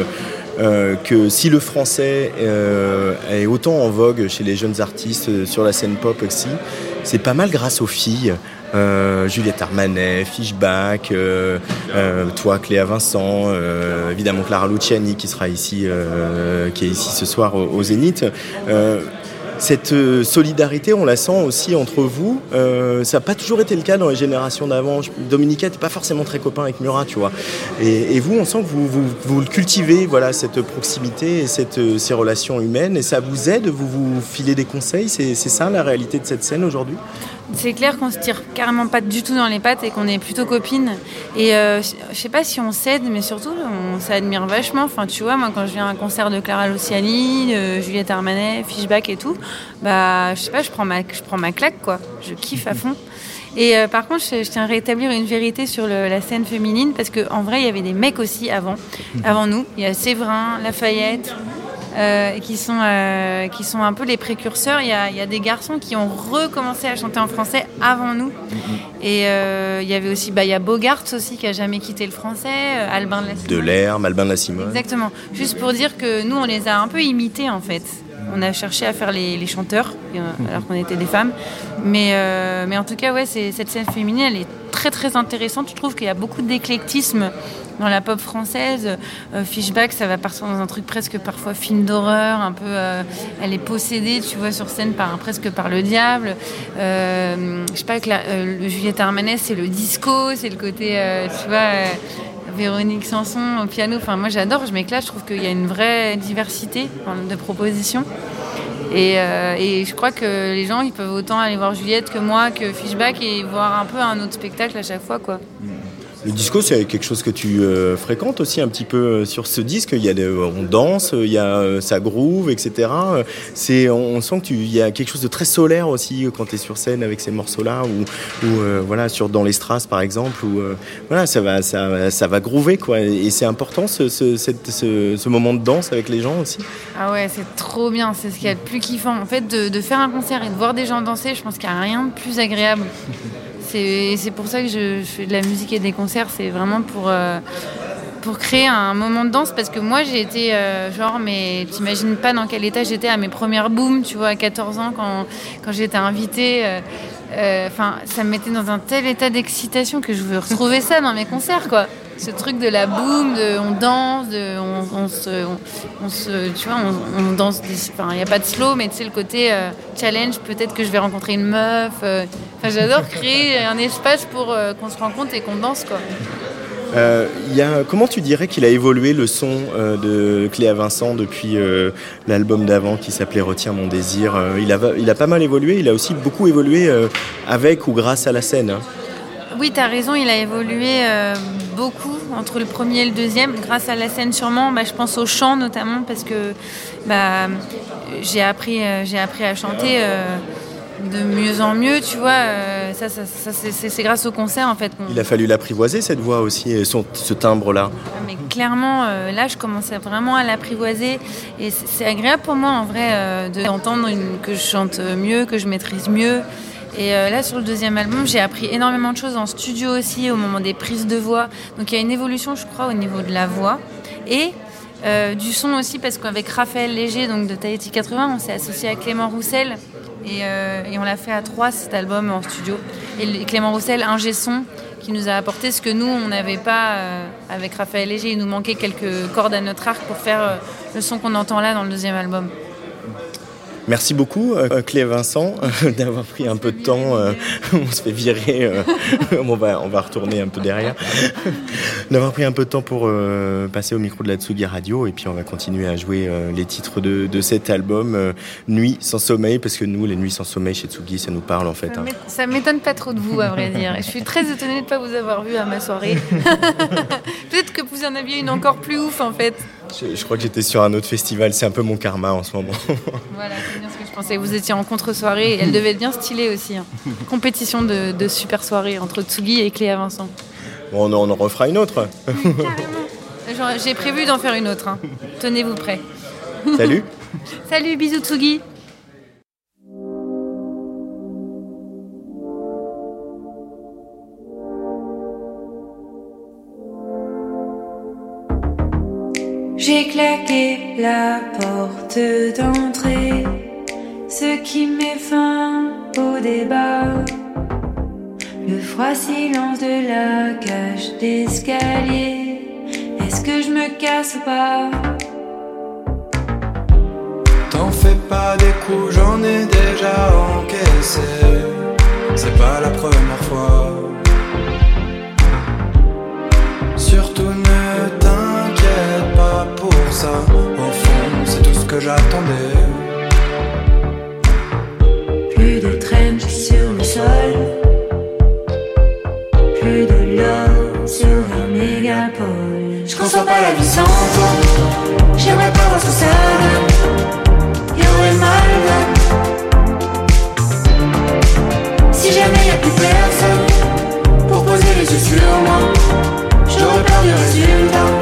que si le français est autant en vogue chez les jeunes artistes sur la scène pop aussi, c'est pas mal grâce aux filles. Juliette Armanet, Fishback, toi Cléa Vincent, évidemment Clara Luciani qui sera ici, qui est ici ce soir au Zénith. Cette solidarité, on la sent aussi entre vous. Ça n'a pas toujours été le cas dans les générations d'avant. Dominica n'était pas forcément très copain avec Murat, tu vois. Et vous, on sent que vous le cultivez, voilà, cette proximité et ces relations humaines. Et ça vous aide, vous filez des conseils. C'est ça la réalité de cette scène aujourd'hui? C'est clair qu'on se tire carrément pas du tout dans les pattes et qu'on est plutôt copines. Et je sais pas si on s'aide, mais surtout on s'admire vachement. Enfin, tu vois, moi quand je viens à un concert de Clara Luciani, Juliette Armanet, Fishback et tout, je sais pas, je prends ma claque, quoi. Je kiffe à fond. Et par contre, je tiens à rétablir une vérité sur la scène féminine, parce qu'en vrai, il y avait des mecs aussi avant nous. Il y a Séverin, Lafayette, qui sont un peu les précurseurs. Il y a des garçons qui ont recommencé à chanter en français avant nous. Et il y avait aussi, il y a Bogart aussi qui a jamais quitté le français, Albin de la Simone. Delerme, Albin de la Simone. Exactement. Juste pour dire que nous, on les a un peu imités en fait. on a cherché à faire les chanteurs, alors qu'on était des femmes. Mais en tout cas, ouais, cette scène féminine, elle est très très intéressante. Je trouve qu'il y a beaucoup d'éclectisme dans la pop française. Fishback, ça va partir dans un truc presque parfois film d'horreur, un peu. Elle est possédée, tu vois, sur scène presque par le diable. Je sais pas, le Juliette Armanet, c'est le disco, c'est le côté, tu vois. Véronique Sanson au piano, enfin moi j'adore, je m'éclate, je trouve qu'il y a une vraie diversité de propositions et je crois que les gens ils peuvent autant aller voir Juliette que moi, que Fishback et voir un peu un autre spectacle à chaque fois quoi. Le disco, c'est quelque chose que tu fréquentes aussi un petit peu sur ce disque. Il y a on danse, il y a ça groove, etc. On sent qu'il y a quelque chose de très solaire aussi quand tu es sur scène avec ces morceaux-là, ou voilà, dans les Strass par exemple, où voilà, ça va groover quoi. Et c'est important ce moment de danse avec les gens aussi. Ah ouais, c'est trop bien, c'est ce qu'il y a de plus kiffant. En fait, de faire un concert et de voir des gens danser, je pense qu'il n'y a rien de plus agréable. C'est pour ça que je fais de la musique et des concerts, c'est vraiment pour créer un moment de danse, parce que moi j'ai été mais t'imagines pas dans quel état j'étais à mes premières booms, tu vois, à 14 ans quand j'étais invitée. Ça me mettait dans un tel état d'excitation que je veux retrouver ça dans mes concerts, quoi. Ce truc de la boom, on danse, on danse. Il n'y a pas de slow, mais tu sais, le côté challenge, peut-être que je vais rencontrer une meuf. J'adore créer un espace pour qu'on se rencontre et qu'on danse, quoi. Comment tu dirais qu'il a évolué le son de Cléa Vincent depuis l'album d'avant qui s'appelait Retiens mon désir? Il a pas mal évolué, il a aussi beaucoup évolué avec ou grâce à la scène, hein. Oui, tu as raison, il a évolué beaucoup entre le premier et le deuxième, grâce à la scène sûrement. Je pense au chant notamment, parce que j'ai appris à chanter de mieux en mieux, tu vois. C'est grâce au concert en fait. Il a fallu l'apprivoiser cette voix aussi, et ce timbre-là. Mais clairement, là je commençais vraiment à l'apprivoiser, et c'est agréable pour moi en vrai d'entendre que je chante mieux, que je maîtrise mieux. Et là sur le deuxième album, j'ai appris énormément de choses en studio aussi, au moment des prises de voix. Donc il y a une évolution, je crois, au niveau de la voix et du son aussi, parce qu'avec Raphaël Léger, donc de Tahiti 80, on s'est associé à Clément Roussel et on l'a fait à 3 cet album en studio. Et Clément Roussel, ingé son, qui nous a apporté ce que nous on n'avait pas avec Raphaël Léger. Il nous manquait quelques cordes à notre arc pour faire le son qu'on entend là dans le deuxième album. Merci beaucoup Cléa Vincent d'avoir pris un peu de temps, on se fait virer, on va retourner un peu derrière, d'avoir pris un peu de temps pour passer au micro de la Tsugi Radio, et puis on va continuer à jouer les titres de cet album, Nuit sans sommeil, parce que nous les Nuits sans sommeil chez Tsugi ça nous parle en fait. Ça m'étonne pas trop de vous à vrai dire, je suis très étonnée de ne pas vous avoir vu à ma soirée. Peut-être que vous en aviez une encore plus ouf en fait. Je crois que j'étais sur un autre festival, c'est un peu mon karma en ce moment. Voilà, c'est bien ce que je pensais. Vous étiez en contre-soirée et elle devait être bien stylée aussi. Hein. Compétition de super soirée entre Tsugi et Cléa Vincent. Bon, on en refera une autre. Oui, carrément. J'ai prévu d'en faire une autre. Hein. Tenez-vous prêts. Salut. Salut, bisous Tsugi. J'ai claqué la porte d'entrée, ce qui met fin au débat. Le froid silence de la cage d'escalier. Est-ce que je me casse ou pas? T'en fais pas des coups, j'en ai déjà encaissé. C'est pas la première fois. Surtout ne t'inquiète pas pour ça. Au fond, c'est tout ce que j'attendais. Plus de traîne sur le sol, plus de l'or sur un mégapole. Je conçois pas la vie sans toi. J'aimerais pas voir tout ça. Y'aurait mal. Si jamais y'a plus personne pour poser les yeux sur moi, j'aurais peur du résultat.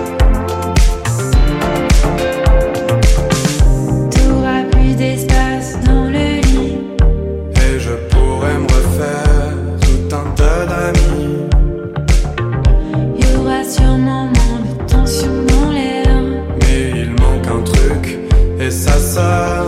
T'auras plus d'espace dans le lit, et je pourrais me refaire tout un tas d'amis. Y'aura sûrement moins de tension dans l'air, mais il manque un truc, et ça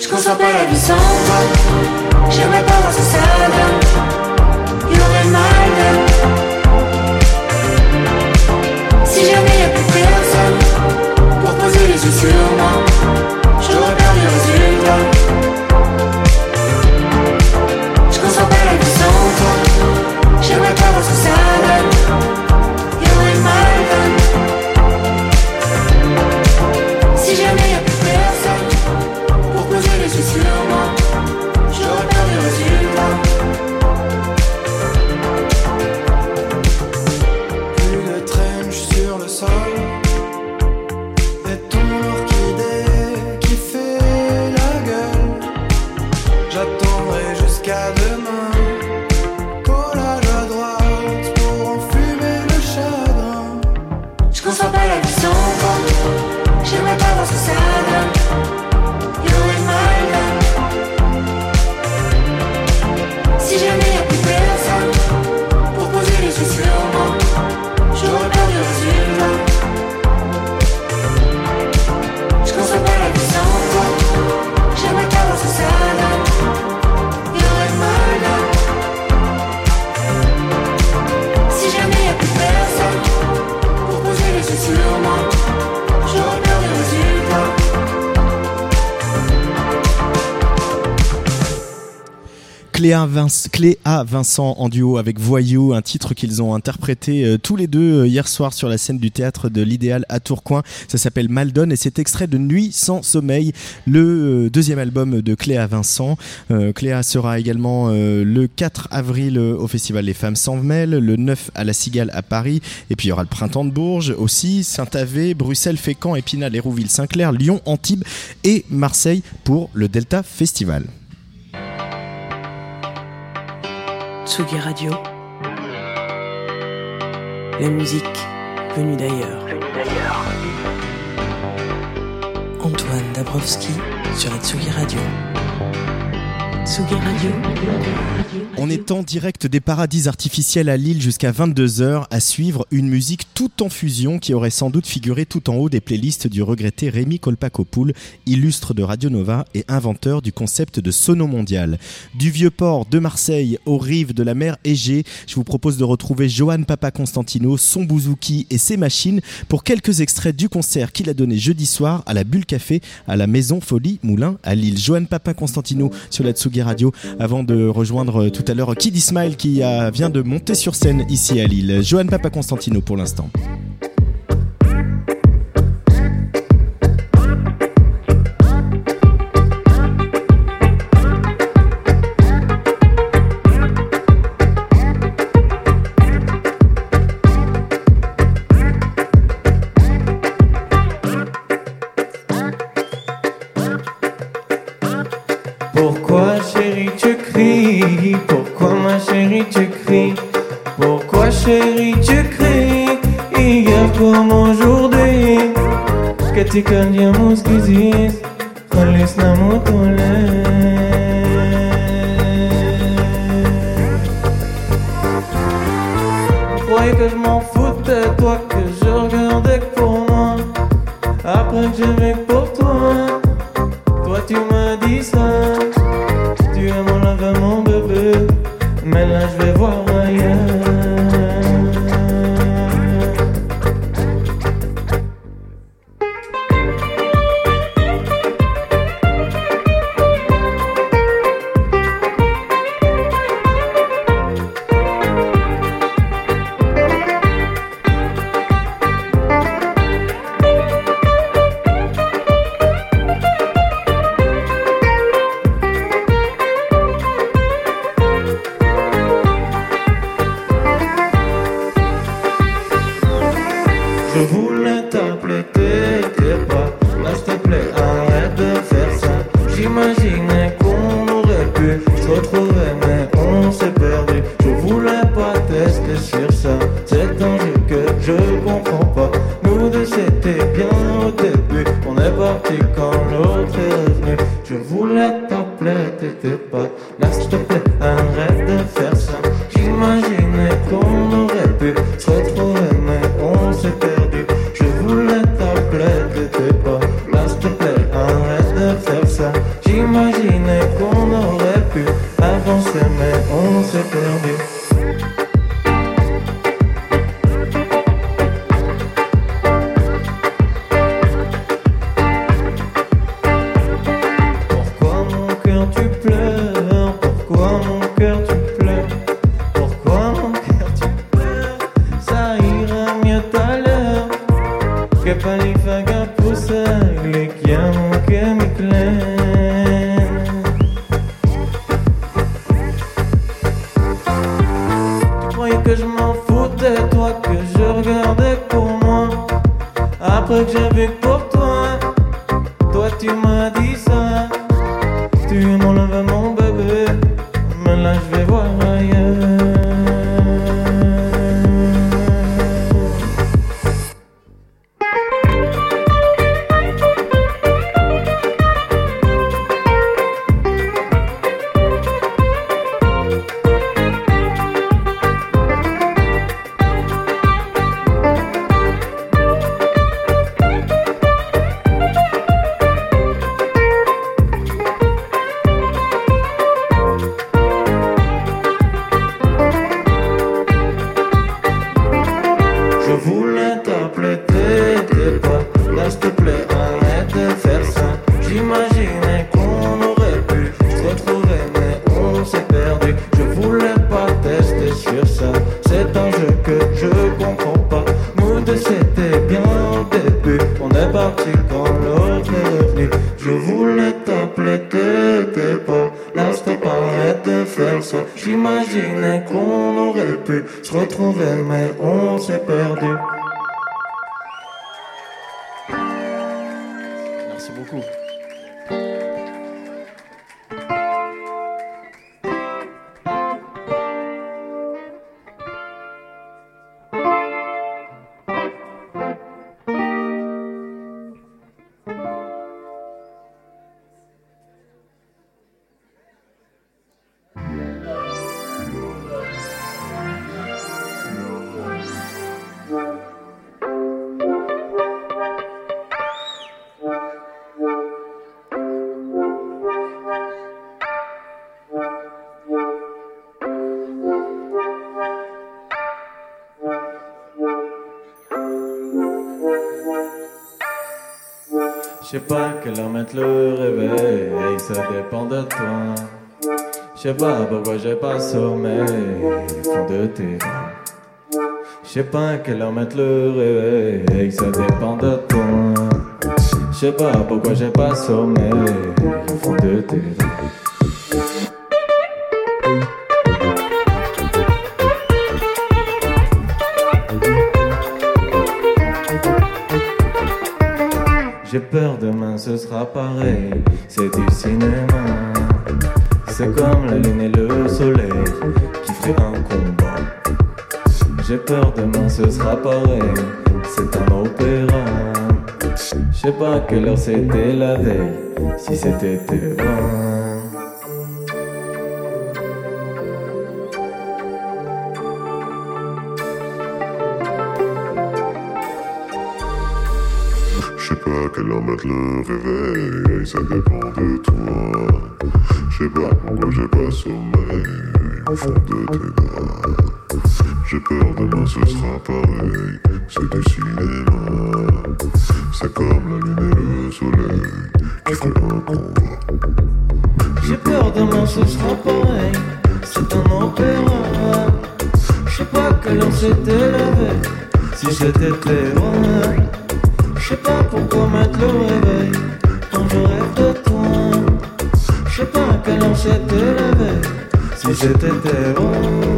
Je conçois pas la vie sans toi. J'aimerais pas voir ce que ça donne. Y'aurait mal donne. Si jamais y'a plus personne pour poser les yeux sur moi, j'aurais perdu le résultat. Je conçois pas la vie sans toi. J'aimerais pas voir ce que ça donne. Y'aurait mal donne. Si jamais y'a plus personne pour poser les yeux sur moi, j'aurais perdu le résultat. Plus de traîne, j'suis sur le sol. Et ton orchidée qui fait la gueule. J'attendrai jusqu'à demain. Collage à droite pour enfumer le chagrin. Je conçois pas la vie sans toi. J'aimerais pas voir ce que ça donne. Y'aurait mal donne. Si jamais y'a plus personne pour poser les yeux sur moi, j'aurais perdu le résultat. Je conçois pas la vie sans toi. J'aimerais pas voir ce que ça donne. Y'aurait mal donne. Si jamais y'a plus personne pour poser les yeux sur moi, j'aurais perdu le résultat. Cléa Vincent en duo avec Voyou, un titre qu'ils ont interprété tous les deux hier soir sur la scène du théâtre de l'Idéal à Tourcoing. Ça s'appelle Maldonne et c'est extrait de Nuit sans sommeil, le deuxième album de Cléa Vincent. Cléa sera également le 4 avril au Festival Les Femmes s'en mêlent, le 9 à la Cigale à Paris, et puis il y aura le Printemps de Bourges aussi, Saint-Avé, Bruxelles, Fécamp, Épinal, Hérouville, Saint-Clair, Lyon, Antibes et Marseille pour le Delta Festival. Tsugi Radio. La musique venue d'ailleurs. Antoine Dabrowski sur la Tsugi Radio. Tsugi Radio. On est en direct des paradis artificiels à Lille jusqu'à 22h à suivre une musique tout en fusion qui aurait sans doute figuré tout en haut des playlists du regretté Rémi Kolpakopoul, illustre de Radio Nova et inventeur du concept de Sono Mondial. Du Vieux-Port de Marseille aux rives de la mer Égée, je vous propose de retrouver Johan Papakonstantino, son bouzouki et ses machines pour quelques extraits du concert qu'il a donné jeudi soir à la Bulle Café à la Maison Folie Moulin à Lille. Johan Papakonstantino sur la Tsugi Radio avant de rejoindre tout à l'heure Kid Ismail qui vient de monter sur scène ici à Lille. Johan Papakonstantino pour l'instant. Pourquoi chérie tu cries? Pourquoi ma chérie tu cries? Pourquoi chérie tu cries? Hier comme aujourd'hui que tu candiamos que existe Colis na motolé. Croyais que je m'en foutais, toi que je regardais que pour moi. Après que j'aimais que pour toi. Toi tu m'as dit ça. Tu es mon love, mon bébé. Mais là je vais voir ailleurs. Je voulais t'appeler, t'étais pas là, s'il te plaît, arrête de faire ça. J'imaginais qu'on aurait pu se retrouver, mais on s'est perdu. Je voulais pas tester sur ça, c'est un jeu que je comprends pas. Nous deux c'était bien au début, on est parti quand l'autre est revenu. Je voulais t'appeler, t'étais pas là, s'il te plaît, arrête de faire ça. J'imaginais qu'on aurait pu se retrouver, mais on s'est perdu. Je voulais t'appeler, t'étais pas là, s'il te plaît, arrête de faire ça. J'imagine que tu m'as dit ça. Tu m'enlèves mon bébé, mais là je vais voir ailleurs. J'imaginais qu'on aurait pu se retrouver, mais on s'est perdu. Merci beaucoup. Je sais pas quelle heure mettre le réveil, hey, ça dépend de toi. Je sais pas pourquoi j'ai pas sommeil au fond de tes bras. Je sais pas quelle heure mettre le réveil, hey, ça dépend de toi. Je sais pas pourquoi j'ai pas sommeil au fond de tes bras. J'ai peur demain ce sera pareil, c'est du cinéma. C'est comme la lune et le soleil qui ferait un combat. J'ai peur demain ce sera pareil, c'est un opéra. Je sais pas quelle heure c'était la veille, si c'était loin. Je sais pas quelle heure mettre le réveil, ça dépend de toi. Je sais pas pourquoi j'ai pas sommeil au fond de tes draps. J'ai peur demain ce sera pareil, c'est du cinéma. C'est comme la lune et le soleil qui ferait un combat. J'ai peur demain ce sera pareil, c'est un opéra. Je sais pas quelle heure c'était la veille, si c'était loin. Je sais pas pourquoi mettre le réveil quand je rêve de toi. Je sais pas à quelle heure c'était la veille, si c'était loin.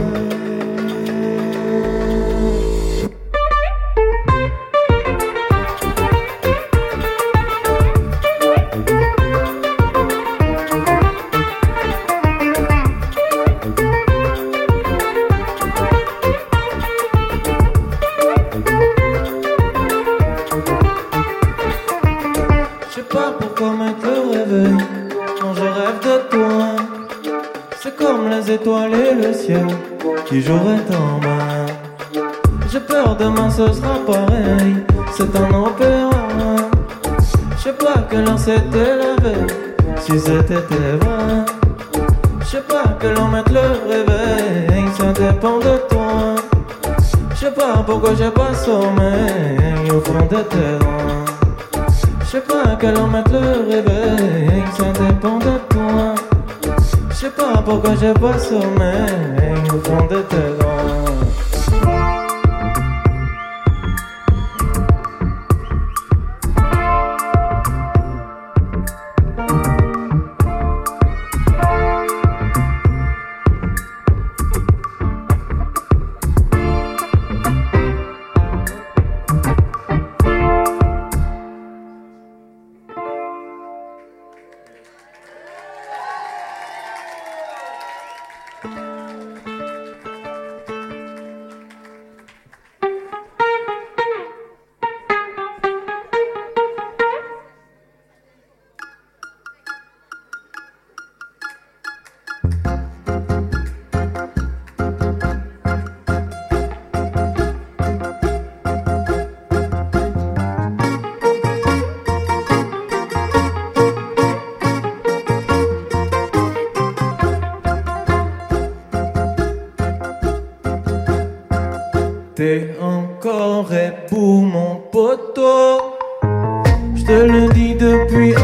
Étoiles et le ciel qui jouerait en bas. J'ai peur demain ce sera pareil, c'est un opéra. Je sais pas quelle heure c'était la veille, si c'était vrai. Je sais pas quelle heure mettre le réveil, ça dépend de toi. Je sais pas pourquoi j'ai pas sommeil au fond de tes bras. Je sais pas quelle heure mettre le réveil, ça dépend de toi. Je sais pas pourquoi j'ai pas sommeil au fond de tes bras.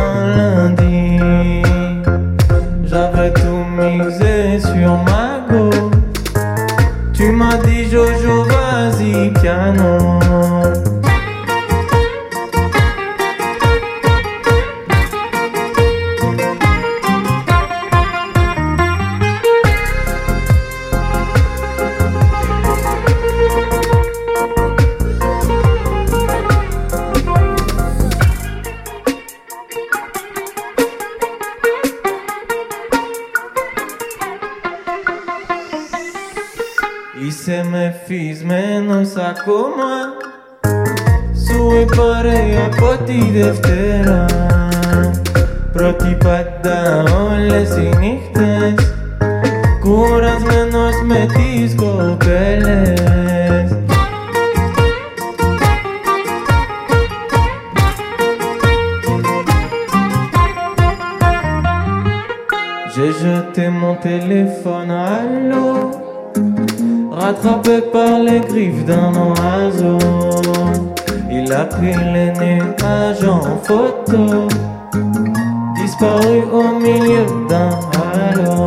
un lundi. J'avais tout misé sur ma go. Tu m'as dit Jojo, vas-y, canon. Fiz menos acum Sui pare a poti deftera Protipada onle sinichtes Curas menos metis copeles J'ai jeté mon téléphone à l'eau Rattrapé par les griffes d'un oiseau, il a pris les nuages en photo, disparu au milieu d'un halo.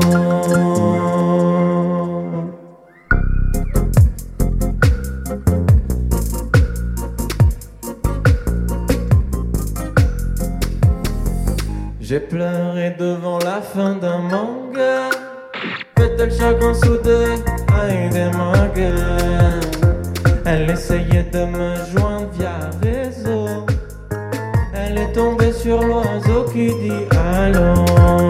J'ai pleuré devant la fin d'un manga, peut-être chacun soudé. Elle essayait de me joindre via réseau. Elle est tombée sur l'oiseau qui dit allô.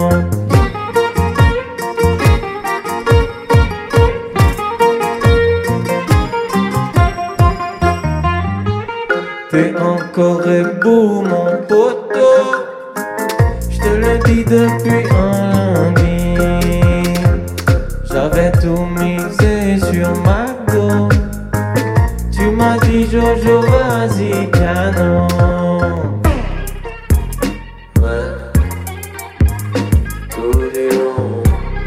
T'es encore beau mon poteau. J'te le dis depuis un lundi. J'avais tout misé sur ma go. Tu m'as dit Jojo, vas-y, canon. Ouais. Tout du long.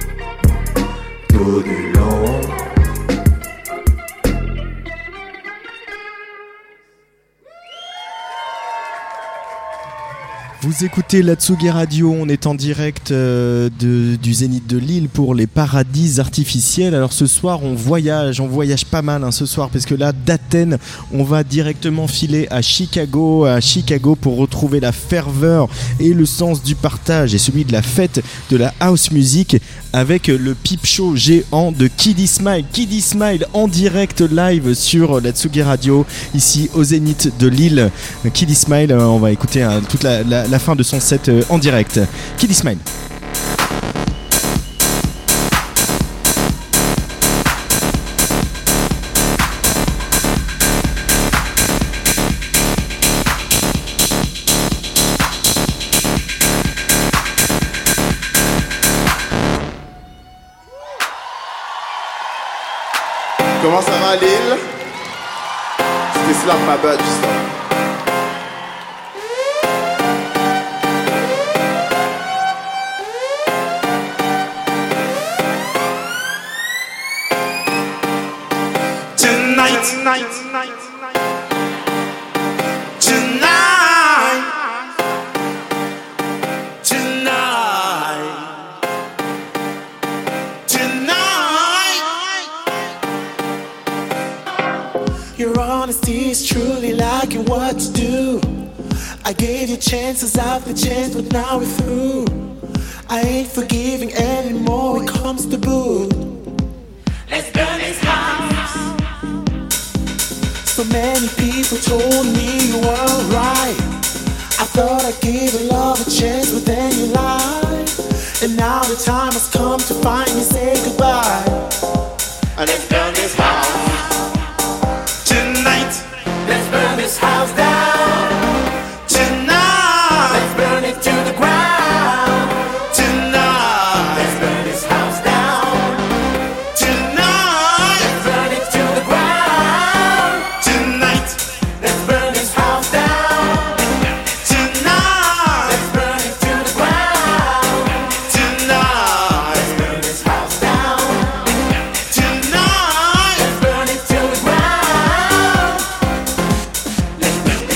Tout du long. Vous écoutez la Tsugi Radio, on est en direct du Zénith de Lille pour les paradis artificiels. Alors ce soir on voyage pas mal ce soir parce que là d'Athènes on va directement filer à Chicago pour retrouver la ferveur et le sens du partage et celui de la fête de la house music avec le peep show géant de Kiddy Smile en direct live sur la Tsugi Radio ici au Zénith de Lille. Kiddy Smile, on va écouter toute la fin de son set en direct. Kiddy Smile. Comment ça va Lille? C'était Slap ma butt juste là. Your honesty is truly lacking what to do. I gave you chances after chance, but now we're through. I ain't forgiving anymore when it comes to boo. Let's burn this house. So many people told me you weren't right. I thought I'd give love a chance, but then you lied. And now the time has come to finally say goodbye. And let's burn this house. Tonight, let's burn this house down. Tonight, let's burn it to the ground. Tonight, let's burn this house down. Tonight, let's burn it to the ground. Tonight, let's burn this house down. Tonight, let's burn it to the ground. Tonight, let's burn this house down. Tonight, let's burn it to the ground. Let's burn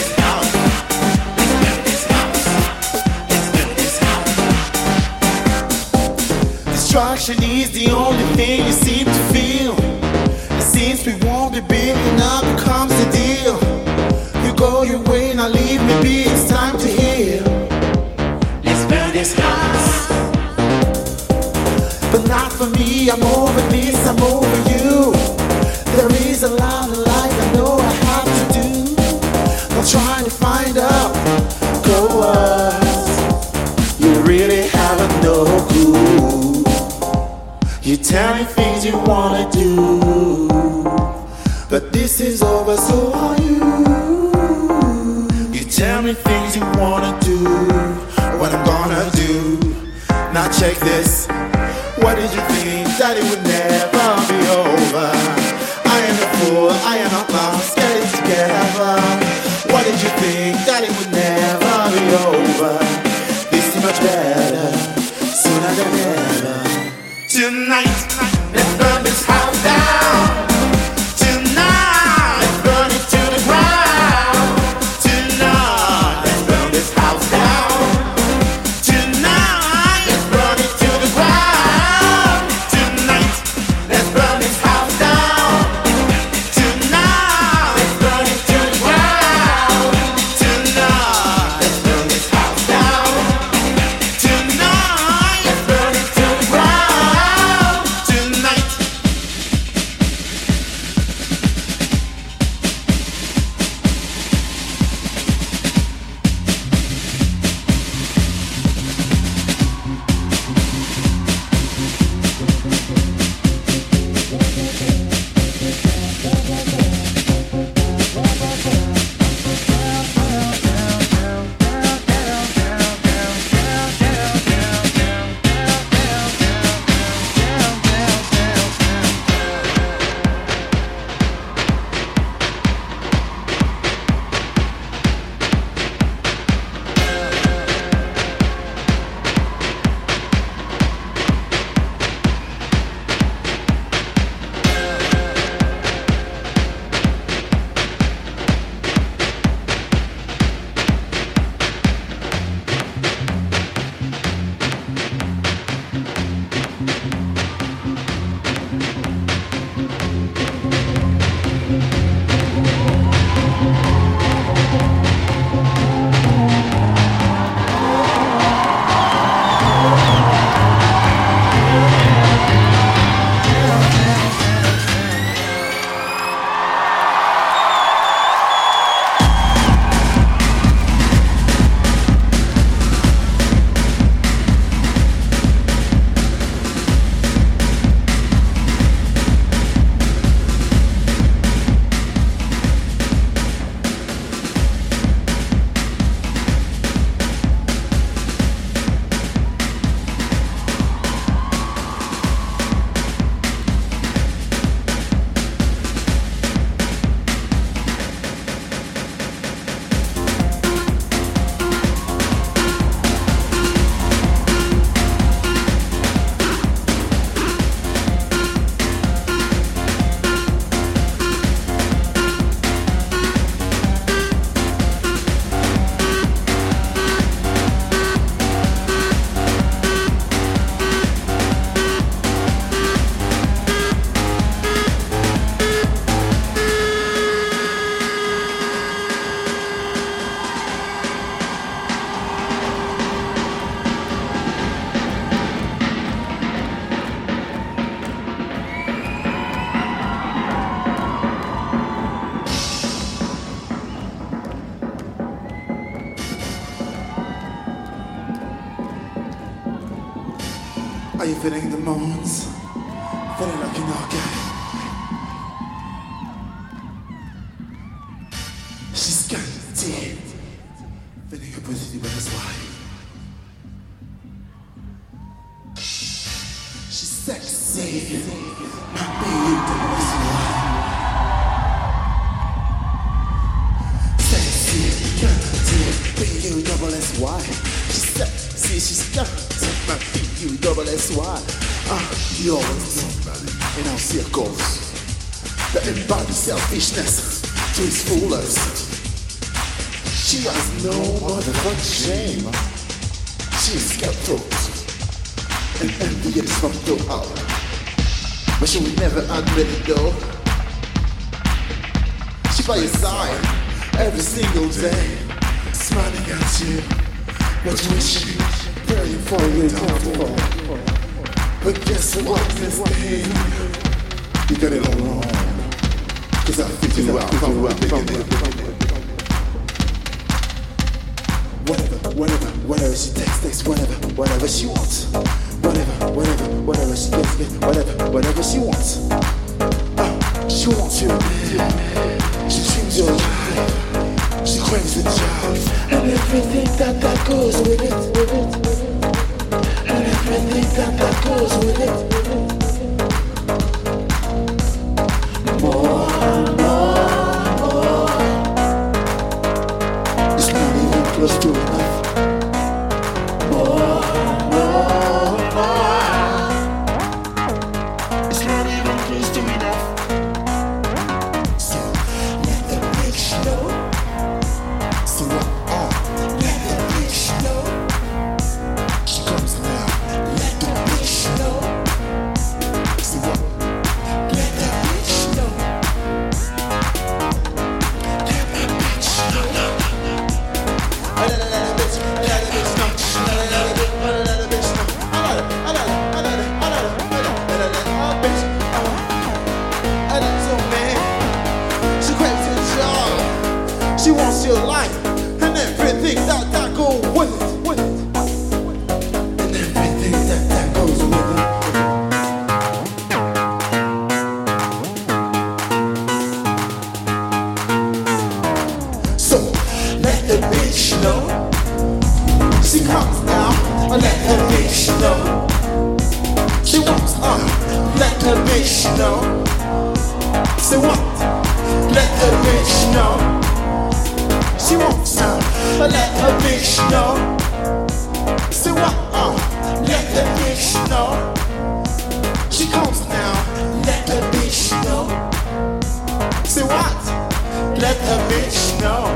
Attraction is the only thing you seem to feel. And since we won't be big enough, becomes the deal. You go your way, now leave me be, it's time to heal. Let's burn this house. But not for me, I'm over this, I'm over you. There is a lot of life I know I have to do. I'm trying to find out, go us. You really haven't no clue. You tell me things you wanna do, but this is over, so are you. You tell me things you wanna do, what I'm gonna do. Now check this. What did you think? That it would never be over? I am a fool, I am not lost, get it together. What did you think? That it would never be over? This is much better, sooner than ever. Tonight, let's burn this house down. Tonight, let's burn it to the ground. Tonight, let's burn this house down. Tonight, let's burn it to the ground. Tonight, let's burn this house down. Tonight, let's burn it to the ground. Tonight, let's burn this house down. Tonight, let's burn it to the ground. Tonight. Are you feeling the moans? Feeling like you're not getting. She's got deep. Feeling her pussy, but that's why. She's sexy. Not being the that's why. Sexy, got deep. Being you double S Y. She's sexy, she's got deep. Not being you double S Y. You always know in our circles that embody selfishness to its fullest. She has no motherfucking shame. She's cutthroat. and empty and fucked out. But she would never admit it though. She by your side every single day, smiling at you, but wishing, praying for your downfall. But guess what, Miss Pain? You got it all wrong. Cause I figured you out from the beginning. Whatever she takes, whatever she wants. Whatever she gets, whatever she wants. She wants you, she dreams your life, she craves the job, and everything that goes with it, and everything that goes with it. More. It's not even close to enough. More. It's not even close to enough. So let the bitch know. So let the bitch know. She comes now. Let the bitch know. So let the bitch know. Let the bitch know. Let the bitch know. Let the bitch know. She wants your life and everything that goes with it, and everything that goes with it. So let the bitch know. She comes now. Let the bitch know. She wants let the bitch know. Say what? Let the bitch know. She wants some, but let her bitch know. Say what? Let the bitch know. She comes now. Let the bitch know. Say what? Let the bitch know.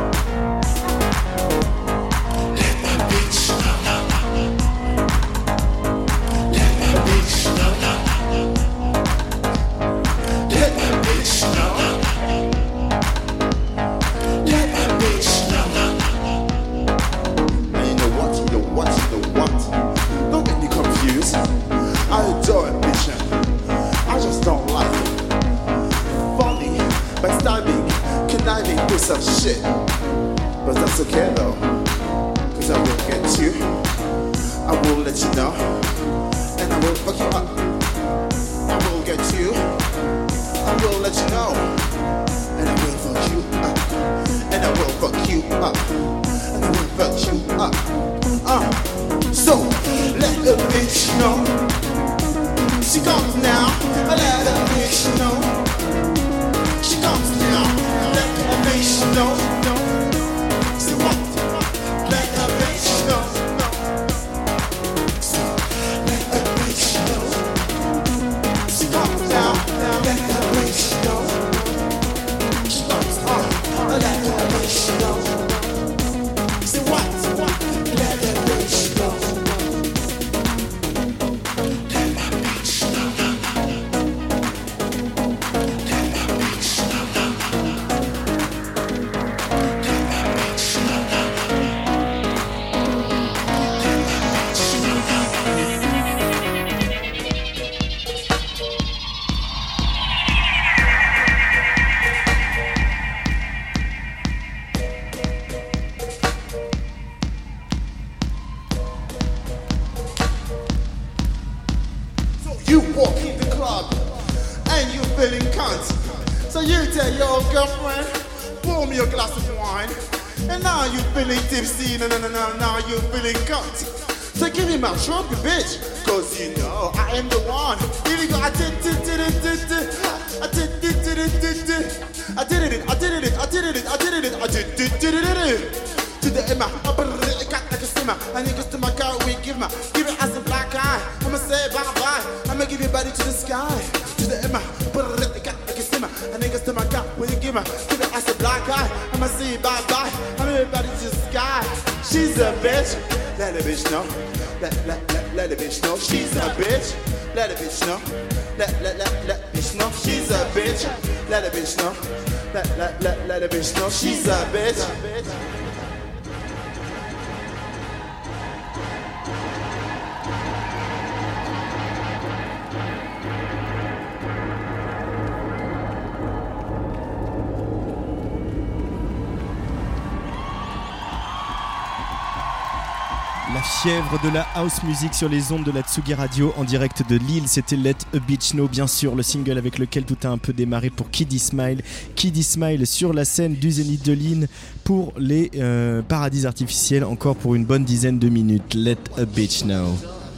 Let the bitch know. Let the bitch know. Let the bitch know. Don't get me confused. I adore ambition. I just don't like it. Funny, backstabbing, conniving piece of shit. But that's okay though, cause I will get you. I will let you know. And I will fuck you up. I will get you. I will let you know. And I will fuck you up. And I will fuck you up. And I will fuck you up. So, let the bitch know. She comes now. Let the bitch know. She comes now. Let the bitch know. Say what? Let the bitch know. So, let the bitch know. She comes now. Let the bitch know. She comes now. Let the bitch know. Say what? Let the bitch know. You walk in the club and you feeling cunt. So you tell your girlfriend, pour me a glass of wine. And now you feeling tipsy, now you feeling cunt. So give me my trophy, bitch, cause you know I am the one. Here we go, I did it. To the Emma, I put it cat like a simmer. And niggas to my car, we give it as a black eye. I'ma say bye bye, I'ma give your body to the sky. To the Emma, put it cat like a simmer. And niggas to my car, we give it as a black eye. I'ma say bye bye, I'ma give your body to the sky. she's a bitch. Let a bitch know. Let a bitch know she's a bitch. Let a bitch know. Let bitch know she's a bitch. Let a bitch know. Let a bitch know she's a bitch. La fièvre de la house music sur les ondes de la Tsugi Radio en direct de Lille, c'était Let a Bitch Know, bien sûr, le single avec lequel tout a un peu démarré pour Kiddy Smile. Kiddy Smile sur la scène du Zénith de Lille pour les Paradis Artificiels, encore pour une bonne dizaine de minutes. Let a Bitch Know.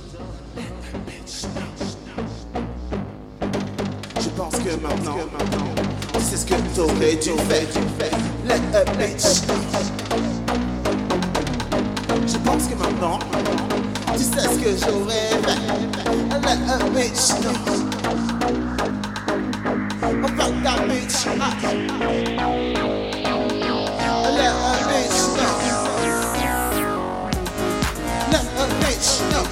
Je pense que maintenant, c'est ce que t'aurais dû faire. Let a bitch know. Je pense que maintenant, tu sais ce que j'aurais fait. Let a bitch know. Oh fuck that bitch. Let a bitch know. Let a bitch know.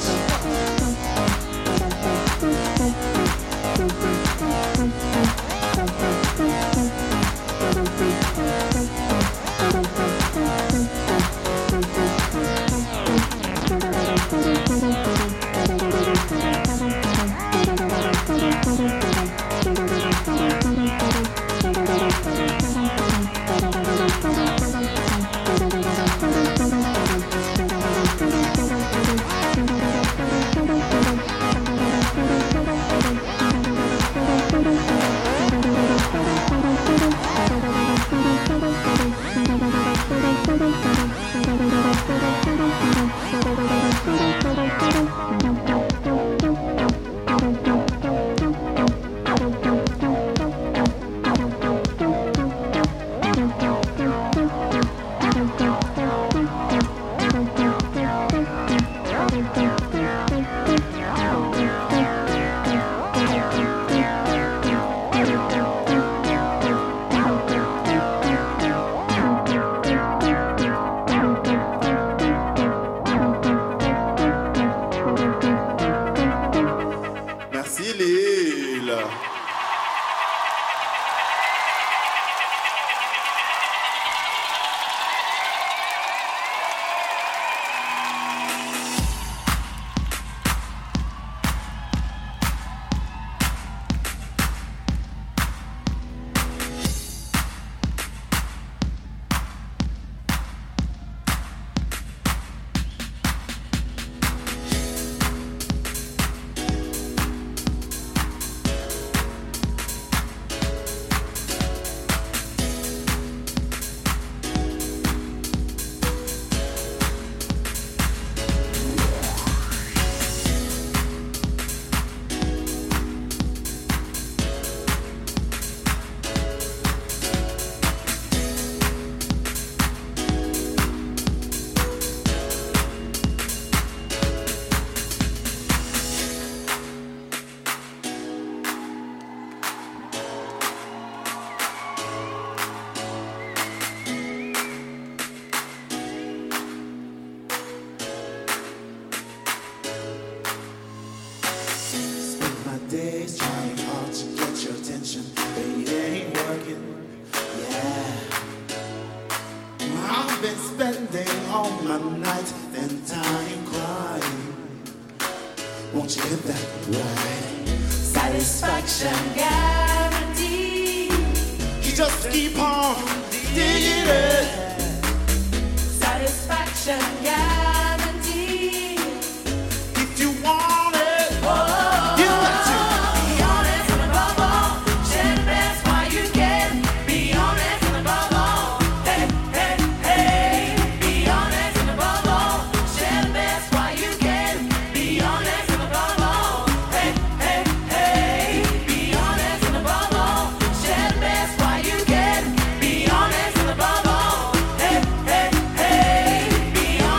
Won't you hit that right? Satisfaction guaranteed. You just keep on digging it. Satisfaction guaranteed. If you want it, you got to be honest and above all, share the best while you can. Be honest and above all, hey, hey, hey. Be honest and above all, share the best while you can. Be honest and above all, hey, hey, hey. Be honest and above all, share the best while you can. Be honest and above all, hey, hey, hey. Be honest.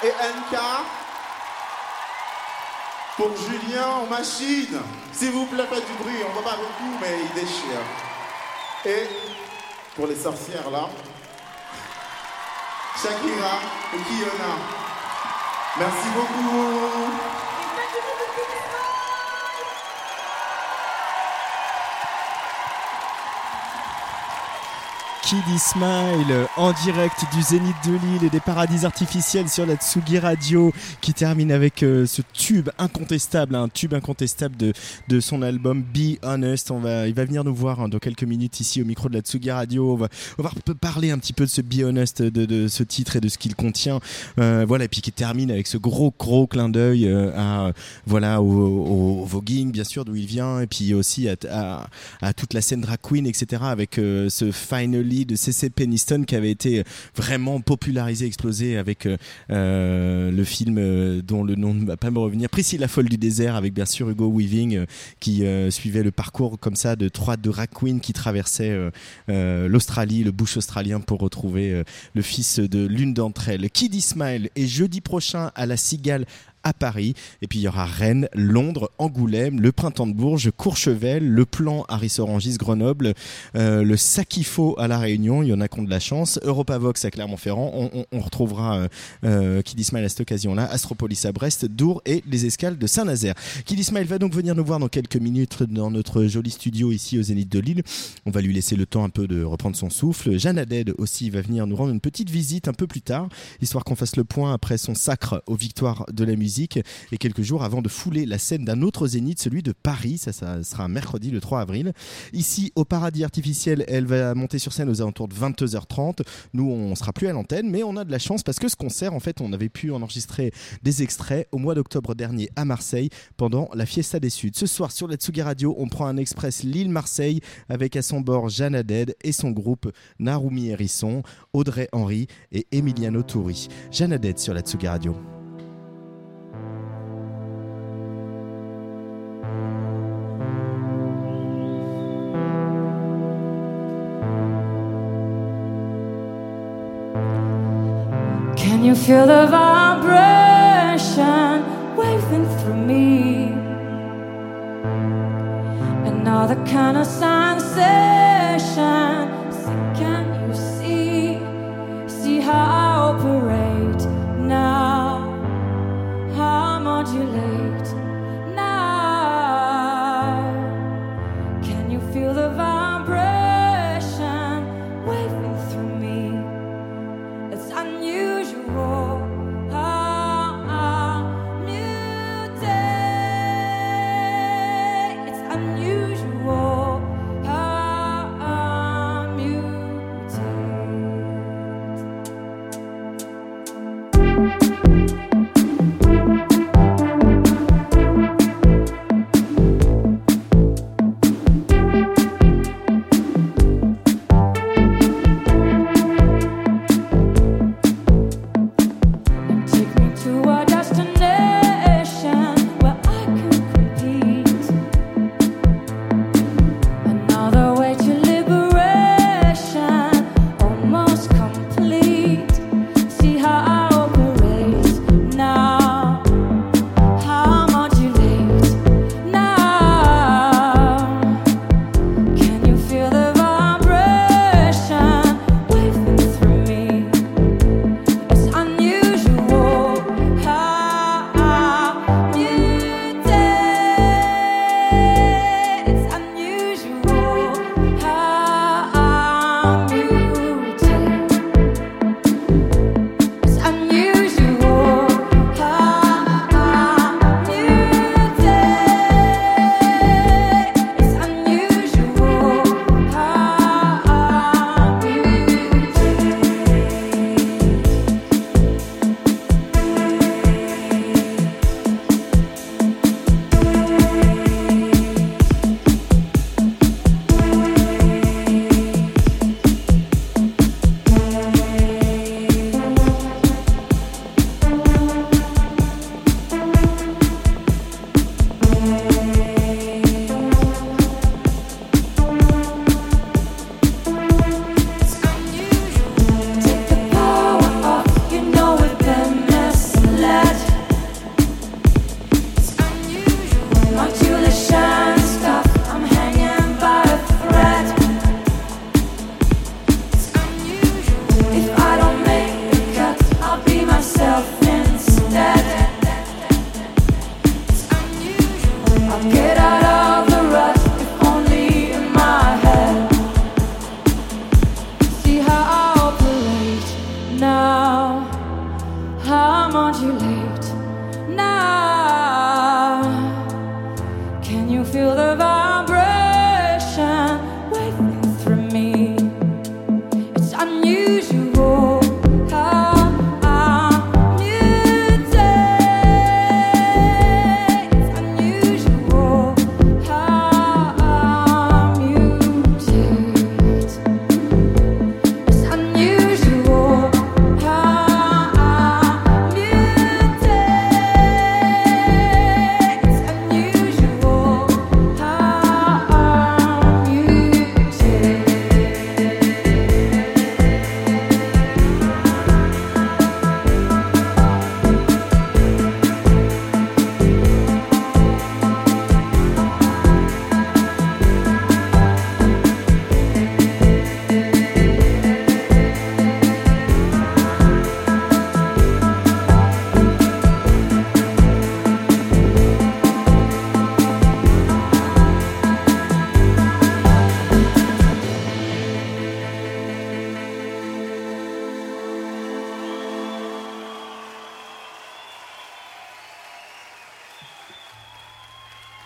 et NK. Pour Julien en machine. S'il vous plaît, faites du bruit. On voit pas beaucoup, mais il déchire. Et pour les sorcières là, Shakira et Kiona. Merci beaucoup. Kid Smile en direct du Zénith de Lille et des paradis artificiels sur la Tsugi Radio, qui termine avec ce tube incontestable, un tube incontestable de son album Be Honest. Il va venir nous voir dans quelques minutes ici au micro de la Tsugi Radio. On va parler un petit peu de ce Be Honest, de ce titre et de ce qu'il contient. Voilà, et puis qui termine avec ce gros clin d'œil au voguing, bien sûr, d'où il vient, et puis aussi à toute la scène drag queen, etc. avec ce Finally de C.C. Peniston qui avait été vraiment popularisé, explosé avec le film dont le nom ne va pas me revenir, Priscilla la folle du désert, avec bien sûr Hugo Weaving qui suivait le parcours comme ça de 3 drag queens qui traversaient l'Australie, le bush australien, pour retrouver le fils de l'une d'entre elles. Kid Smile est jeudi prochain à la Cigale à Paris, et puis il y aura Rennes, Londres, Angoulême, le Printemps de Bourges, Courchevel, le Plan, Harris-Orangis, Grenoble, le Sakifo à La Réunion, il y en a qui ont de la chance, Europavox à Clermont-Ferrand, on retrouvera Kid Ismail à cette occasion-là, Astropolis à Brest, Dour et les Escales de Saint-Nazaire. Kid Ismail va donc venir nous voir dans quelques minutes dans notre joli studio ici au Zénith de Lille. On va lui laisser le temps un peu de reprendre son souffle. Jeanne Haddad aussi va venir nous rendre une petite visite un peu plus tard, histoire qu'on fasse le point après son sacre aux victoires de la musique, et quelques jours avant de fouler la scène d'un autre Zénith, celui de Paris. Ça sera mercredi le 3 avril. Ici au Paradis Artificiel, elle va monter sur scène aux alentours de 22h30. Nous, on sera plus à l'antenne, mais on a de la chance parce que ce concert, en fait, on avait pu en enregistrer des extraits au mois d'octobre dernier à Marseille pendant la Fiesta des Suds. Ce soir sur la Tsugi Radio, on prend un express Lille-Marseille avec à son bord Jeanne Haddad et son groupe Narumi Hérisson, Audrey Henry et Emiliano Touri. Jeanne Haddad sur la Tsugi Radio. Can you feel the vibration waving through me? Another kind of sensation. So can you see how I operate now? How I modulate now? Can you feel the vibration waving through me? It's unusual.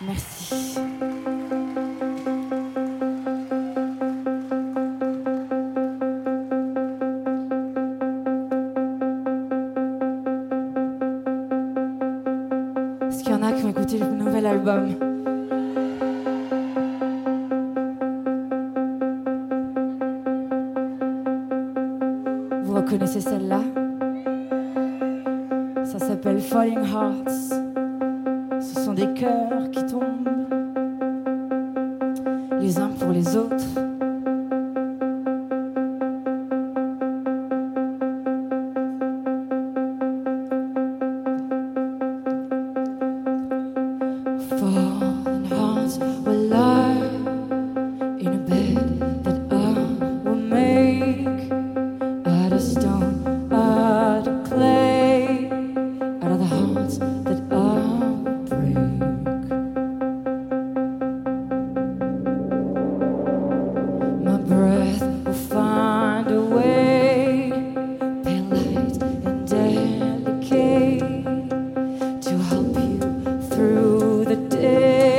Merci. Est-ce qu'il y en a qui ont écouté le nouvel album? Vous reconnaissez celle-là? Ça s'appelle Falling Hearts. Ce sont des cœurs qui tombent les uns pour les autres. Falling hearts will lie in a bed that I will make out of stone, out of clay, out of the hearts that I will break. My breath will find a way, pale light and delicate, to help you through the day.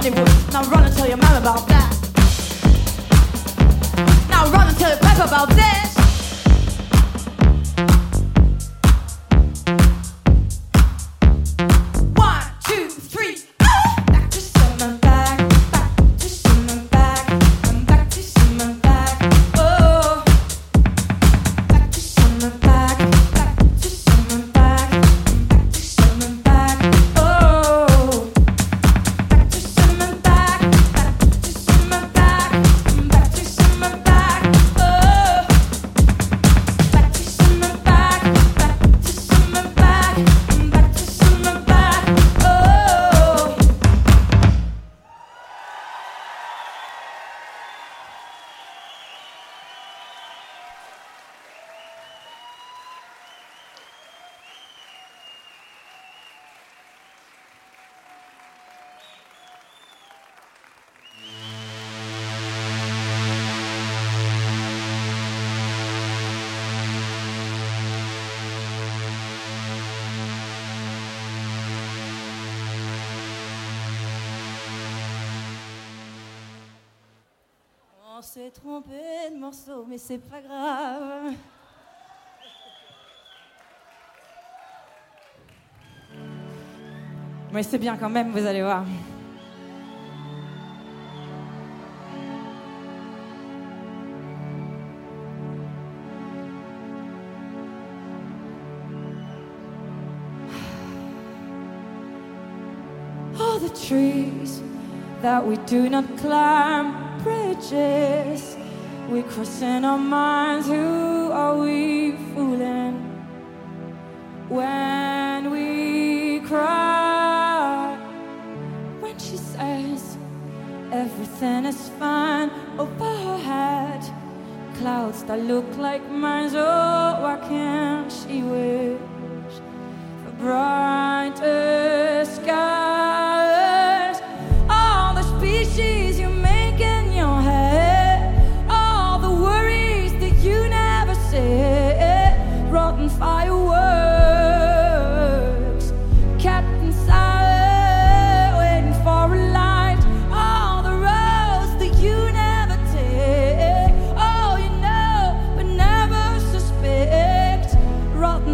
Hollywood. Now run and tell your mom about that. Now run and tell your papa about this. On s'est trompé de morceau, mais c'est pas grave. Mais c'est bien quand même, vous allez voir. All the trees that we do not climb, bridges we cross in our minds. Who are we fooling when we cry? When she says everything is fine over her head, clouds that look like mine. Oh, why can't she wish for brighter skies? All the species you make in your head, all the worries that you never said, rotten fireworks kept inside, waiting for a light. All the roads that you never take, oh, you know but never suspect, rotten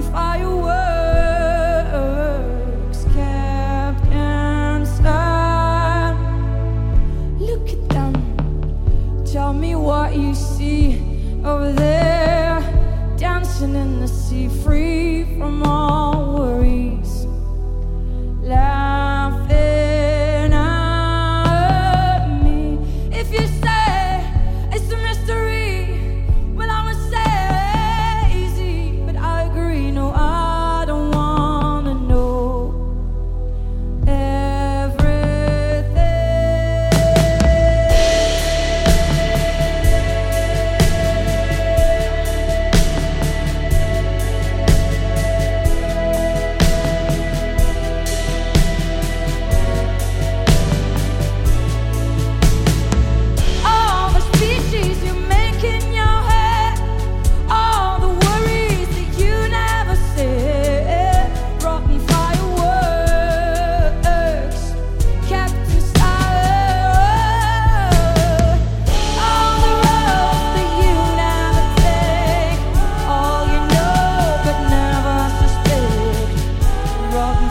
fireworks kept inside. Look at them, tell me what you see over there, dancing in the sea, free from all worries, laughing at me. If you say it's a mystery, well, I would say easy, but I agree, no, I don't wanna know all the species you make in your head, all the worries that you never said, rotten fireworks kept inside. All the roads that you never take, all you know but never suspect, rotten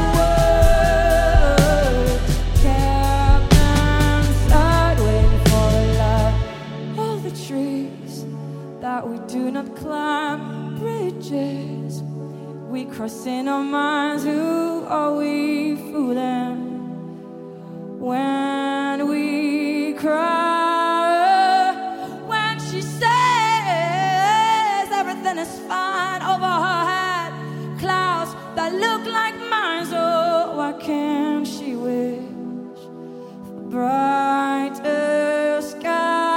fireworks kept inside, waiting for a light. All the trees that we do not climb, bridges we cross in our minds. Who are we fooling when we cry? When she says everything is fine over her head, clouds that look like mine. Oh, why can't she wish for brighter skies?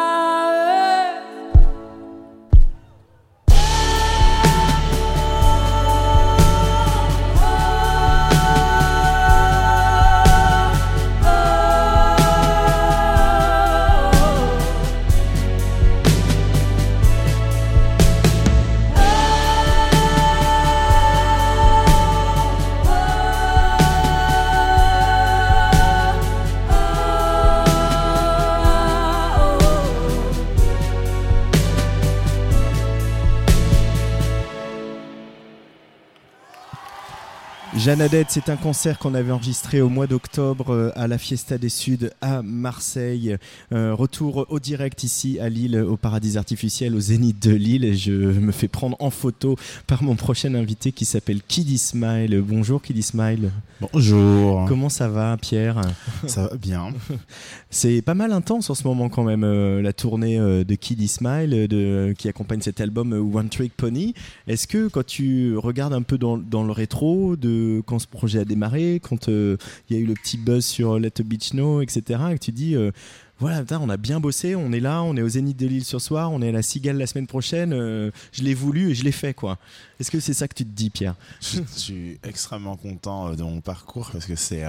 Jeannadette, c'est un concert qu'on avait enregistré au mois d'octobre à la Fiesta des Suds à Marseille. Retour au direct ici à Lille, au Paradis Artificiel, au Zénith de Lille. Et je me fais prendre en photo par mon prochain invité qui s'appelle Kiddy Smile. Bonjour Kiddy Smile. Bonjour. Comment ça va, Pierre ? Ça va bien. C'est pas mal intense en ce moment quand même, la tournée de Kiddy Smile qui accompagne cet album One Trick Pony. Est-ce que quand tu regardes un peu dans le rétro de quand ce projet a démarré, quand il y a eu le petit buzz sur Let the Beach Know, etc., et que tu dis voilà, on a bien bossé, on est là, on est au Zénith de Lille ce soir, on est à la Cigale la semaine prochaine, je l'ai voulu et je l'ai fait, quoi. Est-ce que c'est ça que tu te dis, Pierre ? Je suis extrêmement content de mon parcours parce que c'est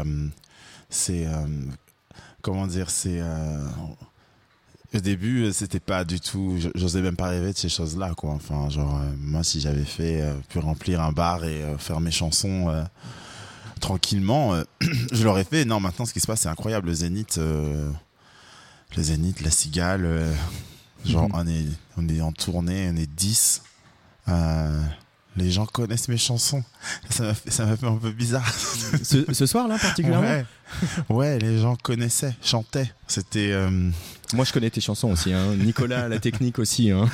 comment dire, c'est au début, c'était pas du tout. J'osais même pas rêver de ces choses-là, quoi. Enfin, genre, moi, si j'avais pu remplir un bar et faire mes chansons tranquillement, je l'aurais fait. Non, maintenant, ce qui se passe, c'est incroyable. Le Zénith, la Cigale, genre, on est en tournée, on est 10. Les gens connaissent mes chansons. Ça m'a fait un peu bizarre. Ce soir-là, particulièrement ? Ouais, les gens connaissaient, chantaient. C'était. Moi, je connais tes chansons aussi. Hein. Nicolas, la technique aussi. Hein.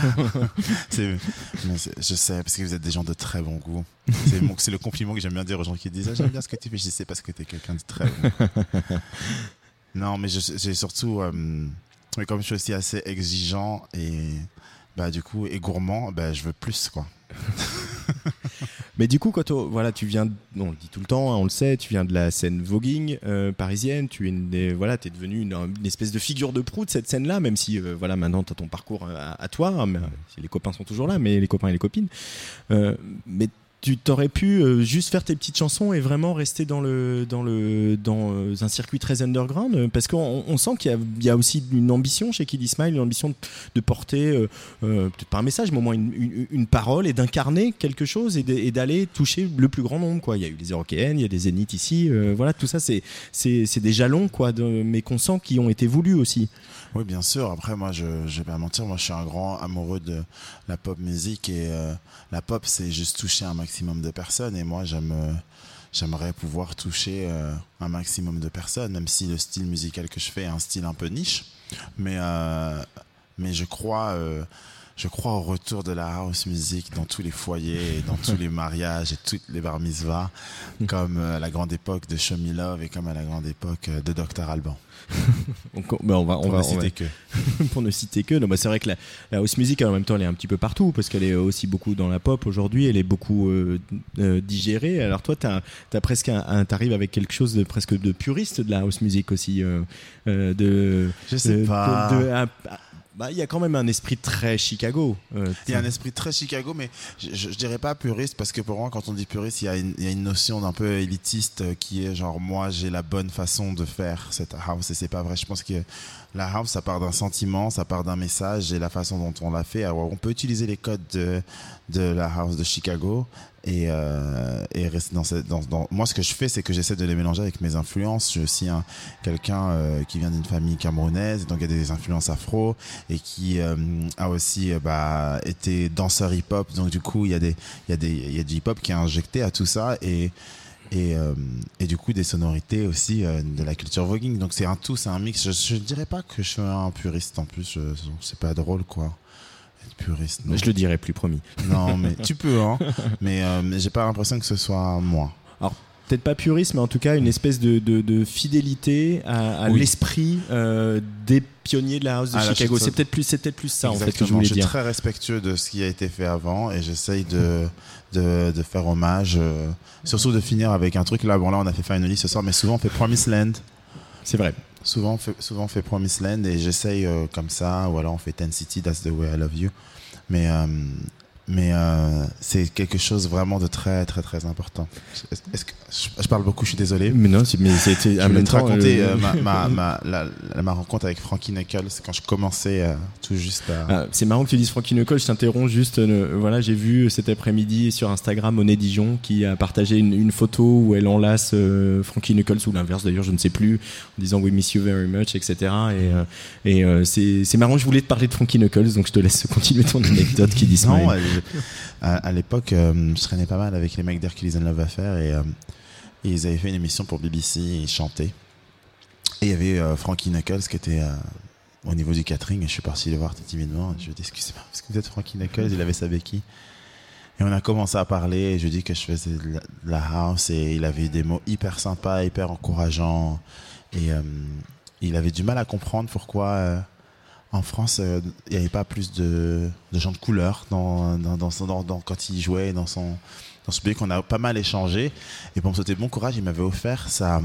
Je sais, parce que vous êtes des gens de très bon goût. C'est le compliment que j'aime bien dire aux gens qui disent j'aime bien ce que tu fais. Je sais parce que tu es quelqu'un de très bon. Non, mais j'ai surtout. Mais comme je suis aussi assez exigeant et du coup et gourmand, je veux plus, quoi. Mais du coup, quand tu viens, on le dit tout le temps, hein, on le sait, tu viens de la scène voguing parisienne, t'es devenu une espèce de figure de proue de cette scène-là, même si maintenant t'as ton parcours à toi, hein, mais, les copains sont toujours là, mais les copains et les copines. Mais tu t'aurais pu juste faire tes petites chansons et vraiment rester dans un circuit très underground, parce qu'on sent qu'il y a aussi une ambition chez Kiddy Smile, une ambition de porter peut-être pas un message, mais au moins une parole et d'incarner quelque chose et d'aller toucher le plus grand nombre, quoi. Il y a eu les Européennes, il y a des Zéniths ici, voilà, tout ça c'est des jalons, quoi, mais qu'on sent qui ont été voulus aussi. Oui, bien sûr. Après, moi, je vais pas mentir, moi je suis un grand amoureux de la pop musique et la pop, c'est juste toucher un maximum de personnes, et moi j'aimerais pouvoir toucher un maximum de personnes, même si le style musical que je fais est un style un peu niche, mais je crois au retour de la house music dans tous les foyers et dans tous les mariages et toutes les bar mitzvahs, comme à la grande époque de Show Me Love et comme à la grande époque de Dr Alban. Pour ne citer que. Non, c'est vrai que la house music en même temps elle est un petit peu partout parce qu'elle est aussi beaucoup dans la pop aujourd'hui, elle est beaucoup digérée. Alors toi t'as presque t'arrives avec quelque chose de presque de puriste de la house music aussi. Je sais pas. Il y a quand même un esprit très Chicago. Il y a un esprit très Chicago, mais je dirais pas puriste, parce que pour moi, quand on dit puriste, il y a une notion d'un peu élitiste qui est genre, moi, j'ai la bonne façon de faire cette house, et c'est pas vrai. Je pense que la house, ça part d'un sentiment, ça part d'un message, et la façon dont on l'a fait. Alors, on peut utiliser les codes de la house de Chicago et rester dans moi, ce que je fais, c'est que j'essaie de les mélanger avec mes influences. Je suis aussi quelqu'un qui vient d'une famille camerounaise, donc il y a des influences afro, et qui a aussi été danseur hip-hop. Donc du coup, il y a du hip-hop qui est injecté à tout ça, et du coup des sonorités aussi de la culture voguing. Donc c'est un tout, c'est un mix. Je dirais pas que je suis un puriste, en plus c'est pas drôle, quoi. Puriste, je le dirai plus, promis. Non, mais tu peux, hein. mais j'ai pas l'impression que ce soit moi. Alors peut-être pas puriste, mais en tout cas une espèce de fidélité à l'esprit des pionniers de la house de Chicago. C'est peut-être plus ça. Exactement. En fait, que je voulais dire. Je suis très respectueux de ce qui a été fait avant, et j'essaye de faire hommage, surtout de finir avec un truc là. Bon, là on a fait Finally ce soir, mais souvent on fait Promised Land. C'est vrai. Souvent on fait Promised Land, et j'essaye comme ça, ou alors on fait Ten City, That's the Way I Love You. Mais c'est quelque chose vraiment de très très très important. Est-ce que je parle beaucoup, je suis désolé. Mais non, c'était je voulais te raconter ma rencontre avec Frankie Knuckles quand je commençais tout juste à... c'est marrant que tu dises Frankie Knuckles, je t'interromps juste. Voilà, j'ai vu cet après-midi sur Instagram Monet Dijon qui a partagé une photo où elle enlace Frankie Knuckles, ou l'inverse d'ailleurs, je ne sais plus, en disant We miss you very much, etc. Et c'est marrant, je voulais te parler de Frankie Knuckles, donc je te laisse continuer ton anecdote qui dit Non, À l'époque, je traînais pas mal avec les mecs d'Hercules and Love Affair et ils avaient fait une émission pour BBC et ils chantaient. Et il y avait Frankie Knuckles qui était au niveau du catering et je suis parti le voir timidement. Je lui ai dit excusez-moi, parce que vous êtes Frankie Knuckles, il avait sa béquille. Et on a commencé à parler et je lui ai dit que je faisais de la house et il avait des mots hyper sympas, hyper encourageants. Et il avait du mal à comprendre pourquoi en France il n'y avait pas plus de gens de couleur quand il jouait dans ce pays qu'on a pas mal échangé. Et pour me souhaiter bon courage, il m'avait offert sa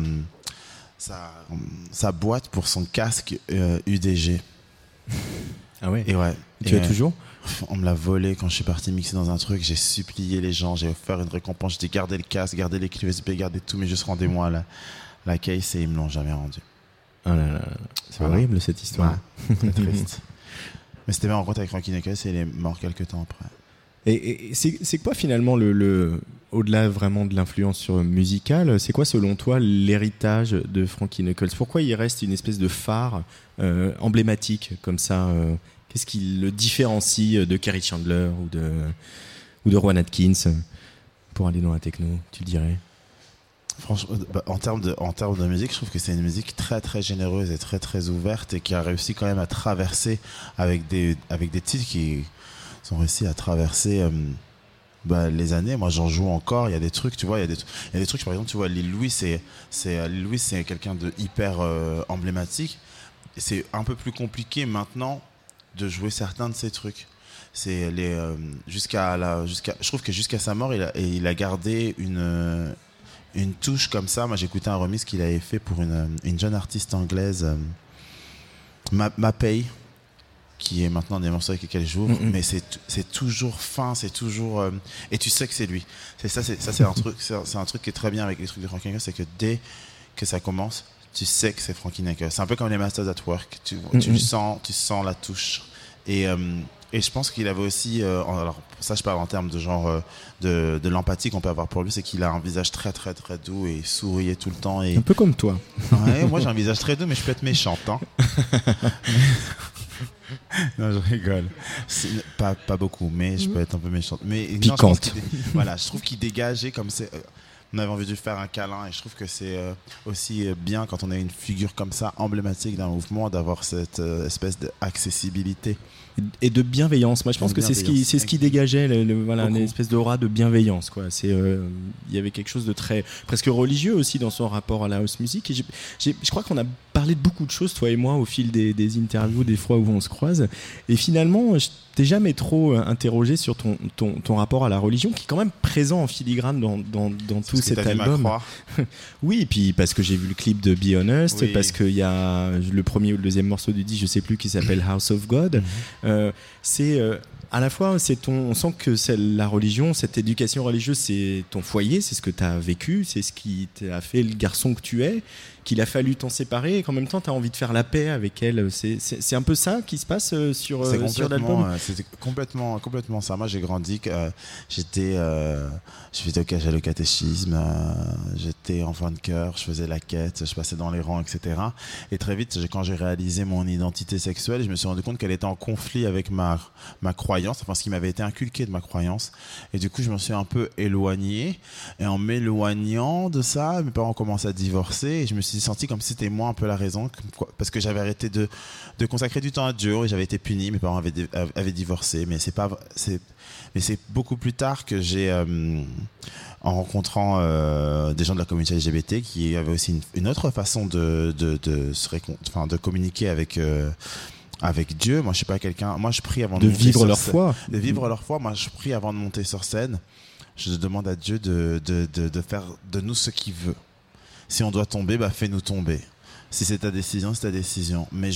boîte pour son casque UDG. Ah ouais. Et ouais. Tu as toujours? On me l'a volé quand je suis parti mixer dans un truc. J'ai supplié les gens, j'ai offert une récompense. J'ai dit gardez le casque, gardez les clés USB, gardez tout, mais juste rendez-moi la case et ils me l'ont jamais rendu. Oh là là, c'est horrible cette histoire. Ouais, très triste. Mais c'était bien en rencontre avec Frankie Knuckles et il est mort quelques temps après. Et c'est quoi finalement au-delà vraiment de l'influence musicale, c'est quoi selon toi l'héritage de Frankie Knuckles? Pourquoi il reste une espèce de phare emblématique comme ça? Qu'est-ce qui le différencie de Kerry Chandler ou de Rowan Atkins pour aller dans la techno, tu le dirais? Franchement, en termes de musique, je trouve que c'est une musique très très généreuse et très très ouverte et qui a réussi quand même à traverser avec des titres qui ont réussi à traverser les années. Moi j'en joue encore, il y a des trucs, tu vois, il y a des trucs, par exemple, tu vois, Lil Louis c'est quelqu'un de hyper emblématique. C'est un peu plus compliqué maintenant de jouer certains de ces trucs. C'est je trouve que jusqu'à sa mort il a gardé une touche comme ça. Moi j'écoutais un remix qu'il avait fait pour une jeune artiste anglaise, Mapei, qui est maintenant des morceaux avec lesquels joue, mais c'est toujours fin, c'est toujours et tu sais que c'est lui. C'est un truc qui est très bien avec les trucs de Frankie Knuckles, c'est que dès que ça commence, tu sais que c'est Frankie Knuckles. C'est un peu comme les Masters at Work, tu sens la touche. Et je pense qu'il avait aussi, alors ça je parle en termes de genre de l'empathie qu'on peut avoir pour lui, c'est qu'il a un visage très très très doux et souriait tout le temps. Et... Un peu comme toi. Ouais, moi j'ai un visage très doux mais je peux être méchante. Hein. Non, je rigole. Pas beaucoup, mais je peux être un peu méchante. Mais piquante. Voilà, je trouve qu'il dégageait comme c'est. On avait envie de lui faire un câlin et je trouve que c'est aussi bien quand on a une figure comme ça emblématique d'un mouvement d'avoir cette espèce d'accessibilité et de bienveillance. Moi je pense que c'est ce qui dégageait une espèce d'aura de bienveillance quoi. Il y avait quelque chose de très presque religieux aussi dans son rapport à la house music et je crois qu'on a parlé de beaucoup de choses toi et moi au fil des interviews, des fois où on se croise et finalement je t'ai jamais trop interrogé sur ton rapport à la religion qui est quand même présent en filigrane dans tout cet album. Oui, et puis parce que j'ai vu le clip de Be Honest, oui. Parce qu'il y a le premier ou le deuxième morceau du disque, je sais plus, qui s'appelle House of God. C'est à la fois, on sent que la religion, cette éducation religieuse, c'est ton foyer, c'est ce que tu as vécu, c'est ce qui t'a fait le garçon que tu es, qu'il a fallu t'en séparer et qu'en même temps tu as envie de faire la paix avec elle. C'est un peu ça qui se passe sur l'album. C'est complètement ça. Moi j'ai grandi, je faisais le catéchisme, j'étais enfant de cœur, je faisais la quête, je passais dans les rangs, etc. Et très vite, quand j'ai réalisé mon identité sexuelle, je me suis rendu compte qu'elle était en conflit avec ma croyance, enfin ce qui m'avait été inculqué de ma croyance. Et du coup, je me suis un peu éloigné. Et en m'éloignant de ça, mes parents ont commencé à divorcer et je me suis senti comme si c'était moi un peu la raison, parce que j'avais arrêté de consacrer du temps à Dieu et j'avais été puni. Mes parents avaient divorcé, mais c'est beaucoup plus tard que j'ai en rencontrant des gens de la communauté LGBT qui avaient aussi une autre façon de communiquer avec Dieu. Moi je suis pas quelqu'un, moi je prie avant de vivre leur foi. De vivre leur foi. Moi je prie avant de monter sur scène. Je demande à Dieu de faire de nous ce qu'il veut. Si on doit tomber, fais-nous tomber. Si c'est ta décision, c'est ta décision. Mais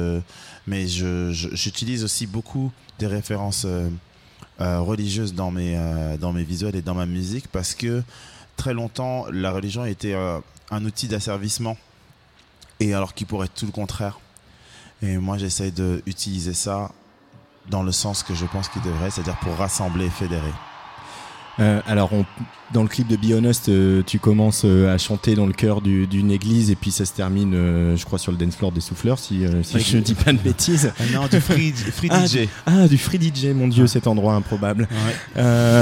j'utilise aussi beaucoup des références religieuses dans mes visuels et dans ma musique parce que très longtemps, la religion a été un outil d'asservissement et alors qu'il pourrait être tout le contraire. Et moi, j'essaye d'utiliser ça dans le sens que je pense qu'il devrait, c'est-à-dire pour rassembler et fédérer. Alors, dans le clip de Be Honest, tu commences à chanter dans le chœur d'une église et puis ça se termine, je crois, sur le dance floor des souffleurs, si je ne dis pas de bêtises. Non, du free DJ. Du free DJ, mon Dieu, cet endroit improbable. Ouais.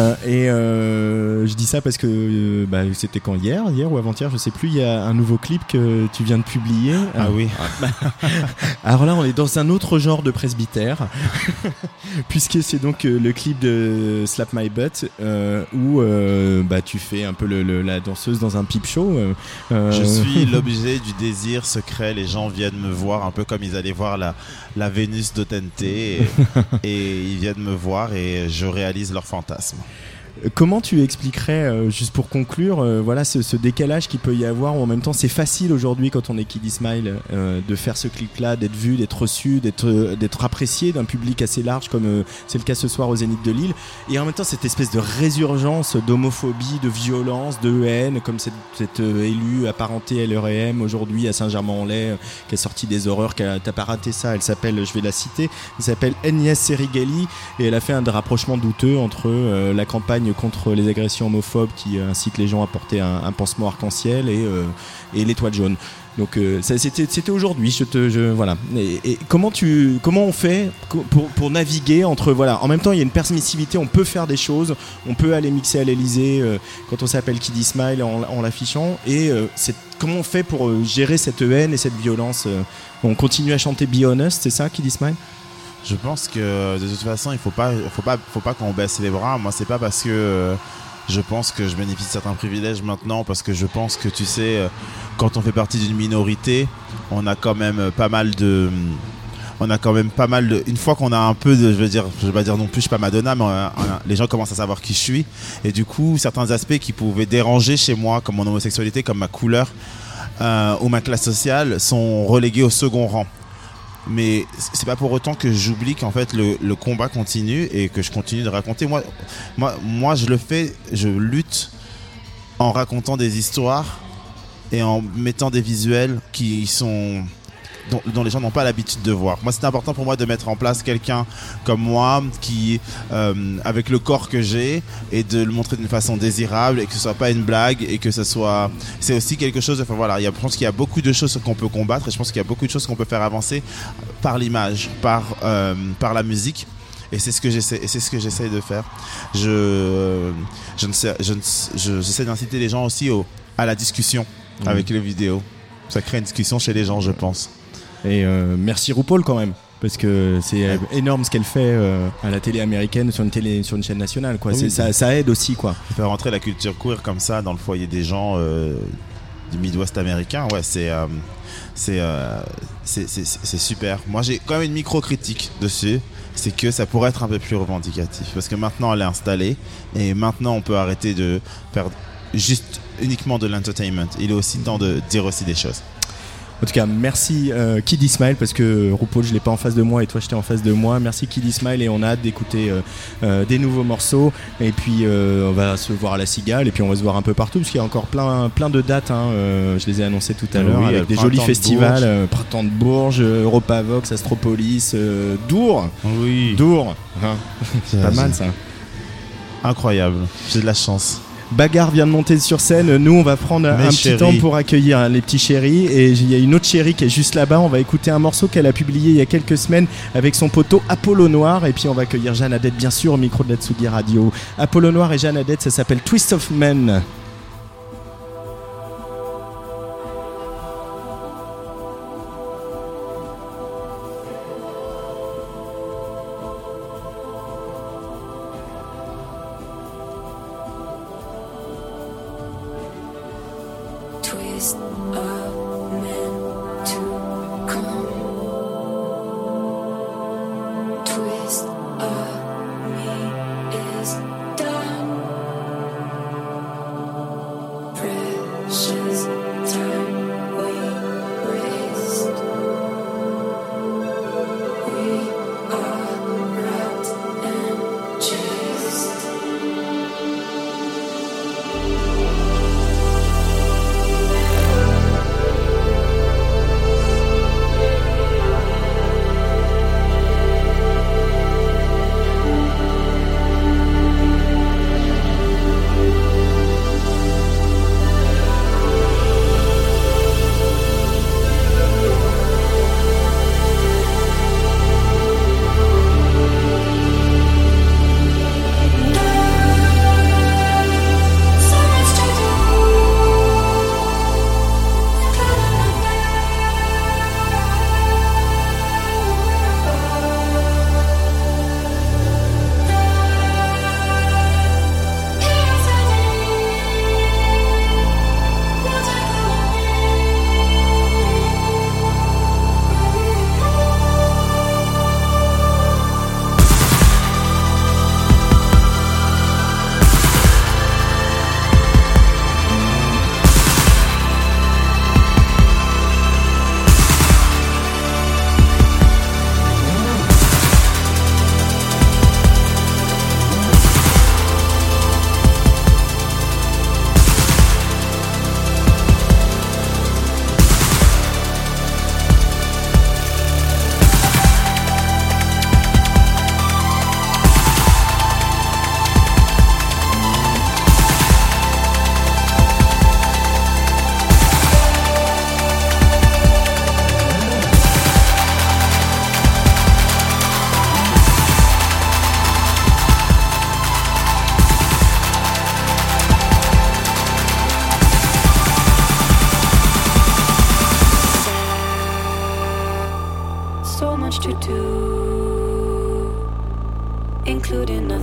Je dis ça parce que c'était quand hier ou avant-hier, je sais plus, il y a un nouveau clip que tu viens de publier. Ah oui. Alors là, on est dans un autre genre de presbytère, puisque c'est donc le clip de Slap My Butt où tu fais un peu la danseuse dans un peep show. Je suis l'objet du désir secret. Les gens viennent me voir un peu comme ils allaient voir la Vénus d'Otente et ils viennent me voir et je réalise leur fantasme. Comment tu expliquerais, juste pour conclure, ce décalage qu'il peut y avoir, où en même temps c'est facile aujourd'hui quand on est Kid Smile de faire ce clip-là, d'être vu, d'être reçu, d'être apprécié d'un public assez large comme c'est le cas ce soir au Zénith de Lille, et en même temps cette espèce de résurgence d'homophobie, de violence, de haine, comme cette élue apparentée LREM aujourd'hui à Saint-Germain-en-Laye qui a sorti des horreurs, t'as pas raté ça, elle s'appelle, je vais la citer, elle s'appelle Agnès Serigali et elle a fait un rapprochement douteux entre la campagne contre les agressions homophobes qui incitent les gens à porter un pansement arc-en-ciel et l'étoile jaune. Donc c'était aujourd'hui. Voilà. Et comment on fait pour naviguer entre en même temps il y a une permissivité, on peut faire des choses, on peut aller mixer à l'Elysée quand on s'appelle Kid Smile en l'affichant et comment on fait pour gérer cette haine et cette violence. On continue à chanter Be Honest, c'est ça Kid Smile? Je pense que de toute façon il faut pas qu'on baisse les bras. Moi c'est pas parce que je pense que je bénéficie de certains privilèges maintenant, parce que je pense que tu sais, quand on fait partie d'une minorité, on a quand même pas mal de une fois qu'on a un peu de, je vais pas dire non plus je suis pas Madonna, mais les gens commencent à savoir qui je suis, et du coup certains aspects qui pouvaient déranger chez moi, comme mon homosexualité, comme ma couleur ou ma classe sociale, sont relégués au second rang. Mais c'est pas pour autant que j'oublie qu'en fait le combat continue et que je continue de raconter. Moi je lutte en racontant des histoires et en mettant des visuels dont les gens n'ont pas l'habitude de voir. Moi, c'est important pour moi de mettre en place quelqu'un comme moi qui, avec le corps que j'ai, et de le montrer d'une façon désirable et que ce soit pas une blague et que ce soit... C'est aussi quelque chose... Enfin voilà, je pense qu'il y a beaucoup de choses qu'on peut combattre et je pense qu'il y a beaucoup de choses qu'on peut faire avancer par l'image, par la musique. Et c'est ce que j'essaie de faire. J'essaie d'inciter les gens aussi à la discussion avec les vidéos. Ça crée une discussion chez les gens, je pense. Et merci RuPaul quand même, parce que c'est énorme ce qu'elle fait à la télé américaine sur une chaîne nationale, quoi. Oui, ça aide aussi, quoi. Faire rentrer la culture queer comme ça dans le foyer des gens du Midwest américain, ouais, c'est super. Moi j'ai quand même une micro-critique dessus, c'est que ça pourrait être un peu plus revendicatif, parce que maintenant elle est installée et maintenant on peut arrêter de faire juste uniquement de l'entertainment. Il est aussi temps de dire aussi des choses. En tout cas, merci Kid Smile, parce que RuPaul, je l'ai pas en face de moi et toi, j'étais en face de moi. Merci Kid Smile, et on a hâte d'écouter des nouveaux morceaux. Et puis, on va se voir à la Cigale, et puis on va se voir un peu partout, parce qu'il y a encore plein de dates. Je les ai annoncées tout à l'heure, avec des jolis festivals. Printemps de Bourges, Europavox, Astropolis, Dour. Oui. Dour. C'est pas mal ça. Incroyable. J'ai de la chance. Bagarre vient de monter sur scène. Nous, on va prendre un petit temps pour accueillir les petits chéris. Et il y a une autre chérie qui est juste là-bas. On va écouter un morceau qu'elle a publié il y a quelques semaines avec son poteau Apollo Noir. Et puis, on va accueillir Jeanne Adette, bien sûr, au micro de la Tsugi Radio. Apollo Noir et Jeanne Adette, ça s'appelle Twist of Men.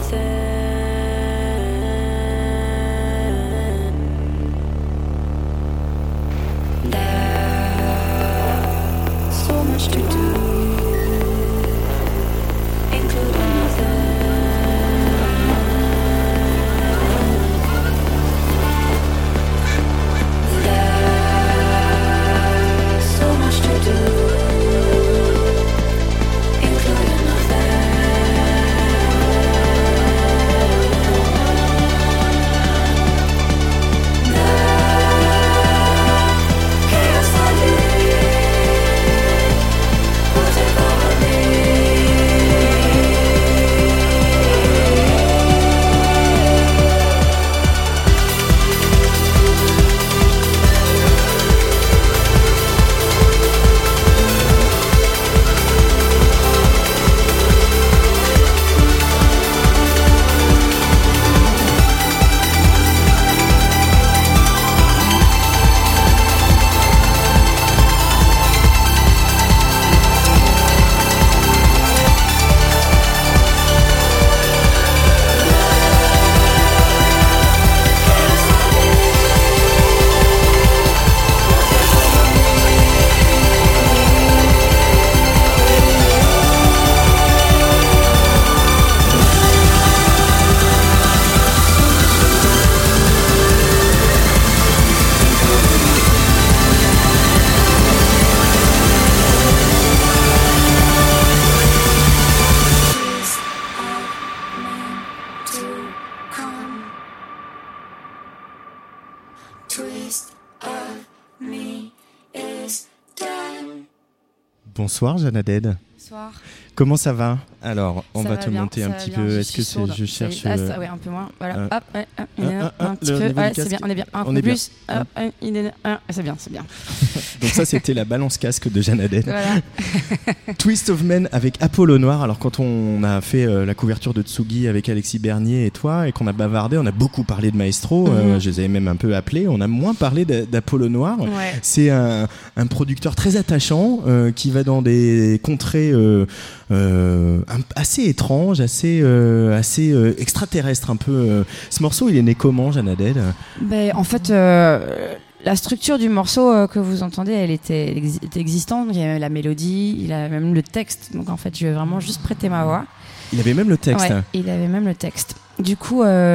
Bonsoir Jeanne Dead. Bonsoir. Comment ça va? Alors, on va te bien, monter un petit peu. Est-ce que je cherche oui, un peu moins. Voilà. Hop, un petit peu. Ouais, c'est bien. On est bien. Un peu plus. Hop, c'est bien, c'est bien. Donc ça, c'était la balance casque de Jeanne Dead. Voilà. Twist of Men avec Apollo Noir. Alors quand on a fait la couverture de Tsugi avec Alexis Bernier et toi, et qu'on a bavardé, on a beaucoup parlé de Maestro. Je les avais même un peu appelés. On a moins parlé d'Apollo Noir. Ouais. C'est un producteur très attachant qui va dans des contrées assez étranges, assez extraterrestres un peu. Ce morceau, il est né comment, Jeanne Dead? En fait, la structure du morceau que vous entendez, elle était existante. Il y avait la mélodie, il avait même le texte. Donc en fait, je vais vraiment juste prêter ma voix. Il avait même le texte. Ouais, il avait même le texte. Du coup,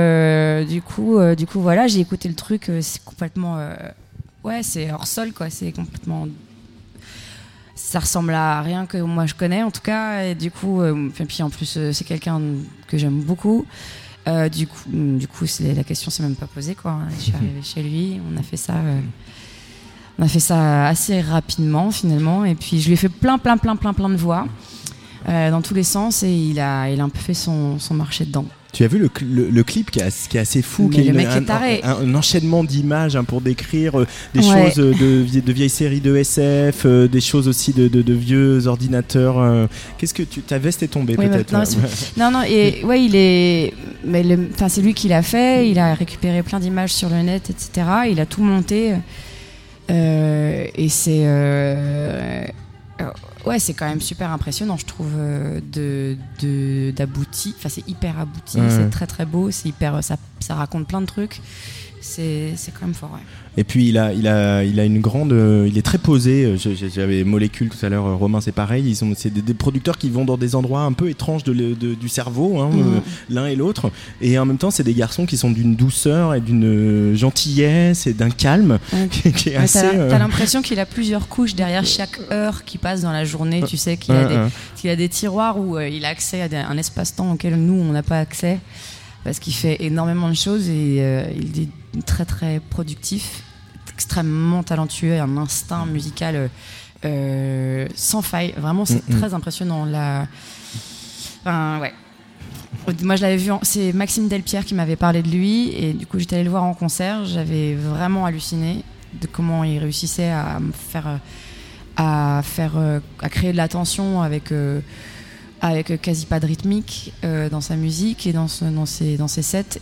voilà, j'ai écouté le truc. C'est complètement, c'est hors sol, quoi. C'est complètement. Ça ressemble à rien que moi je connais en tout cas, et du coup, puis en plus c'est quelqu'un que j'aime beaucoup. Du coup, la question s'est même pas posée, quoi. Je suis arrivée chez lui, on a fait ça assez rapidement finalement, et puis je lui ai fait plein de voix dans tous les sens, et il a un peu fait son marché dedans. Tu as vu le clip qui est assez fou, qui est un enchaînement d'images pour décrire des choses de vieilles séries de SF, des choses aussi de vieux ordinateurs. Qu'est-ce que ta veste est tombée peut-être? Non, et ouais, il est. Mais c'est lui qui l'a fait. Il a récupéré plein d'images sur le net, etc. Il a tout monté, et c'est. Ouais, c'est quand même super impressionnant, je trouve, d'abouti. Enfin, c'est hyper abouti, c'est très très beau, c'est hyper, ça raconte plein de trucs. C'est quand même fort, ouais. Et puis il a une grande, il est très posé. J'avais Molécule tout à l'heure, Romain, c'est pareil. C'est des producteurs qui vont dans des endroits un peu étranges du cerveau, l'un et l'autre. Et en même temps, c'est des garçons qui sont d'une douceur et d'une gentillesse et d'un calme qui est assez. T'as l'impression qu'il a plusieurs couches derrière chaque heure qui passe dans la journée. Tu sais qu'il a des tiroirs où il a accès à un espace-temps auquel nous on n'a pas accès, parce qu'il fait énormément de choses, et il est très très productif, extrêmement talentueux, et un instinct musical sans faille. Vraiment, c'est très impressionnant. Ouais. Moi, je l'avais vu. C'est Maxime Delpierre qui m'avait parlé de lui, et du coup, j'étais allée le voir en concert. J'avais vraiment halluciné de comment il réussissait à créer de la tension avec quasi pas de rythmique dans sa musique et dans ses sets,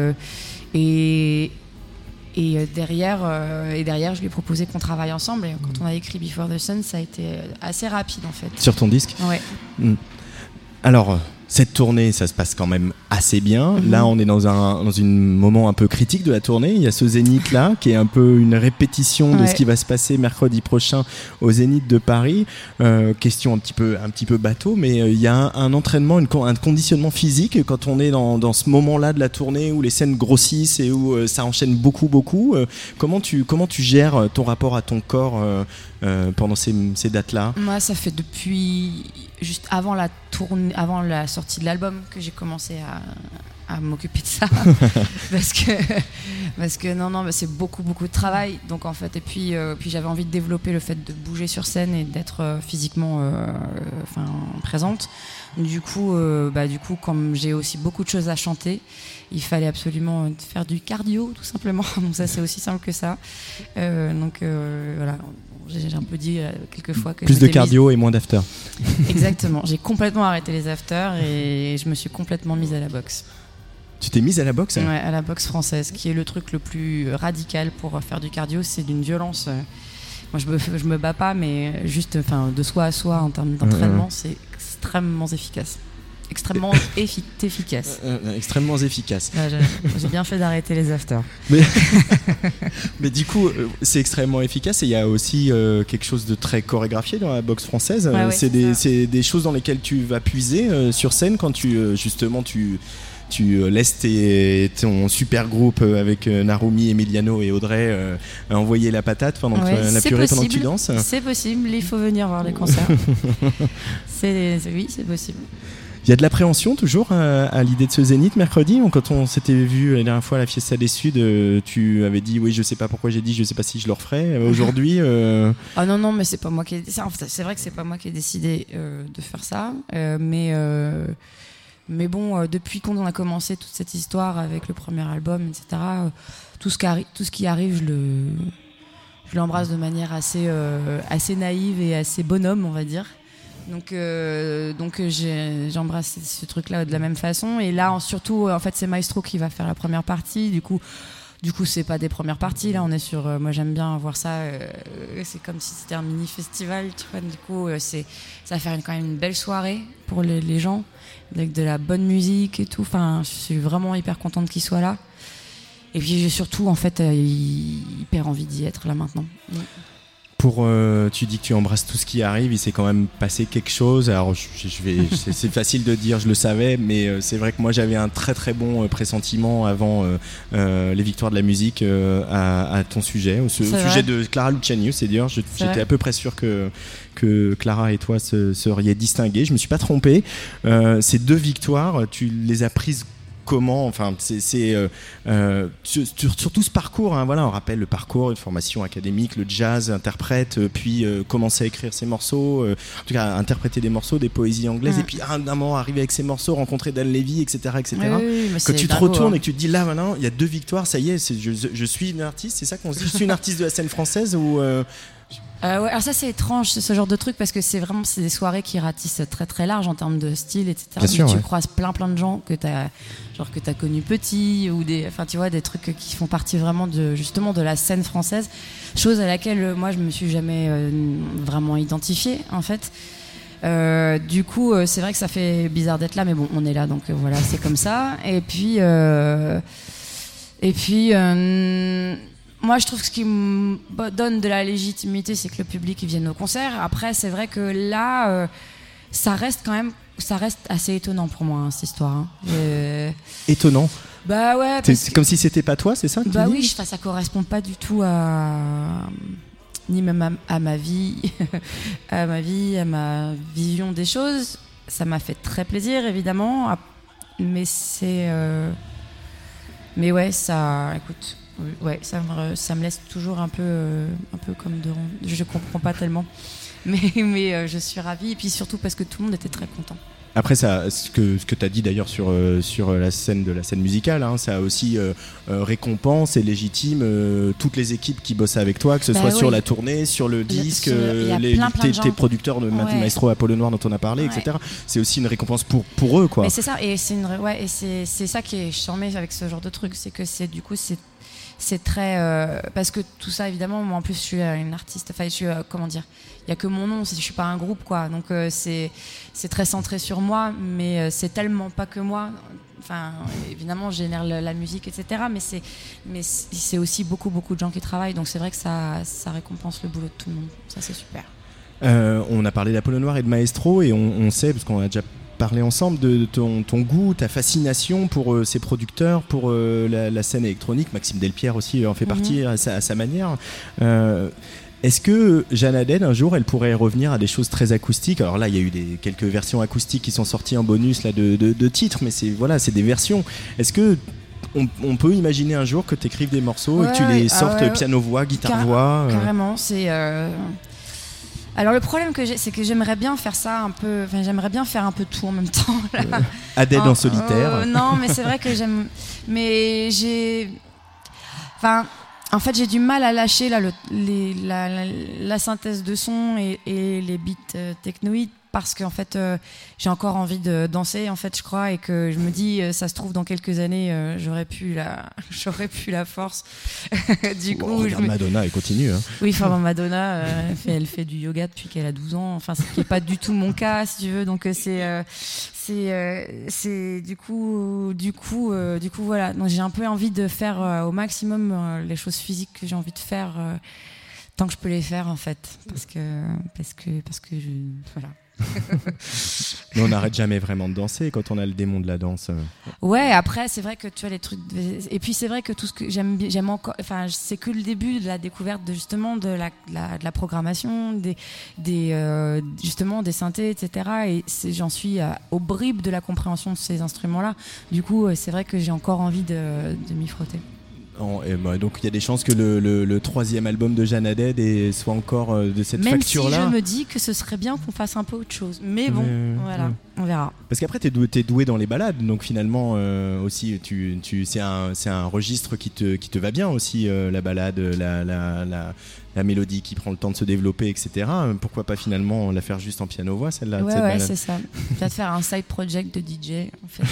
et derrière, je lui ai proposé qu'on travaille ensemble, et quand on a écrit Before the Sun, ça a été assez rapide en fait. Sur ton disque? Ouais. Alors, cette tournée, ça se passe quand même assez bien. Là, on est dans un moment un peu critique de la tournée. Il y a ce Zénith là qui est un peu une répétition de ce qui va se passer mercredi prochain au Zénith de Paris. Question un petit peu bateau, mais il y a un entraînement, un conditionnement physique quand on est dans ce moment-là de la tournée où les scènes grossissent et où ça enchaîne beaucoup. Comment tu gères ton rapport à ton corps pendant ces dates-là? Moi, ça fait depuis juste avant la sortie de l'album que j'ai commencé à m'occuper de ça parce que non mais c'est beaucoup de travail, donc en fait, et puis j'avais envie de développer le fait de bouger sur scène et d'être physiquement présente. Du coup, comme j'ai aussi beaucoup de choses à chanter, il fallait absolument faire du cardio, tout simplement. Donc ça, c'est aussi simple que ça. Voilà, j'ai un peu dit quelques fois que plus de cardio et moins d'after. Exactement. J'ai complètement arrêté les afters et je me suis complètement mise à la boxe. Tu t'es mise à la boxe? Ouais, à la boxe française, qui est le truc le plus radical pour faire du cardio. C'est d'une violence. Moi, je me bats pas, mais juste, de soi à soi en termes d'entraînement, c'est extrêmement efficace. Extrêmement efficace. Extrêmement efficace. J'ai bien fait d'arrêter les afters. Mais du coup, c'est extrêmement efficace, et il y a aussi quelque chose de très chorégraphié dans la boxe française. C'est des choses dans lesquelles tu vas puiser sur scène quand tu laisses ton super groupe avec Narumi, Emiliano et Audrey envoyer la patate pendant la purée pendant que tu danses. C'est possible, il faut venir voir les concerts. Oui, c'est possible. Il y a de l'appréhension toujours à l'idée de ce Zénith mercredi. Quand on s'était vu la dernière fois à la Fiesta des Suds, tu avais dit oui, je sais pas pourquoi j'ai dit, je sais pas si je le referai. Aujourd'hui Ah non, mais c'est pas moi qui ai c'est vrai que c'est pas moi qui ai décidé de faire ça, mais bon, depuis qu'on a commencé toute cette histoire avec le premier album, etc., tout ce qui arrive, je l'embrasse de manière assez naïve et assez bonhomme, on va dire. Donc j'embrasse ce truc-là de la même façon. Et là, surtout, en fait, c'est Maestro qui va faire la première partie. Du coup, c'est pas des premières parties. Là, on est sur. Moi, j'aime bien voir ça. C'est comme si c'était un mini festival. Tu vois. Du coup, ça va faire quand même une belle soirée pour les gens, avec de la bonne musique et tout. Enfin, je suis vraiment hyper contente qu'il soit là. Et puis j'ai surtout, en fait, hyper envie d'y être là maintenant. Tu dis que tu embrasses tout ce qui arrive, il s'est quand même passé quelque chose. Alors c'est facile de dire, je le savais, mais c'est vrai que moi j'avais un très très bon pressentiment avant les victoires de la musique à ton sujet, au sujet de Clara Luciani. C'est dire, j'étais à peu près sûr que Clara et toi seriez distingués. Je me suis pas trompé. Ces deux victoires, tu les as prises comment? Enfin, sur tout ce parcours, hein, voilà, on rappelle le parcours, une formation académique, le jazz, interprète, puis commencer à écrire ses morceaux, en tout cas interpréter des morceaux, des poésies anglaises, et puis à un moment arriver avec ses morceaux, rencontrer Dan Levy, etc. Oui, quand tu te retournes et que tu te dis là maintenant, il y a deux victoires, ça y est, je suis une artiste, c'est ça qu'on se dit, je suis une artiste de la scène française ou alors ça c'est étrange ce genre de truc, parce que c'est des soirées qui ratissent très très large en termes de style, etc. Bien sûr, tu croises plein de gens que t'as connu petit, ou des trucs qui font partie vraiment justement de la scène française, chose à laquelle moi je me suis jamais vraiment identifiée en fait. Du coup c'est vrai que ça fait bizarre d'être là, mais bon, on est là, donc voilà, c'est comme ça. Et puis moi, je trouve que ce qui me donne de la légitimité, c'est que le public il vienne au concert. Après, c'est vrai que là, ça reste assez étonnant pour moi, hein, cette histoire. Hein. Étonnant. Bah ouais. C'est comme si c'était pas toi, c'est ça que tu dis ? Oui, ça correspond pas du tout ni même à ma vie, à ma vision des choses. Ça m'a fait très plaisir, évidemment, mais mais ouais, écoute. Ouais, ça me laisse toujours un peu comme de ronde. Je comprends pas tellement, mais je suis ravie, et puis surtout parce que tout le monde était très content. Après, ce que tu as dit d'ailleurs sur la scène musicale, hein, ça a aussi récompense et légitime toutes les équipes qui bossent avec toi, que ce soit sur la tournée, sur le disque, tes producteurs de Maestro Apollo Noir dont on a parlé, etc. C'est aussi une récompense pour eux, quoi. Mais c'est ça, et c'est ça qui est charmé avec ce genre de truc, c'est que c'est c'est très parce que tout ça évidemment, moi en plus je suis une artiste, enfin je suis comment dire, il y a que mon nom, je suis pas un groupe quoi, donc c'est très centré sur moi, mais c'est tellement pas que moi. Enfin, évidemment, je génère la musique, etc. Mais c'est aussi beaucoup de gens qui travaillent, donc c'est vrai que ça récompense le boulot de tout le monde. Ça c'est super. On a parlé d'Apollo Noir et de Maestro, et on sait, parce qu'on a déjà parlé ensemble, de ton goût, ta fascination pour ces producteurs, pour la scène électronique. Maxime Delpierre aussi en fait partie à sa manière. Est-ce que Jeanne Haddad, un jour, elle pourrait revenir à des choses très acoustiques? Alors là, il y a eu quelques versions acoustiques qui sont sorties en bonus là, de titres, mais c'est des versions. Est-ce que on peut imaginer un jour que tu écrives des morceaux et que tu les sortes piano-voix, guitare-voix Carrément, c'est... Alors le problème que j'ai, c'est que j'aimerais bien faire ça un peu... Enfin, j'aimerais bien faire un peu tout en même temps. Haddad en solitaire. Non, mais c'est vrai que j'aime... Mais j'ai... Enfin... En fait, j'ai du mal à lâcher là, la synthèse de son et les beats technoïdes parce qu'en fait, j'ai encore envie de danser, en fait, je crois, et que je me dis, ça se trouve, dans quelques années, j'aurais plus la force. Du coup, Madonna, elle continue. Hein. Oui, enfin, Madonna, elle fait du yoga depuis qu'elle a 12 ans. Enfin, ce qui n'est pas du tout mon cas, si tu veux. Donc, c'est du coup voilà. Donc j'ai un peu envie de faire au maximum les choses physiques que j'ai envie de faire tant que je peux les faire en fait, parce que voilà. Mais on n'arrête jamais vraiment de danser quand on a le démon de la danse. Ouais, après c'est vrai que tu as les trucs et puis c'est vrai que tout ce que j'aime encore, enfin c'est que le début de la découverte justement de la programmation justement des synthés, etc. Et j'en suis aux bribes de la compréhension de ces instruments là. Du coup c'est vrai que j'ai encore envie de m'y frotter. Donc il y a des chances que le troisième album de Jeanne Haddad soit encore de cette facture-là. Même si je me dis que ce serait bien qu'on fasse un peu autre chose. Mais bon, voilà, on verra. Parce qu'après, t'es doué dans les ballades, donc finalement aussi, c'est un registre qui te va bien aussi, la ballade, la mélodie qui prend le temps de se développer, etc. Pourquoi pas finalement la faire juste en piano-voix, celle-là? Ouais, c'est ça. Peut-être faire un side project de DJ, en fait.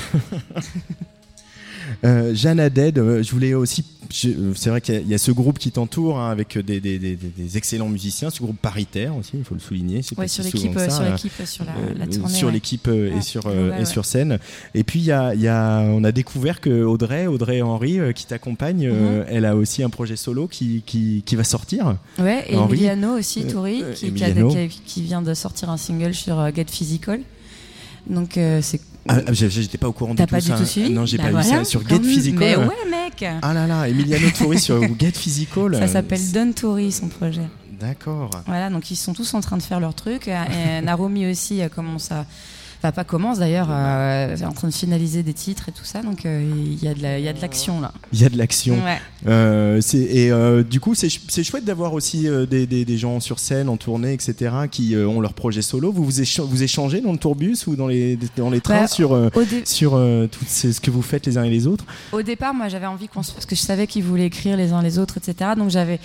Jeanne Haddad, je voulais aussi. C'est vrai qu'il y a ce groupe qui t'entoure hein, avec des excellents musiciens, ce groupe paritaire aussi, il faut le souligner. Ouais, sur l'équipe, sur la tournée. Sur l'équipe et sur scène. Et puis on a découvert que Audrey Henry qui t'accompagne, elle a aussi un projet solo qui va sortir. Ouais, et Emiliano aussi, Touri, qui vient de sortir un single sur Get Physical. Donc c'est. J'étais pas au courant du tout. T'as pas du tout suivi? Non, j'ai pas vu ça sur Get Physical. Mais ouais, mec. Ah là là, Emiliano Touri sur Get Physical. Ça s'appelle Don Touri, son projet. D'accord. Voilà, donc ils sont tous en train de faire leur truc. Et Naromi aussi commence à... Enfin, pas commence d'ailleurs, en train de finaliser des titres et tout ça, donc il y a de l'action là. Il y a de l'action. Ouais. Du coup, c'est chouette d'avoir aussi des gens sur scène, en tournée, etc., qui ont leur projet solo. Vous échangez dans le tourbus ou dans les trains sur tout ce que vous faites les uns et les autres? Au départ, moi, j'avais envie parce que je savais qu'ils voulaient écrire les uns les autres, etc. Donc j'avais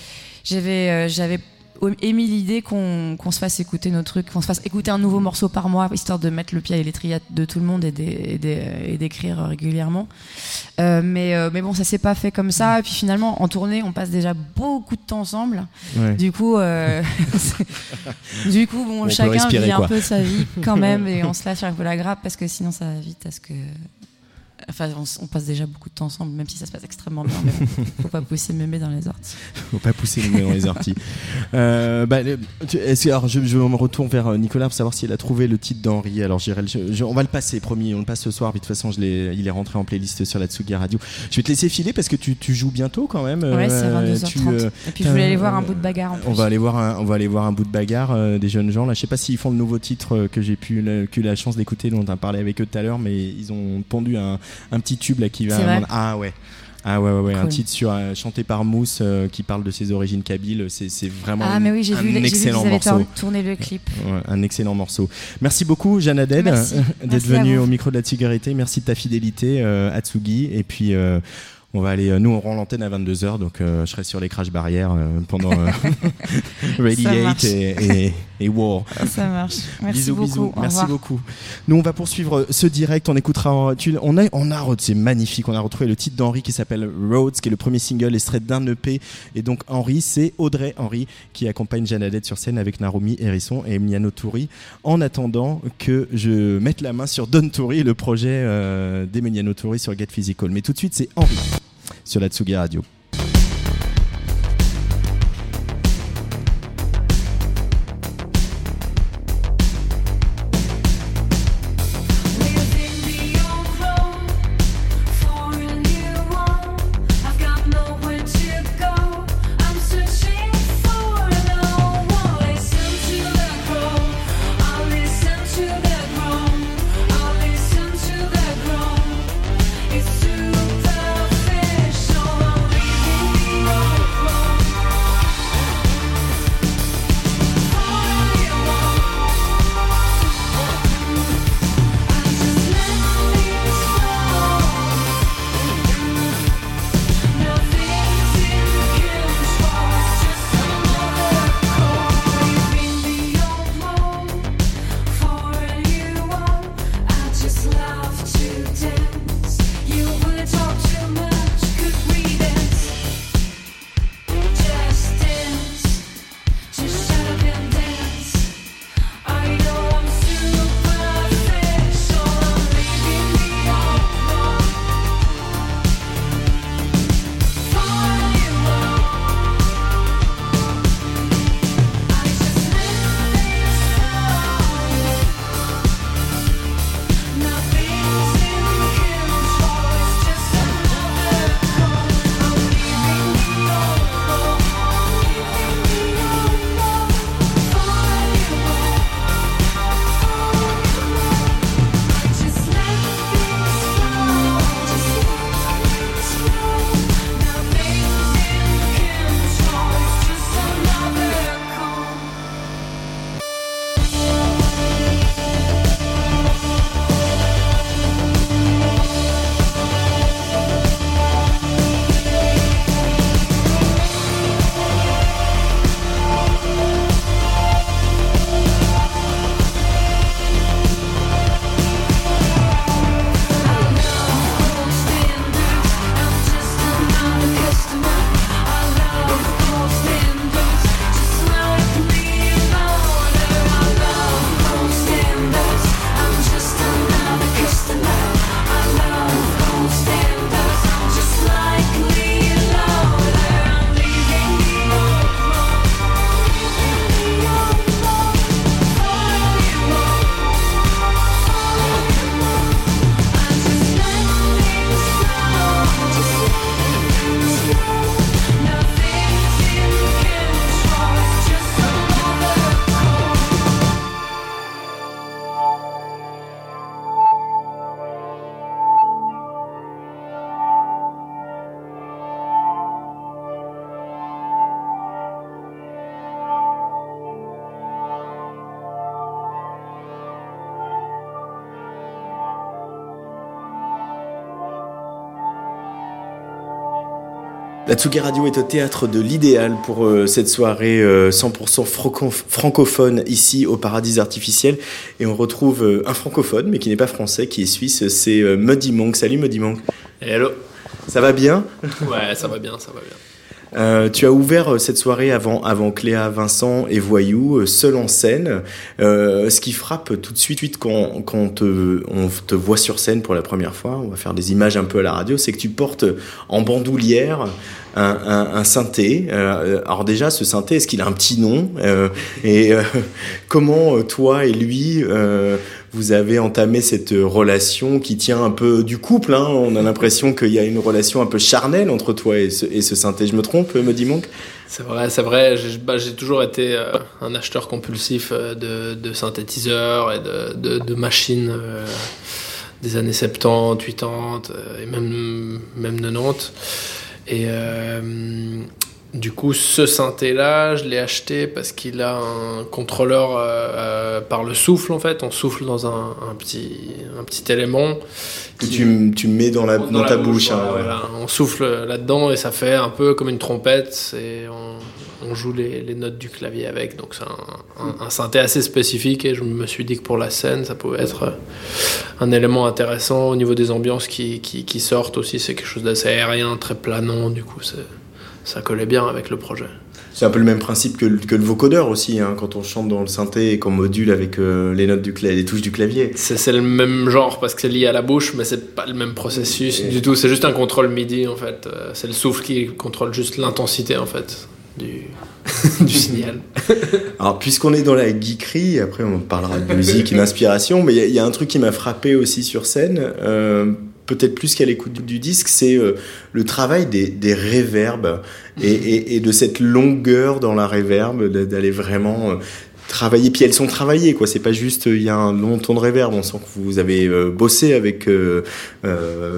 émis l'idée qu'on se fasse écouter nos trucs, qu'on se fasse écouter un nouveau morceau par mois, histoire de mettre le pied à l'étrier de tout le monde et d'écrire régulièrement. Mais bon, ça s'est pas fait comme ça. Et puis finalement, en tournée, on passe déjà beaucoup de temps ensemble. Ouais. Du coup, bon, chacun vit un peu sa vie quand même, et on se lâche un peu la grappe parce que sinon, ça va vite à ce que. Enfin, on passe déjà beaucoup de temps ensemble, même si ça se passe extrêmement bien. Mais bon, faut pas pousser mémé dans les orties. Faut pas pousser mémé dans les orties. Alors, je me retourne vers Nicolas pour savoir si elle a trouvé le titre d'Henri. Alors, on va le passer, promis. On le passe ce soir. Puis de toute façon, il est rentré en playlist sur la Tsugi Radio. Je vais te laisser filer parce que tu joues bientôt quand même. Ouais, c'est 22h30. Et puis je voulais aller voir un bout de bagarre. En plus. On va aller voir un bout de bagarre des jeunes gens. Là, je sais pas s'ils font le nouveau titre que j'ai eu la chance d'écouter, dont on a parlé avec eux tout à l'heure, mais ils ont pondu un petit tube là qui va. Ah ouais, cool. Un titre chanté par Mousse qui parle de ses origines kabyles. C'est vraiment mais oui, j'ai vu qu'ils avaient tourné le clip. Un excellent morceau. Merci beaucoup Jeanne Haddad d'être venue au micro de la Tsugi. Merci de ta fidélité à Tsugi. Et puis On va aller, nous on rend l'antenne à 22h, donc je serai sur les crash barrières pendant Radiate et War. Ça marche. Merci bisous, beaucoup. Bisous. Merci beaucoup. Nous on va poursuivre ce direct, on écoutera, c'est magnifique, on a retrouvé le titre d'Henri qui s'appelle Roads, qui est le premier single extrait d'un EP, et donc Henri, c'est Audrey Henri qui accompagne Jeanne Adette sur scène avec Narumi Hérisson et Emiliano Touri, en attendant que je mette la main sur Don Touri, le projet d'Emiliano Touri sur Get Physical. Mais tout de suite c'est Henri sur la Tsugi Radio. La Tsugi Radio est au théâtre de l'Idéal pour cette soirée 100% francophone ici au Paradis Artificiel. Et on retrouve un francophone, mais qui n'est pas français, qui est suisse, c'est Muddy Monk. Salut Muddy Monk. Hello. Ça va bien ? Ouais, ça va bien, ça va bien. Tu as ouvert cette soirée avant Cléa, Vincent et Voyou, seul en scène. Ce qui frappe tout de suite quand on te voit sur scène pour la première fois, on va faire des images un peu à la radio, c'est que tu portes en bandoulière un synthé. Alors déjà, ce synthé, est-ce qu'il a un petit nom ? Comment toi et lui vous avez entamé cette relation qui tient un peu du couple, hein. On a l'impression qu'il y a une relation un peu charnelle entre toi et ce synthé. Je me trompe, Muddy Monk ? C'est vrai. J'ai toujours été un acheteur compulsif de synthétiseurs et de machines des années 70, 80 et même 90. Et Du coup, ce synthé-là, je l'ai acheté parce qu'il a un contrôleur par le souffle, en fait. On souffle dans un petit élément. Que tu mets dans ta bouche. Hein, ouais. Voilà. On souffle là-dedans et ça fait un peu comme une trompette. Et on joue les notes du clavier avec. Donc c'est un synthé assez spécifique et je me suis dit que pour la scène, ça pouvait être un élément intéressant. Au niveau des ambiances qui sortent aussi, c'est quelque chose d'assez aérien, très planant. Du coup, ça collait bien avec le projet. C'est un peu le même principe que le vocodeur aussi, hein, quand on chante dans le synthé et qu'on module avec les touches du clavier. C'est le même genre parce que c'est lié à la bouche, mais c'est pas le même processus du tout. C'est juste un contrôle MIDI en fait. C'est le souffle qui contrôle juste l'intensité en fait du signal. Alors puisqu'on est dans la geekerie, après on parlera de musique et d'inspiration, mais il y a un truc qui m'a frappé aussi sur scène. Peut-être plus qu'à l'écoute du disque, c'est le travail des reverbs et de cette longueur dans la reverb, d'aller vraiment travailler. Puis elles sont travaillées, quoi. C'est pas juste il y a un long ton de reverb. On sent que vous avez bossé avec la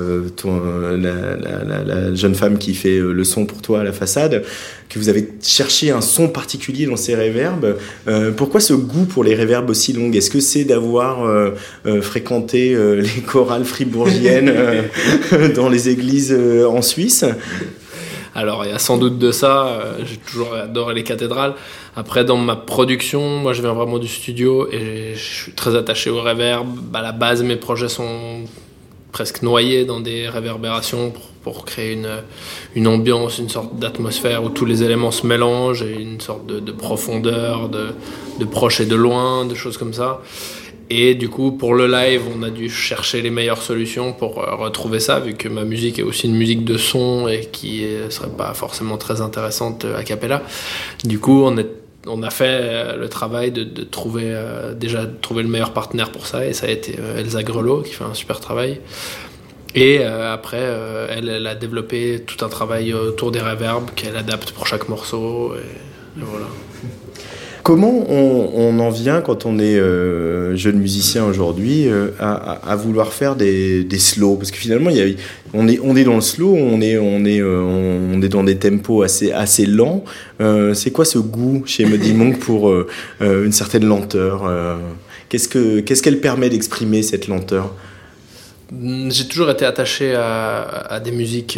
jeune femme qui fait le son pour toi à la façade, que vous avez cherché un son particulier dans ces reverbs. Pourquoi ce goût pour les reverbs aussi longues? Est-ce que c'est d'avoir fréquenté les chorales fribourgiennes dans les églises en Suisse? Alors, il y a sans doute de ça. J'ai toujours adoré les cathédrales. Après, dans ma production, moi, je viens vraiment du studio et je suis très attaché au reverb. À la base, mes projets sont presque noyés dans des réverbérations pour créer une ambiance, une sorte d'atmosphère où tous les éléments se mélangent et une sorte de profondeur, de proche et de loin, de choses comme ça. Et du coup, pour le live, on a dû chercher les meilleures solutions pour retrouver ça, vu que ma musique est aussi une musique de son et qui ne serait pas forcément très intéressante a cappella. Du coup, on a fait le travail de trouver le meilleur partenaire pour ça, et ça a été Elsa Grelot, qui fait un super travail. Et après, elle a développé tout un travail autour des reverbs qu'elle adapte pour chaque morceau, et voilà. Comment on en vient, quand on est jeune musicien aujourd'hui, à vouloir faire des slows? Parce que finalement, on est dans le slow, on est dans des tempos assez lents. C'est quoi ce goût chez Muddy Monk pour une certaine lenteur? Qu'est-ce qu'elle permet d'exprimer, cette lenteur? J'ai toujours été attaché à des musiques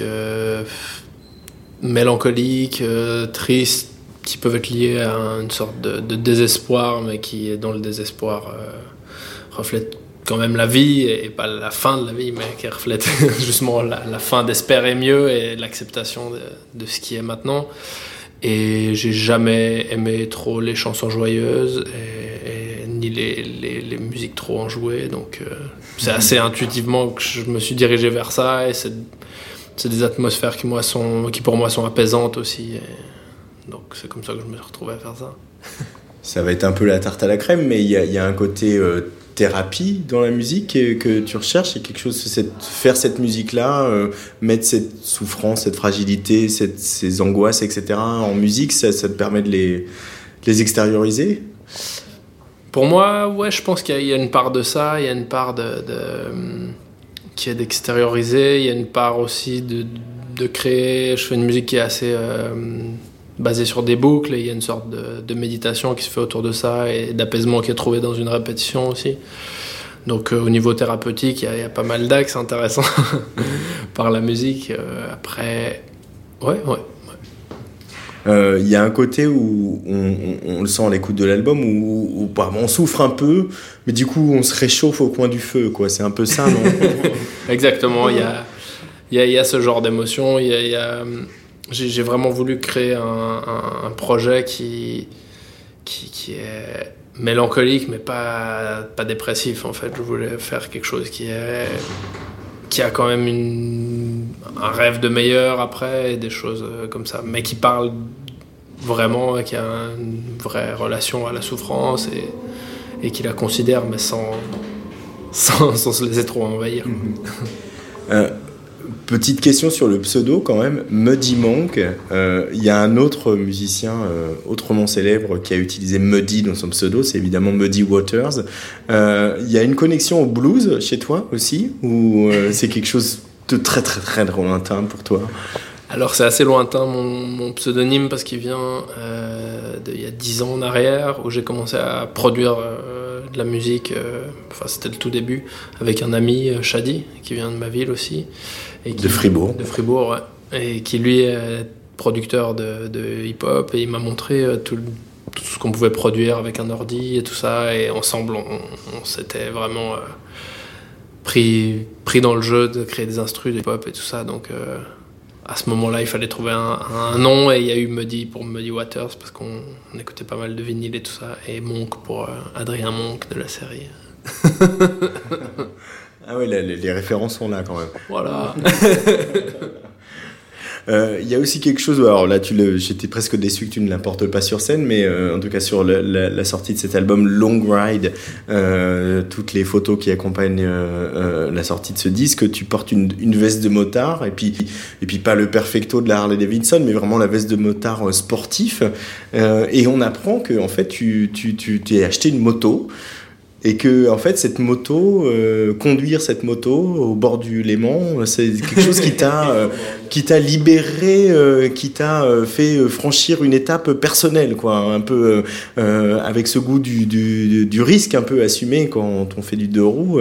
mélancoliques, tristes, qui peuvent être liés à une sorte de désespoir, mais qui, dans le désespoir, reflète quand même la vie, et pas la fin de la vie, mais qui reflète justement la fin d'espérer mieux et l'acceptation de ce qui est maintenant. Et j'ai jamais aimé trop les chansons joyeuses, ni les musiques trop enjouées, donc c'est assez intuitivement que je me suis dirigé vers ça, et c'est des atmosphères qui pour moi sont apaisantes aussi. Donc c'est comme ça que je me suis retrouvé à faire ça. Ça va être un peu la tarte à la crème, mais il y a un côté thérapie dans la musique que tu recherches. Il y a quelque chose, c'est faire cette musique-là, mettre cette souffrance, cette fragilité, ces angoisses, etc. en musique, ça te permet de les extérioriser? Pour moi, ouais, je pense qu'il y a une part de ça, il y a une part qui est d'extérioriser, il y a une part aussi de créer. Je fais une musique qui est assez basée sur des boucles, et il y a une sorte de méditation qui se fait autour de ça, et d'apaisement qui est trouvé dans une répétition aussi. Donc au niveau thérapeutique, il y a pas mal d'axes intéressants par la musique. Après, ouais. Il y a un côté où on le sent à l'écoute de l'album, où on souffre un peu, mais du coup on se réchauffe au coin du feu, quoi. C'est un peu ça, non? Exactement, il y a ce genre d'émotion. J'ai vraiment voulu créer un projet qui est mélancolique, mais pas dépressif, en fait. Je voulais faire quelque chose qui a quand même un rêve de meilleur après, et des choses comme ça, mais qui parle vraiment, qui a une vraie relation à la souffrance, et qui la considère, mais sans se laisser trop envahir. Petite question sur le pseudo quand même, Muddy Monk. Il y a un autre musicien autrement célèbre qui a utilisé Muddy dans son pseudo, c'est évidemment Muddy Waters. Il y a une connexion au blues chez toi aussi, ou c'est quelque chose de très très très lointain pour toi? Alors c'est assez lointain mon pseudonyme parce qu'il vient d'il y a 10 ans en arrière où j'ai commencé à produire de la musique, enfin c'était le tout début, avec un ami, Shadi, qui vient de ma ville aussi. Et qui, de Fribourg. De Fribourg, ouais. Et qui lui est producteur de hip-hop et il m'a montré tout ce qu'on pouvait produire avec un ordi et tout ça, et ensemble on s'était vraiment pris dans le jeu de créer des instrus de hip-hop et tout ça, donc à ce moment-là il fallait trouver un nom, et il y a eu Muddy pour Muddy Waters parce qu'on écoutait pas mal de vinyle et tout ça, et Monk pour Adrien Monk de la série. Ah ouais, les références sont là quand même. Voilà. Il y a aussi quelque chose, alors là j'étais presque déçu que tu ne l'apportes pas sur scène, mais en tout cas sur la sortie de cet album Long Ride, toutes les photos qui accompagnent la sortie de ce disque, tu portes une veste de motard, et puis pas le perfecto de la Harley Davidson, mais vraiment la veste de motard sportif, et on apprend que en fait tu t'es acheté une moto. Et que en fait cette moto, conduire cette moto au bord du Léman, c'est quelque chose qui t'a libéré, qui t'a fait franchir une étape personnelle, quoi, un peu avec ce goût du risque un peu assumé quand on fait du deux roues.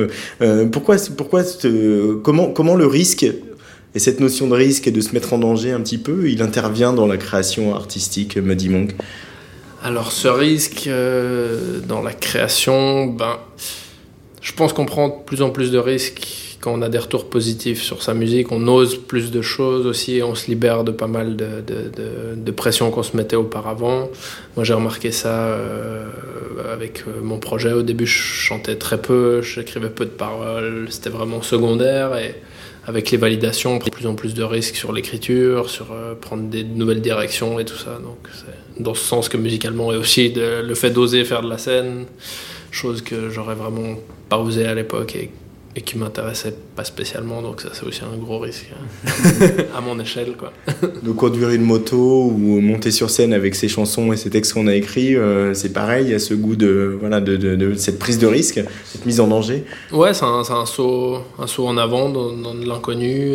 Comment le risque et cette notion de risque et de se mettre en danger un petit peu, il intervient dans la création artistique, Muddy Monk? Alors ce risque dans la création, je pense qu'on prend de plus en plus de risques quand on a des retours positifs sur sa musique, on ose plus de choses aussi, et on se libère de pas mal de pression qu'on se mettait auparavant. Moi j'ai remarqué ça avec mon projet. Au début je chantais très peu, j'écrivais peu de paroles, c'était vraiment secondaire, et avec les validations, on prend de plus en plus de risques sur l'écriture, sur prendre des nouvelles directions et tout ça. Donc c'est dans ce sens que musicalement, et aussi le fait d'oser faire de la scène, chose que j'aurais vraiment pas osé à l'époque et qui m'intéressait pas spécialement. Donc ça c'est aussi un gros risque à mon échelle, quoi. De conduire une moto ou monter sur scène avec ses chansons et ses textes qu'on a écrits, c'est pareil, il y a ce goût de cette prise de risque, cette mise en danger. Ouais, c'est un saut en avant dans l'inconnu,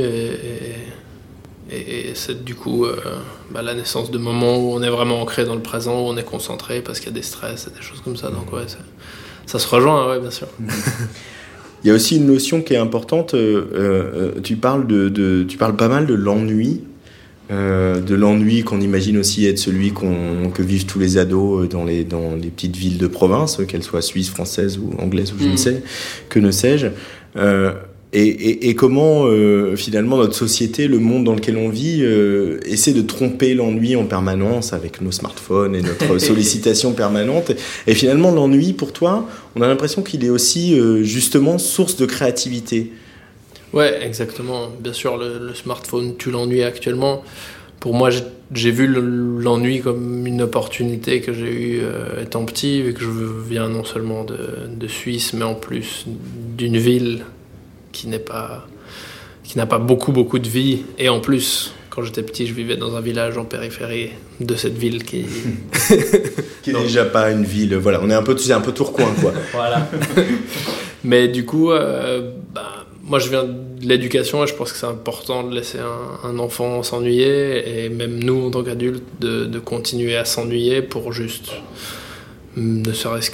et c'est du coup la naissance de moments où on est vraiment ancré dans le présent, où on est concentré parce qu'il y a des stress et des choses comme ça. Donc ouais, ça se rejoint, ouais, bien sûr. Il y a aussi une notion qui est importante, tu parles pas mal de l'ennui, qu'on imagine aussi être celui que vivent tous les ados dans les petites villes de province, qu'elles soient suisses, françaises ou anglaises ou je ne sais, que ne sais-je. Et comment finalement notre société, le monde dans lequel on vit, essaie de tromper l'ennui en permanence avec nos smartphones et notre sollicitation permanente. Et finalement l'ennui, pour toi, on a l'impression qu'il est aussi justement source de créativité. Ouais, exactement. Bien sûr, le smartphone tue l'ennui actuellement. Pour moi, j'ai vu l'ennui comme une opportunité que j'ai eue étant petit, vu que je viens non seulement de Suisse, mais en plus d'une ville qui n'a pas beaucoup de vie, et en plus quand j'étais petit je vivais dans un village en périphérie de cette ville qui est déjà pas une ville, voilà, c'est un peu Tourcoing, quoi. Voilà. Mais du coup moi je viens de l'éducation, et je pense que c'est important de laisser un enfant s'ennuyer, et même nous en tant qu'adultes de continuer à s'ennuyer pour juste ne serait-ce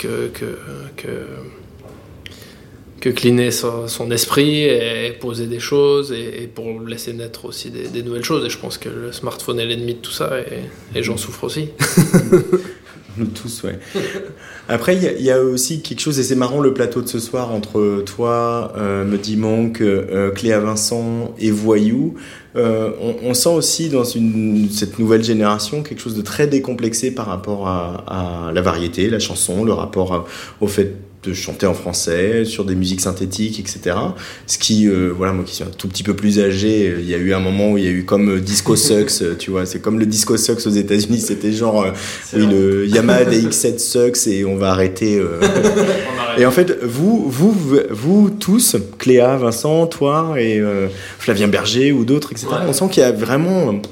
que cleaner son esprit et poser des choses, et pour laisser naître aussi des nouvelles choses. Et je pense que le smartphone est l'ennemi de tout ça, et j'en souffre aussi. Nous tous, ouais. Après, il y a aussi quelque chose, et c'est marrant le plateau de ce soir entre toi, Muddy Monk, Cléa Vincent et Voyou. On sent aussi dans cette nouvelle génération quelque chose de très décomplexé par rapport à la variété, la chanson, le rapport au fait de chanter en français, sur des musiques synthétiques, etc. Ce qui, moi qui suis un tout petit peu plus âgé, il y a eu un moment où il y a eu comme Disco Sucks, tu vois, c'est comme le Disco Sucks aux États-Unis, c'était genre, le Yamaha DX7 Sucks, et on va arrêter. Et en fait, vous tous, Cléa, Vincent, toi et Flavien Berger ou d'autres, etc., on sent qu'il y a vraiment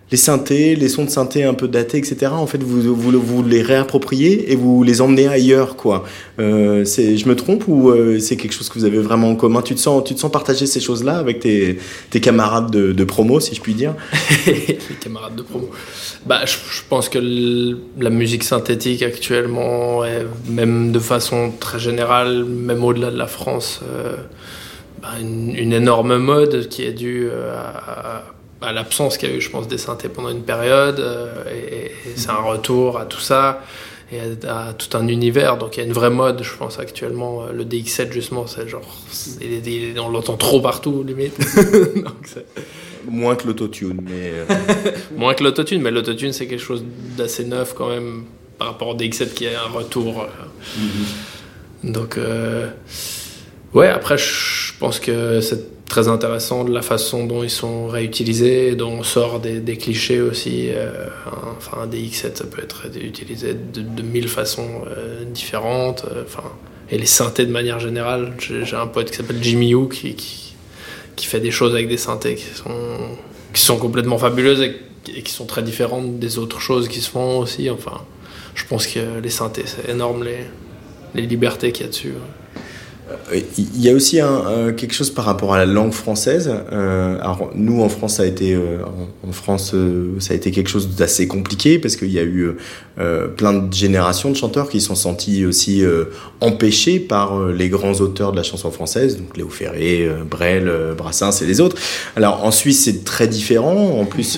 les synthés, les sons de synthé un peu datés, etc. En fait, vous les réappropriez et vous les emmenez ailleurs, quoi. Je me trompe ou c'est quelque chose que vous avez vraiment en commun? Tu te sens partager ces choses-là avec tes camarades de promo, si je puis dire? Les camarades de promo. Je pense que la musique synthétique actuellement, même de façon très générale, même au-delà de la France, une énorme mode qui est due à l'absence qu'il y a eu, je pense, des synthés pendant une période, et c'est un retour à tout ça et à tout un univers. Donc il y a une vraie mode, je pense, actuellement. Le DX7, justement, c'est genre, on l'entend trop partout, limite. Donc moins que l'autotune, mais moins que l'autotune, mais l'autotune c'est quelque chose d'assez neuf quand même par rapport au DX7 qui a un retour. Donc ouais, après je pense que c'est très intéressant de la façon dont ils sont réutilisés, dont on sort des clichés aussi. Un DX7 ça peut être utilisé de 1000 façons différentes. Et les synthés de manière générale, j'ai un pote qui s'appelle Jimmy Hu qui fait des choses avec des synthés qui sont complètement fabuleuses et qui sont très différentes des autres choses qui se font aussi. Enfin, je pense que les synthés, c'est énorme les libertés qu'il y a dessus. Il y a aussi quelque chose par rapport à la langue française. Alors nous en France ça a été ça a été quelque chose d'assez compliqué parce qu'il y a eu plein de générations de chanteurs qui se sont sentis aussi empêchés par les grands auteurs de la chanson française, donc Léo Ferré, Brel, Brassens et les autres. Alors en Suisse c'est très différent. En plus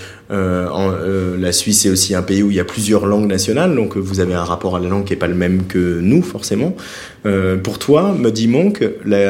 la Suisse est aussi un pays où il y a plusieurs langues nationales, donc vous avez un rapport à la langue qui n'est pas le même que nous forcément. Pour toi, Muddy Monk,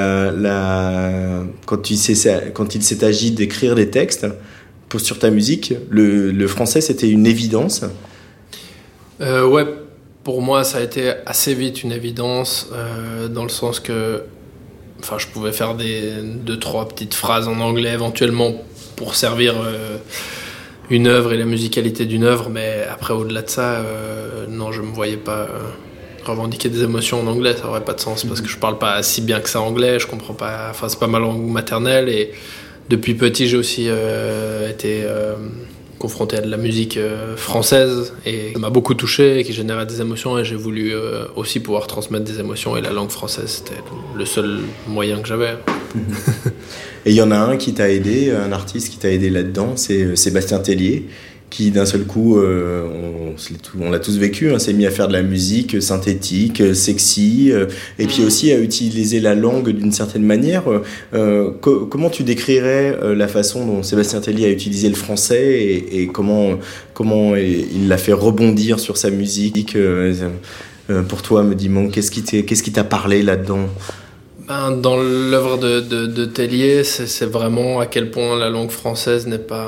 quand il s'est agi d'écrire des textes sur ta musique, le français c'était une évidence? Ouais, pour moi ça a été assez vite une évidence, dans le sens que je pouvais faire 2-3 petites phrases en anglais éventuellement pour servir une œuvre et la musicalité d'une œuvre, mais après au-delà de ça, non, je me voyais pas revendiquer des émotions en anglais, ça aurait pas de sens parce que je parle pas si bien que ça anglais, je comprends pas, c'est pas ma langue maternelle, et depuis petit j'ai aussi été confronté à de la musique française et ça m'a beaucoup touché et qui générait des émotions, et j'ai voulu aussi pouvoir transmettre des émotions, et la langue française c'était le seul moyen que j'avais. Et il y en a un qui t'a aidé, un artiste qui t'a aidé là-dedans, c'est Sébastien Tellier, qui d'un seul coup, on l'a tous vécu, s'est mis à faire de la musique synthétique, sexy, et puis aussi à utiliser la langue d'une certaine manière. Comment tu décrirais la façon dont Sébastien Tellier a utilisé le français et comment il l'a fait rebondir sur sa musique? Pour toi, Muddy Monk, qu'est-ce qui t'a parlé là-dedans? Dans l'œuvre de Tellier, c'est vraiment à quel point la langue française n'est pas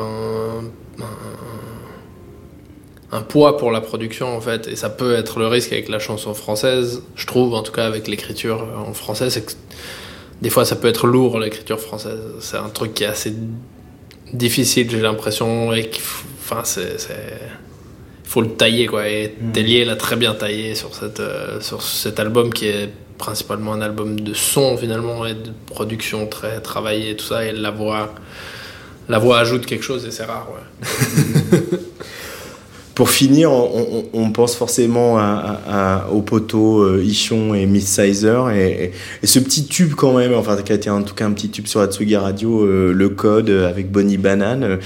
un poids pour la production en fait, et ça peut être le risque avec la chanson française, je trouve, en tout cas avec l'écriture en français, c'est que des fois ça peut être lourd l'écriture française, c'est un truc qui est assez difficile, j'ai l'impression, et qu'il faut le tailler quoi, et Tellier l'a très bien taillé sur cet album qui est principalement un album de son finalement et de production très travaillée et tout ça, et la voix ajoute quelque chose et c'est rare, ouais. Pour finir, on pense forcément au poteau Ichon et Miss Sizer et ce petit tube quand même, qui a été en tout cas un petit tube sur la Tsugi Radio, Le Code avec Bonnie Banane.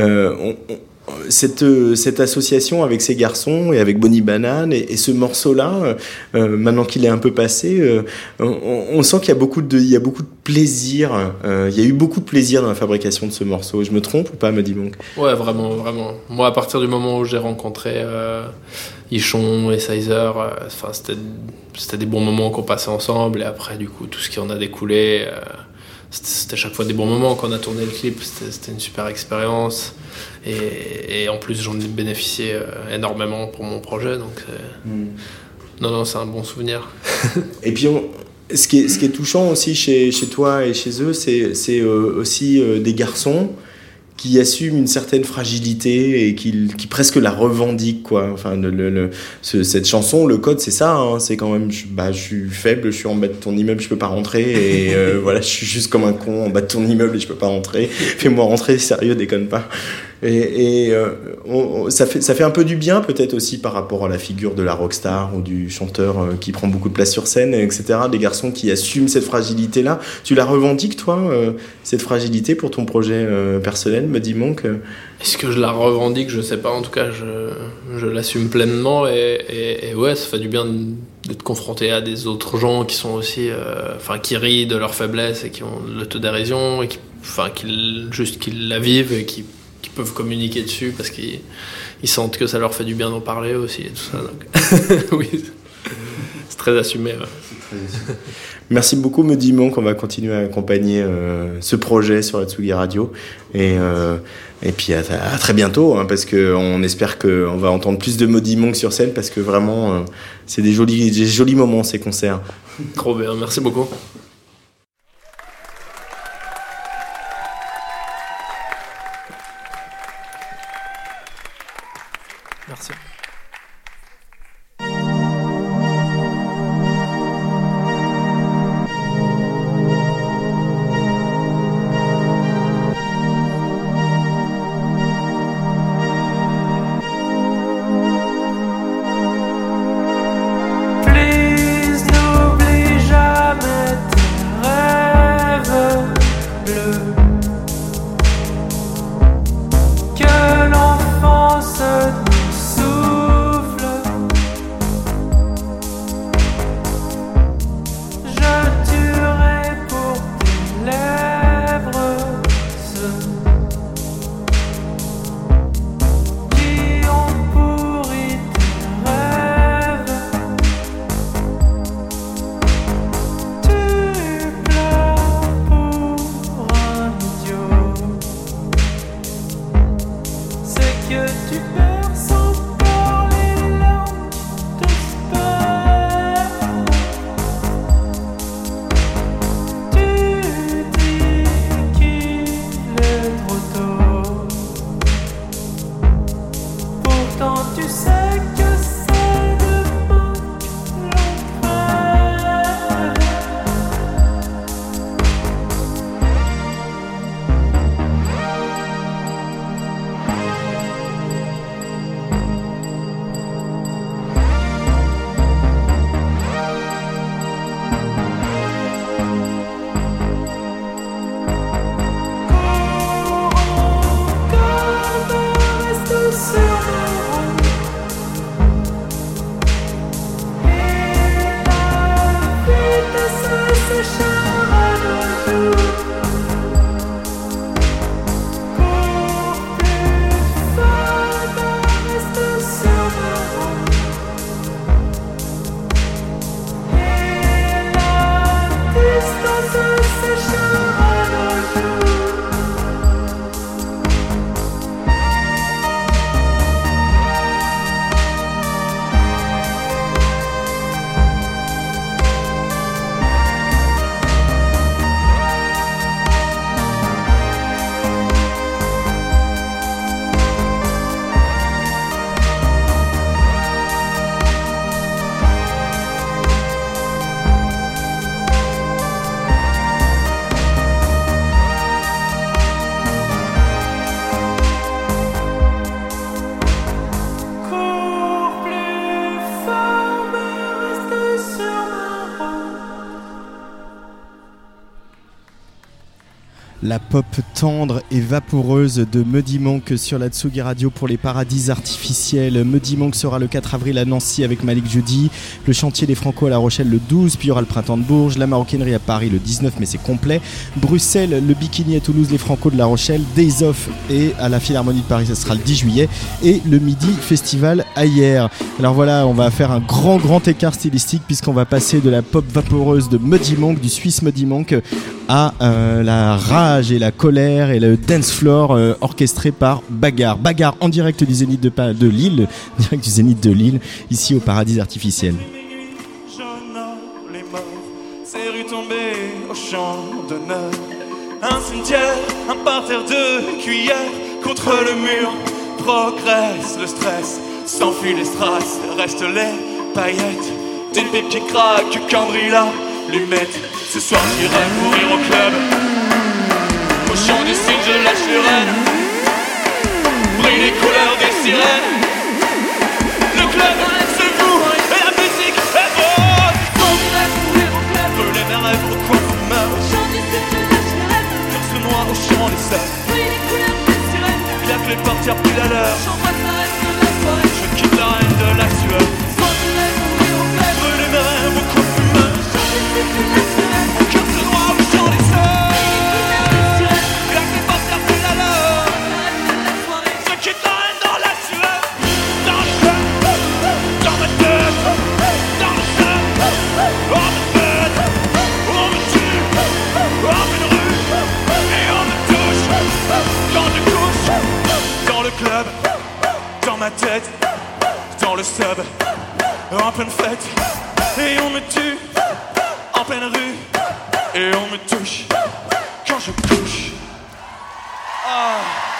Cette association avec ces garçons et avec Bonnie Banane et ce morceau-là, maintenant qu'il est un peu passé, on sent qu'il y a beaucoup de plaisir. Il y a eu beaucoup de plaisir dans la fabrication de ce morceau. Je me trompe ou pas, Muddy Monk? Ouais, vraiment, vraiment. Moi, à partir du moment où j'ai rencontré Ichon et Sizer, c'était des bons moments qu'on passait ensemble, et après, du coup, tout ce qui en a découlé, c'était chaque fois des bons moments. Quand on a tourné le clip, c'était une super expérience. Et en plus, j'en ai bénéficié énormément pour mon projet. Donc, non, c'est un bon souvenir. Et puis, ce qui est touchant aussi chez toi et chez eux, c'est aussi des garçons qui assument une certaine fragilité et qui presque la revendiquent, quoi. Cette chanson, Le Code, c'est ça, c'est quand même, je suis faible, je suis en bas de ton immeuble, je peux pas rentrer, et voilà, je suis juste comme un con en bas de ton immeuble et je peux pas rentrer. Fais-moi rentrer, sérieux, déconne pas. Ça fait un peu du bien peut-être aussi par rapport à la figure de la rockstar ou du chanteur qui prend beaucoup de place sur scène, etc. Des garçons qui assument cette fragilité-là. Tu la revendiques, toi, cette fragilité pour ton projet personnel, Muddy Monk? Est-ce que je la revendique? Je sais pas. En tout cas, je l'assume pleinement et ouais, ça fait du bien d'être confronté à des autres gens qui sont aussi, qui rient de leur faiblesse et qui ont de l'autodérision et qui la vivent et qui peuvent communiquer dessus parce qu'ils sentent que ça leur fait du bien d'en parler aussi et tout ça. Donc oui, c'est très assumé. Ouais. Merci beaucoup, Muddy Monk. On va continuer à accompagner ce projet sur la Tsugi Radio et puis à très bientôt, hein, parce que on espère qu'on va entendre plus de Muddy Monk sur scène parce que vraiment c'est des jolis moments, ces concerts. Trop bien, merci beaucoup. Merci. Please n'oublie jamais tes rêves bleus. Que l'enfance nous souffle. Je tuerai pour tes lèvres ceux qui ont pourri tes rêves. Tu pleures pour un idiot. C'est que tu perds encore les larmes qui t'espèrent. Tu dis qu'il est trop tôt. Pourtant tu sais que c'est demain que l'on perd. Reste sur mes rangs. Et la vitesse s'échappera de nous. Cours plus fort, reste sur mes rangs. Et la distance s'échappera de nous. Cours plus fort, mais reste sur ma route. La pop tendre et vaporeuse de Muddy Monk sur la Tsugi Radio pour les paradis artificiels. Muddy Monk sera le 4 avril à Nancy avec Malik Jeudi, le chantier des Franco à La Rochelle le 12, puis il y aura le printemps de Bourges, la maroquinerie à Paris le 19 mais c'est complet, Bruxelles, le bikini à Toulouse, les Franco de La Rochelle, Days Off et à la Philharmonie de Paris ça sera le 10 juillet et le Midi Festival à Hyères. Alors voilà, on va faire un grand écart stylistique puisqu'on va passer de la pop vaporeuse de Muddy Monk, du Suisse Muddy Monk à la rage et la colère et le dance floor orchestré par Bagarre en direct du Zénith de Lille, direct du Zénith de Lille, ici au paradis artificiel. J'honore les morts, ces rues tombées au champ d'honneur. Un cimetière, un parterre de cuillères contre le mur. Progresse le stress, s'enfuit les strass, restent les paillettes d'une pipe qui craque, Cambry la lumette. Ce soir j'irai courir au club. Au chant du cygne je lâche le rêve. Oui, les couleurs des sirènes. Le club, c'est vous, et la musique est vôtre. Brûler mes rêves au coin du meurtre. Sur ce noir au champ des seuls. Il y a que les partir plus à l'heure. Je quitte la reine de la sueur. Brûler mes rêves au coin du meurtre. Sur ce noir au champ des seuls. Il y a que les partir plus à l'heure. Je quitte la reine dans la sueur. Dans le club, dans ma tête, dans le club, on me pète, on me tue, on me rue, et on me touche, dans de couche, dans le club, dans ma tête, dans le sub, en pleine fête, et on me tue, en pleine rue, et on me touche, quand je couche. Ah.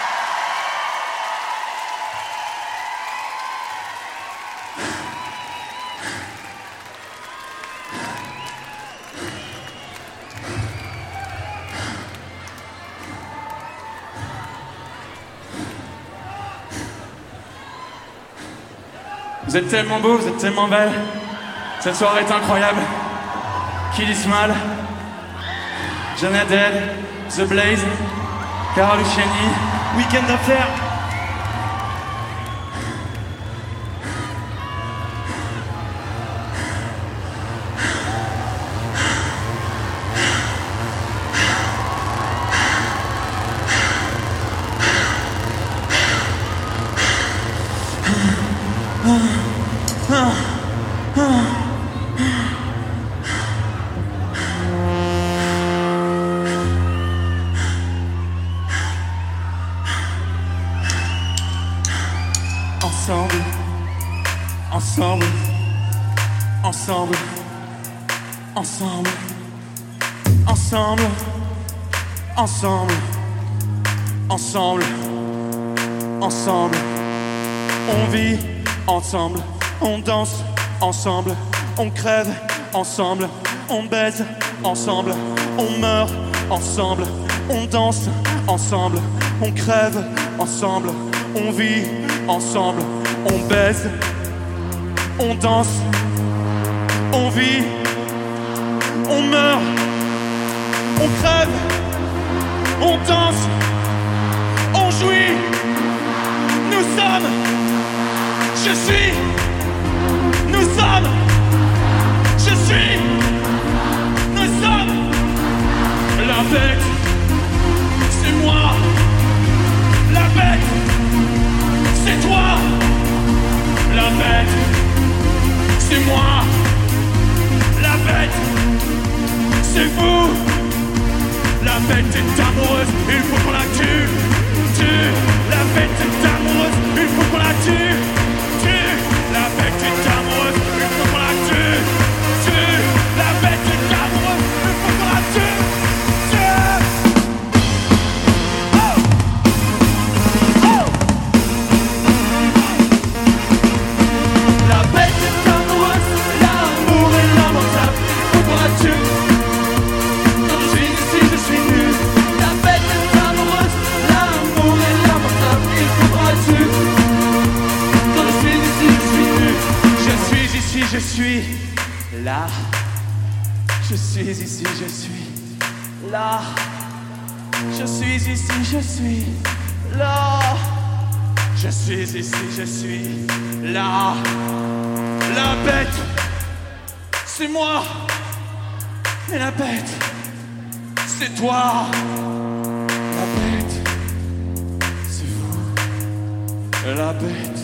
Vous êtes tellement beaux, vous êtes tellement belles. Cette soirée est incroyable. Killy Small, Janet Dead, The Blaze, Cara Luciani, Weekend d'affaires. Ensemble, ensemble, ensemble, ensemble, ensemble, ensemble, ensemble, ensemble. On vit ensemble, on danse ensemble, on crève ensemble, on baise ensemble, on meurt ensemble, on danse ensemble, on crève ensemble, on vit ensemble, on baise, on danse, on vit, on meurt, on crève, on danse, on jouit, nous sommes, je suis, nous sommes, je suis, nous sommes, la bête, c'est moi, la bête, c'est toi, la bête, c'est moi, la bête, c'est vous, la bête est amoureuse, il faut qu'on la tue, la bête est amoureuse, il faut qu'on la tue, la bête est amoureuse, il faut qu'on la tue, la bête est amoureuse, il faut qu'on la tue. Je suis là, je suis ici, je suis là, je suis ici, je suis là, je suis ici, je suis là, la bête, c'est moi, mais la bête, c'est toi, la bête, c'est vous, la bête.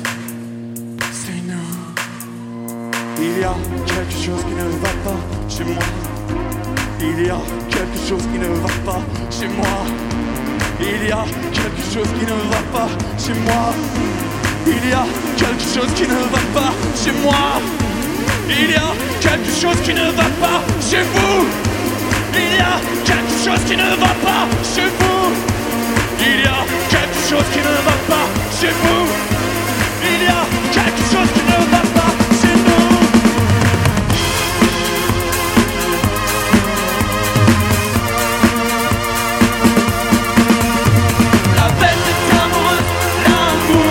Il y a quelque chose qui ne va pas chez moi. Il y a quelque chose qui ne va pas chez moi. Il y a quelque chose qui ne va pas chez moi. Il y a quelque chose qui ne va pas chez moi. Il y a quelque chose qui ne va pas chez vous. Il y a quelque chose qui ne va pas chez vous. Il y a quelque chose qui ne va pas chez vous. Il y a quelque chose qui ne va pas chez nous. La bête est amoureuse, l'amour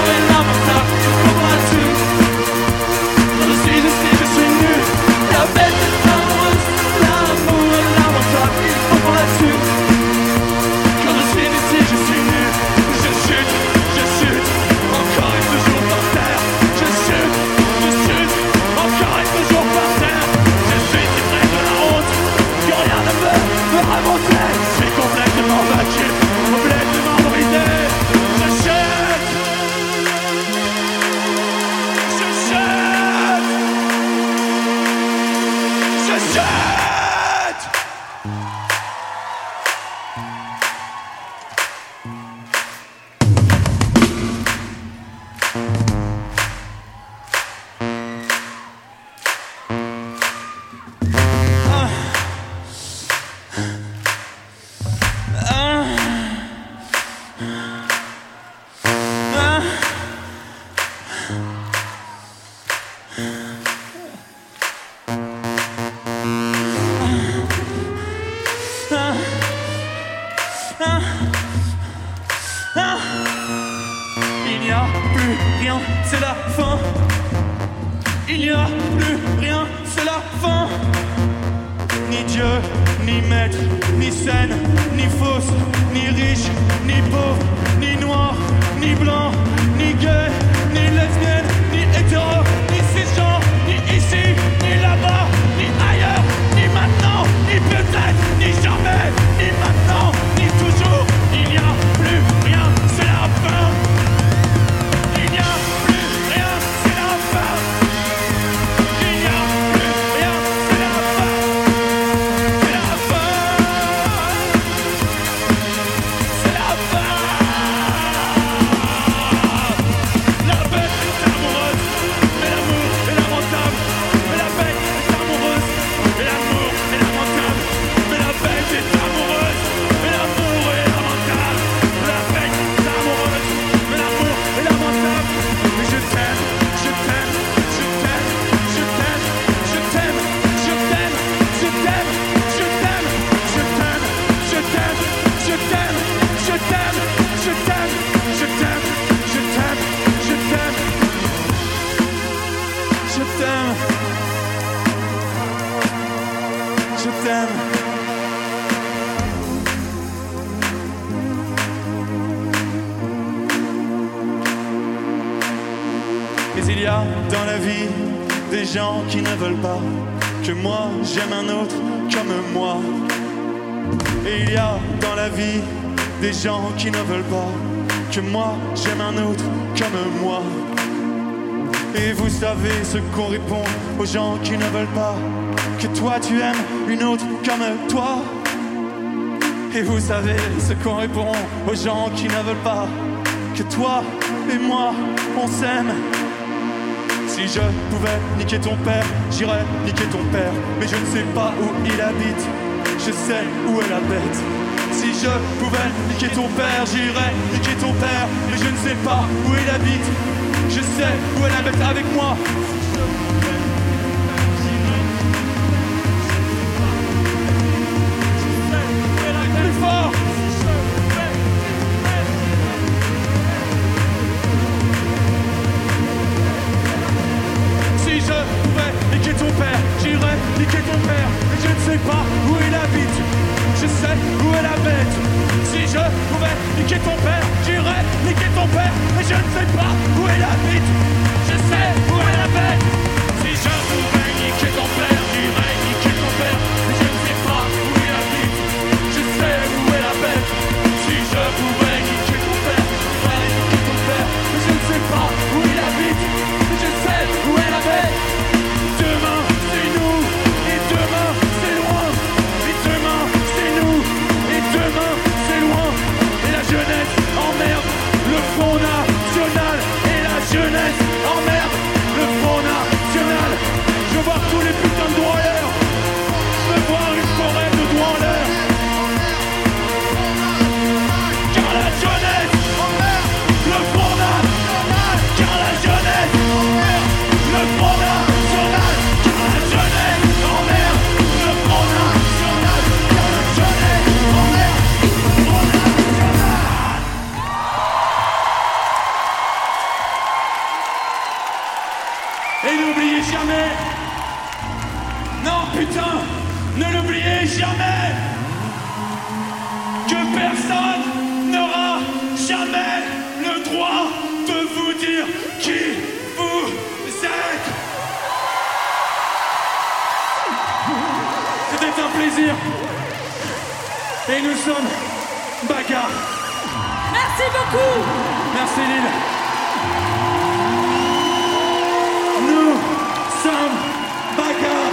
Il n'y a plus rien, c'est la fin. Il n'y a plus rien, c'est la fin. Ni Dieu, ni maître, ni saine, ni fausse, ni riche, ni pauvre, ni noir, ni blanc, ni gay, ni lesbienne, ni hétéro, ni cisgenre, ni ici, ni là-bas, ni ailleurs, ni maintenant, ni peut-être, ni jamais, ni maintenant, ni toujours. Il n'y a plus rien, c'est la fin. Il n'y a plus rien, c'est la fin. Il n'y a plus rien, c'est la fin. C'est la fin. C'est la fin. La bête est amoureuse, mais l'amour est lamentable. Mais la bête est amoureuse, mais l'amour est lamentable. Mais la bête est amoureuse, mais l'amour est lamentable. La bête est amoureuse, mais l'amour est lamentable. Mais je t'aime, je t'aime, je t'aime, je t'aime, je t'aime, je t'aime, je t'aime, je t'aime, je t'aime, je t'aime, je t'aime, je t'aime, je t'aime, je t'aime, je t'aime, je t'aime, je t'aime, je t'aime. Mais il y a dans la vie des gens qui ne veulent pas que moi j'aime un autre comme moi. Et il y a dans la vie des gens qui ne veulent pas que moi j'aime un autre comme moi. Et vous savez ce qu'on répond aux gens qui ne veulent pas que toi tu aimes une autre comme toi. Et vous savez ce qu'on répond aux gens qui ne veulent pas que toi et moi on s'aime. Si je pouvais niquer ton père, j'irais niquer ton père. Mais je ne sais pas où il habite, je sais où est la bête. Si je pouvais niquer ton père, j'irais niquer ton père. Mais je ne sais pas où il habite, je sais où est la bête avec moi. Plus fort. Si je pouvais niquer ton père, j'irais niquer ton père. Mais je ne sais pas où il habite, je sais où est la bête. Si je pouvais niquer ton père, j'irais niquer ton père. Mais je ne sais pas où il habite, je sais où est la bête. Si je pouvais niquer ton père, j'irais niquer ton père. Mais je ne sais pas où il habite, je sais où est la bête. Si je pouvais niquer ton père, j'irais niquer ton père. Mais je ne sais pas où il habite, mais je sais où est la bête. Demain c'est nous, et demain c'est loin. Et demain c'est nous, et demain c'est loin. Et la jeunesse emmerde le Front National. Et la jeunesse emmerde le Front National. Je veux voir tous les putains de droits. Je veux voir une forêt de droits en l'air. Car la jeunesse emmerde le Front National. Car la jeunesse emmerde le Front National. Car la jeunesse emmerde le Front National. Car la jeunesse emmerde le Front National. Et n'oubliez jamais, non putain, ne l'oubliez jamais, que personne n'aura jamais le droit de vous dire qui vous êtes. C'était un plaisir. Et nous sommes bagarre. Merci beaucoup. Merci Lille. Nous sommes bagarre.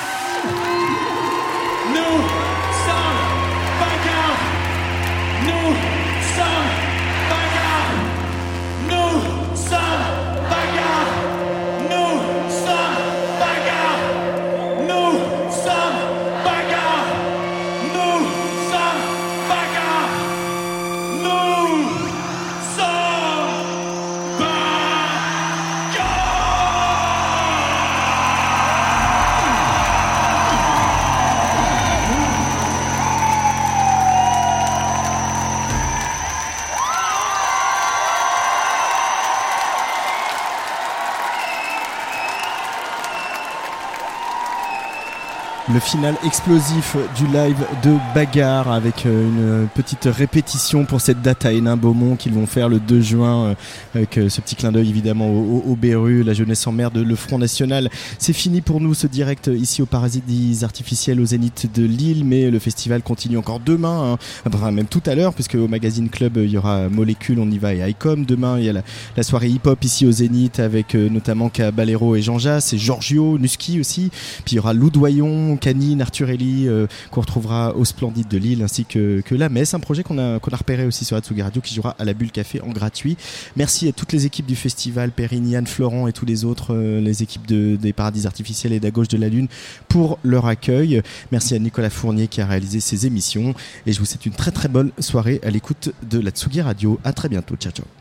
Nous sommes bagarre. Nous sommes bagarre. Nous sommes bagarre. Nous sommes bagarre. Nous sommes bagarre. Nous sommes bagarre. Nous sommes bagarre. Le final explosif du live de Bagarre avec une petite répétition pour cette date à Hénin-Beaumont qu'ils vont faire le 2 juin avec ce petit clin d'œil évidemment au Beru, la jeunesse en mer de le Front National. C'est fini pour nous ce direct ici au Paradis Artificiel au Zénith de Lille, mais le festival continue encore demain, enfin, même tout à l'heure, puisque au Magazine Club il y aura Molécule, On y va et Icom. Demain il y a la soirée hip-hop ici au Zénith avec notamment Caballero et Jean Jass et Giorgio, Nuski aussi. Puis il y aura Lou Doyon, Canine, Arthurelli qu'on retrouvera au Splendide de Lille, ainsi que La Messe, un projet qu'on a repéré aussi sur Atsugi Radio qui jouera à la Bulle Café en gratuit. Merci à toutes les équipes du festival, Perrine, Yann, Florent et tous les autres, les équipes des Paradis Artificiels et d'À Gauche de la Lune pour leur accueil. Merci à Nicolas Fournier qui a réalisé ces émissions et je vous souhaite une très très bonne soirée à l'écoute de la Tsugi Radio. À très bientôt, ciao ciao.